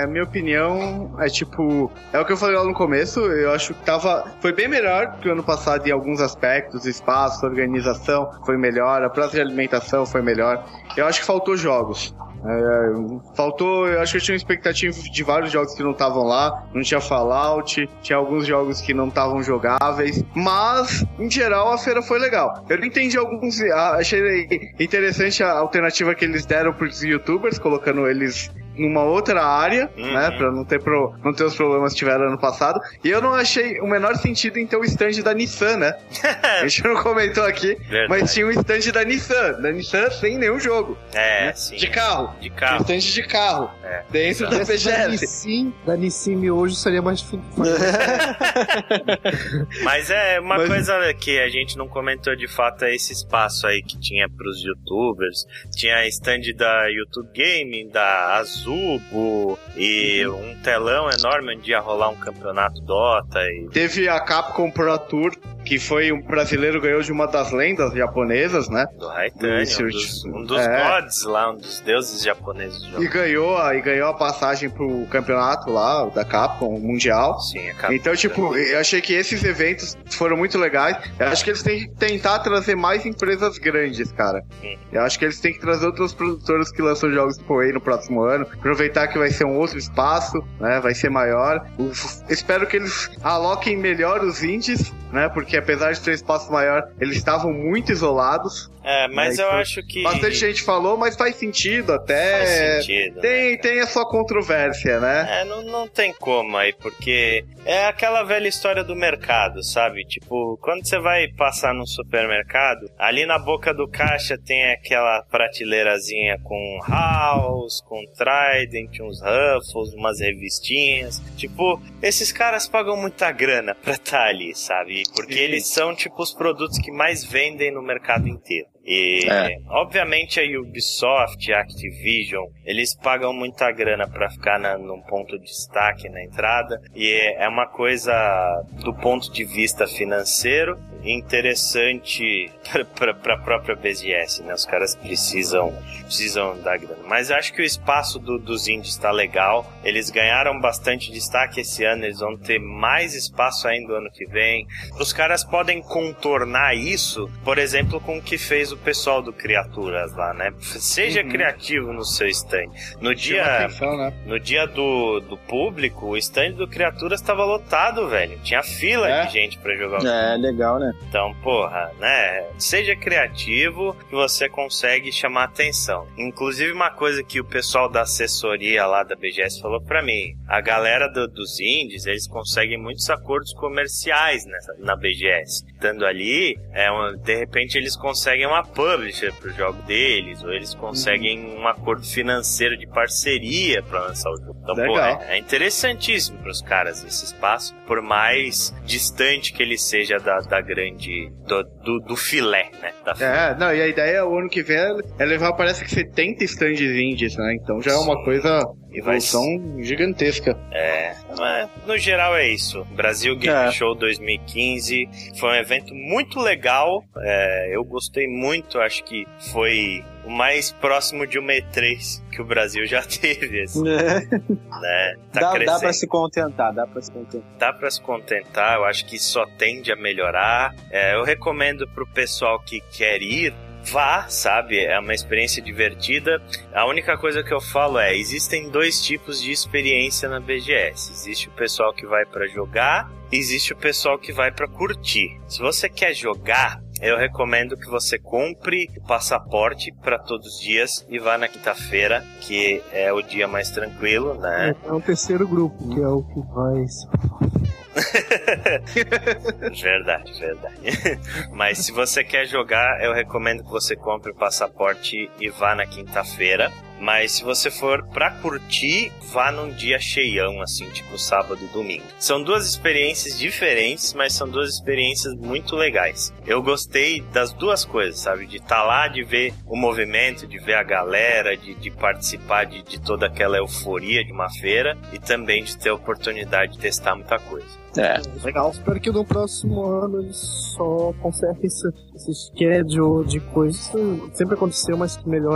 a minha opinião é tipo, é o que eu falei lá no começo, eu acho que tava, foi bem melhor que o ano passado em alguns aspectos, espaço, organização foi melhor, a praça de alimentação foi melhor. Eu acho que faltou jogos. É, faltou, eu acho que eu tinha uma expectativa de vários jogos que não estavam lá, não tinha Fallout, tinha alguns jogos que não estavam jogáveis, mas em geral a feira foi legal. Eu não entendi alguns, achei interessante a alternativa que eles deram pros youtubers, colocando eles numa outra área, uhum. né, pra não ter, pro, não ter os problemas que tiveram ano passado, e eu não achei o menor sentido em ter o stand da Nissan, né? A gente não comentou aqui, Verdade. Mas tinha um stand da Nissan, da Nissan sem nenhum jogo. É, né? sim. De carro. De carro. Um stand de carro. É. Dentro da B G S. Da Nissin, da Nissin hoje seria mais difícil. Mas é uma Mas... coisa que a gente não comentou de fato, é esse espaço aí que tinha pros youtubers. Tinha a stand da YouTube Game, da Azubo, e uhum. um telão enorme onde ia rolar um campeonato Dota. E... Teve a Capcom Pro Tour, que foi um brasileiro ganhou de uma das lendas japonesas, né? Do Haitani, um dos, um dos é. gods lá, um dos deuses japoneses. E ganhou, a, e ganhou a passagem pro campeonato lá, da Capcom, mundial. Sim, a Capcom. Então, tipo, eu achei que esses eventos foram muito legais. Eu acho que eles têm que tentar trazer mais empresas grandes, cara. Hum. Eu acho que eles têm que trazer outros produtores que lançam jogos pro aí no próximo ano. Aproveitar que vai ser um outro espaço, né? Vai ser maior. Uf, espero que eles aloquem melhor os indies, né? Porque apesar de ter um espaço maior, eles estavam muito isolados. É, mas né? eu então, acho que... Bastante gente falou, mas faz sentido até. Faz sentido, tem, né? tem a sua controvérsia, né? É, não, não tem como aí, porque é aquela velha história do mercado, sabe? Tipo, quando você vai passar num supermercado, ali na boca do caixa tem aquela prateleirazinha com House, com Trident, uns Ruffles, umas revistinhas. Tipo, esses caras pagam muita grana pra estar ali, sabe? Porque Sim. eles são, tipo, os produtos que mais vendem no mercado inteiro. E, é. obviamente, a Ubisoft, a Activision, eles pagam muita grana pra ficar na, num ponto de destaque na entrada. E é uma coisa, do ponto de vista financeiro, interessante pra, pra própria B G S, né? Os caras precisam, precisam dar grana. Mas eu acho que o espaço do, dos indies tá legal. Eles ganharam bastante destaque esse ano, eles vão ter mais espaço ainda no ano que vem. Os caras podem contornar isso, por exemplo, com o que fez o pessoal do Criaturas lá, né? Seja uhum. criativo no seu stand. No dia, atenção, né? no dia do, do público, o stand do Criaturas estava lotado, velho. Tinha fila é. de gente pra jogar o É, jogo. legal, né? Então, porra, né? Seja criativo que você consegue chamar atenção. Inclusive, uma coisa que o pessoal da assessoria lá da B G S falou pra mim, a galera do, dos indies, eles conseguem muitos acordos comerciais nessa, na B G S. Estando ali, é uma, de repente eles conseguem uma publisher pro jogo deles, ou eles conseguem um acordo financeiro de parceria pra lançar o jogo. Então, pô, é, é interessantíssimo pros caras esse espaço, por mais distante que ele seja da, da grande, do, do, do filé, né? Da é, não, e a ideia o ano que vem é levar, parece que setenta stands indies, né? Então já é uma Sim. coisa... evolução vai... gigantesca. É, mas no geral é isso. Brasil Game é. Show dois mil e quinze foi um evento muito legal. É, eu gostei muito, acho que foi o mais próximo de uma E três que o Brasil já teve. Assim, é. né? Tá dá, crescendo. Dá pra se contentar, dá pra se contentar. Dá pra se contentar, eu acho que só tende a melhorar. É, eu recomendo pro pessoal que quer ir, vá, sabe? É uma experiência divertida. A única coisa que eu falo é, existem dois tipos de experiência na B G S. Existe o pessoal que vai pra jogar, existe o pessoal que vai pra curtir. Se você quer jogar, eu recomendo que você compre o passaporte para todos os dias e vá na quinta-feira, que é o dia mais tranquilo, né? É o terceiro grupo, que é o que vai... Verdade, verdade. Mas se você quer jogar, eu recomendo que você compre o passaporte e vá na quinta-feira. Mas se você for pra curtir, vá num dia cheião, assim, tipo sábado e domingo. São duas experiências diferentes, mas são duas experiências muito legais. Eu gostei das duas coisas, sabe? De estar lá, de ver o movimento, de ver a galera, de, de participar de, de toda aquela euforia de uma feira e também de ter a oportunidade de testar muita coisa. É, legal. Espero que no próximo ano eles só consertem esse, esse schedule de coisas. Isso sempre aconteceu, mas que melhore.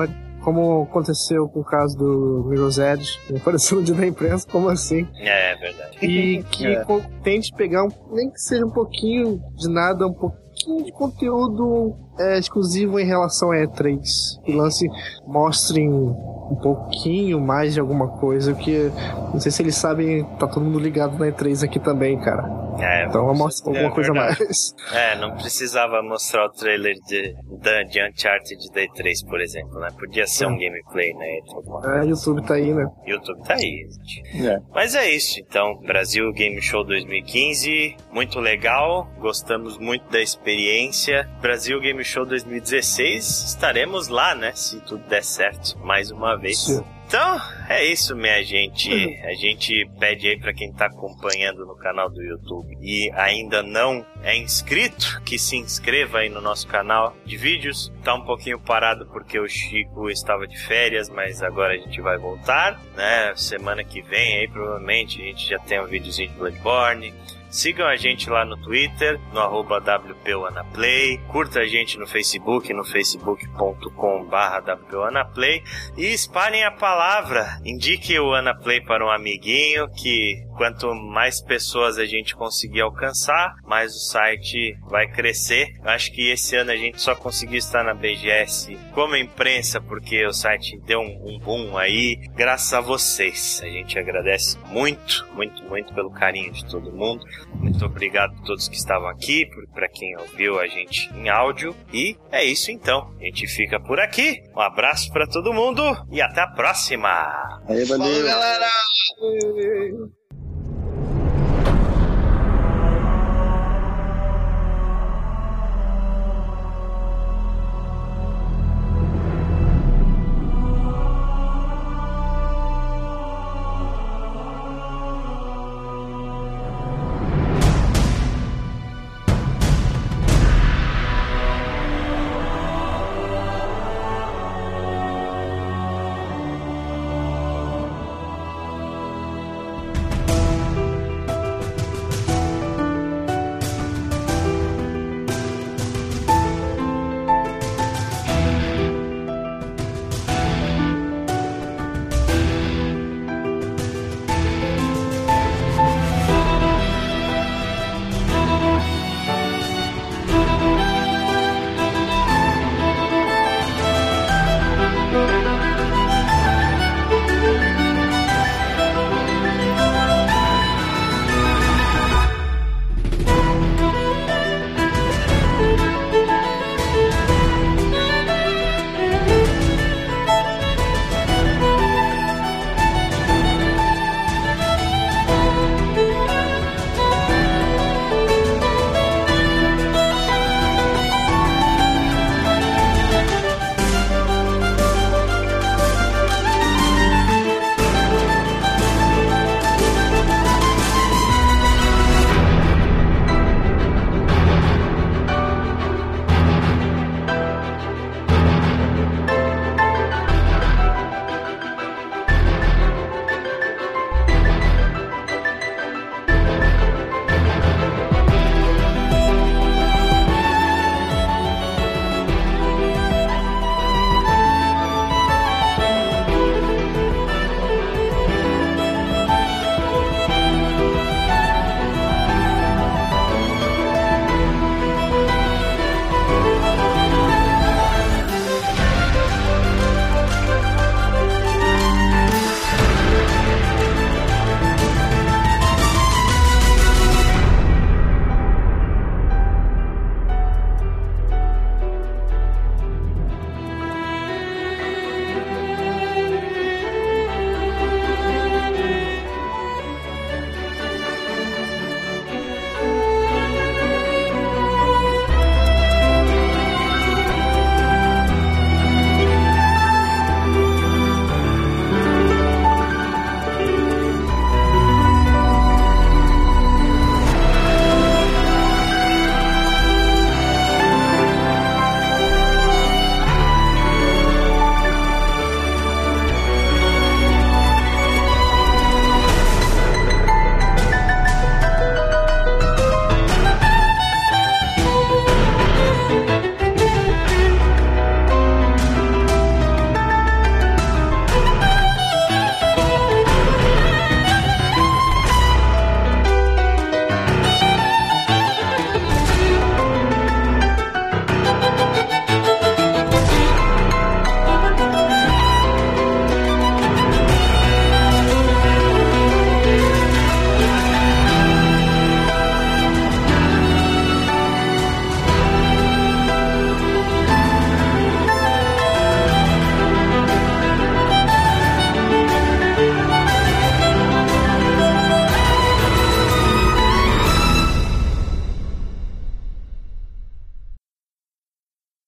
como aconteceu com o caso do Mirror's Edge, apareceu no dia da imprensa, como assim? É, é verdade. E que é. tente pegar, um, nem que seja um pouquinho de nada, um pouquinho de conteúdo é, exclusivo em relação a E três. E lance, mostrem um pouquinho mais de alguma coisa, que não sei se eles sabem, tá todo mundo ligado na E três aqui também, cara. É, então vamos mostrar alguma é coisa mais. É, não precisava mostrar o trailer de, de, de Uncharted da E três, por exemplo, né? Podia ser é. um gameplay, né? É, YouTube tá aí, né? YouTube tá aí, gente. É. Mas é isso, então, Brasil Game Show dois mil e quinze, muito legal, gostamos muito da experiência. Brasil Game Show dois mil e dezesseis, estaremos lá, né? Se tudo der certo, mais uma vez. Sim. Então, é isso, minha gente. A gente pede aí pra quem tá acompanhando no canal do YouTube e ainda não é inscrito, que se inscreva aí no nosso canal de vídeos. Tá um pouquinho parado porque o Chico estava de férias, mas agora a gente vai voltar, né? Semana que vem aí, provavelmente, a gente já tem um videozinho de Bloodborne. Sigam a gente lá no Twitter, no arroba W P Wanaplay. Curta a gente no Facebook, no facebook ponto com barra W P Wanaplay. E espalhem a palavra. Indique o Wanaplay para um amiguinho, que quanto mais pessoas a gente conseguir alcançar, mais o site vai crescer. Eu acho que esse ano a gente só conseguiu estar na B G S como imprensa, porque o site deu um, um boom aí, graças a vocês. A gente agradece muito, muito, muito pelo carinho de todo mundo. Muito obrigado a todos que estavam aqui, para quem ouviu a gente em áudio. E é isso então. A gente fica por aqui. Um abraço para todo mundo e até a próxima. Aí, valeu. Falou, galera!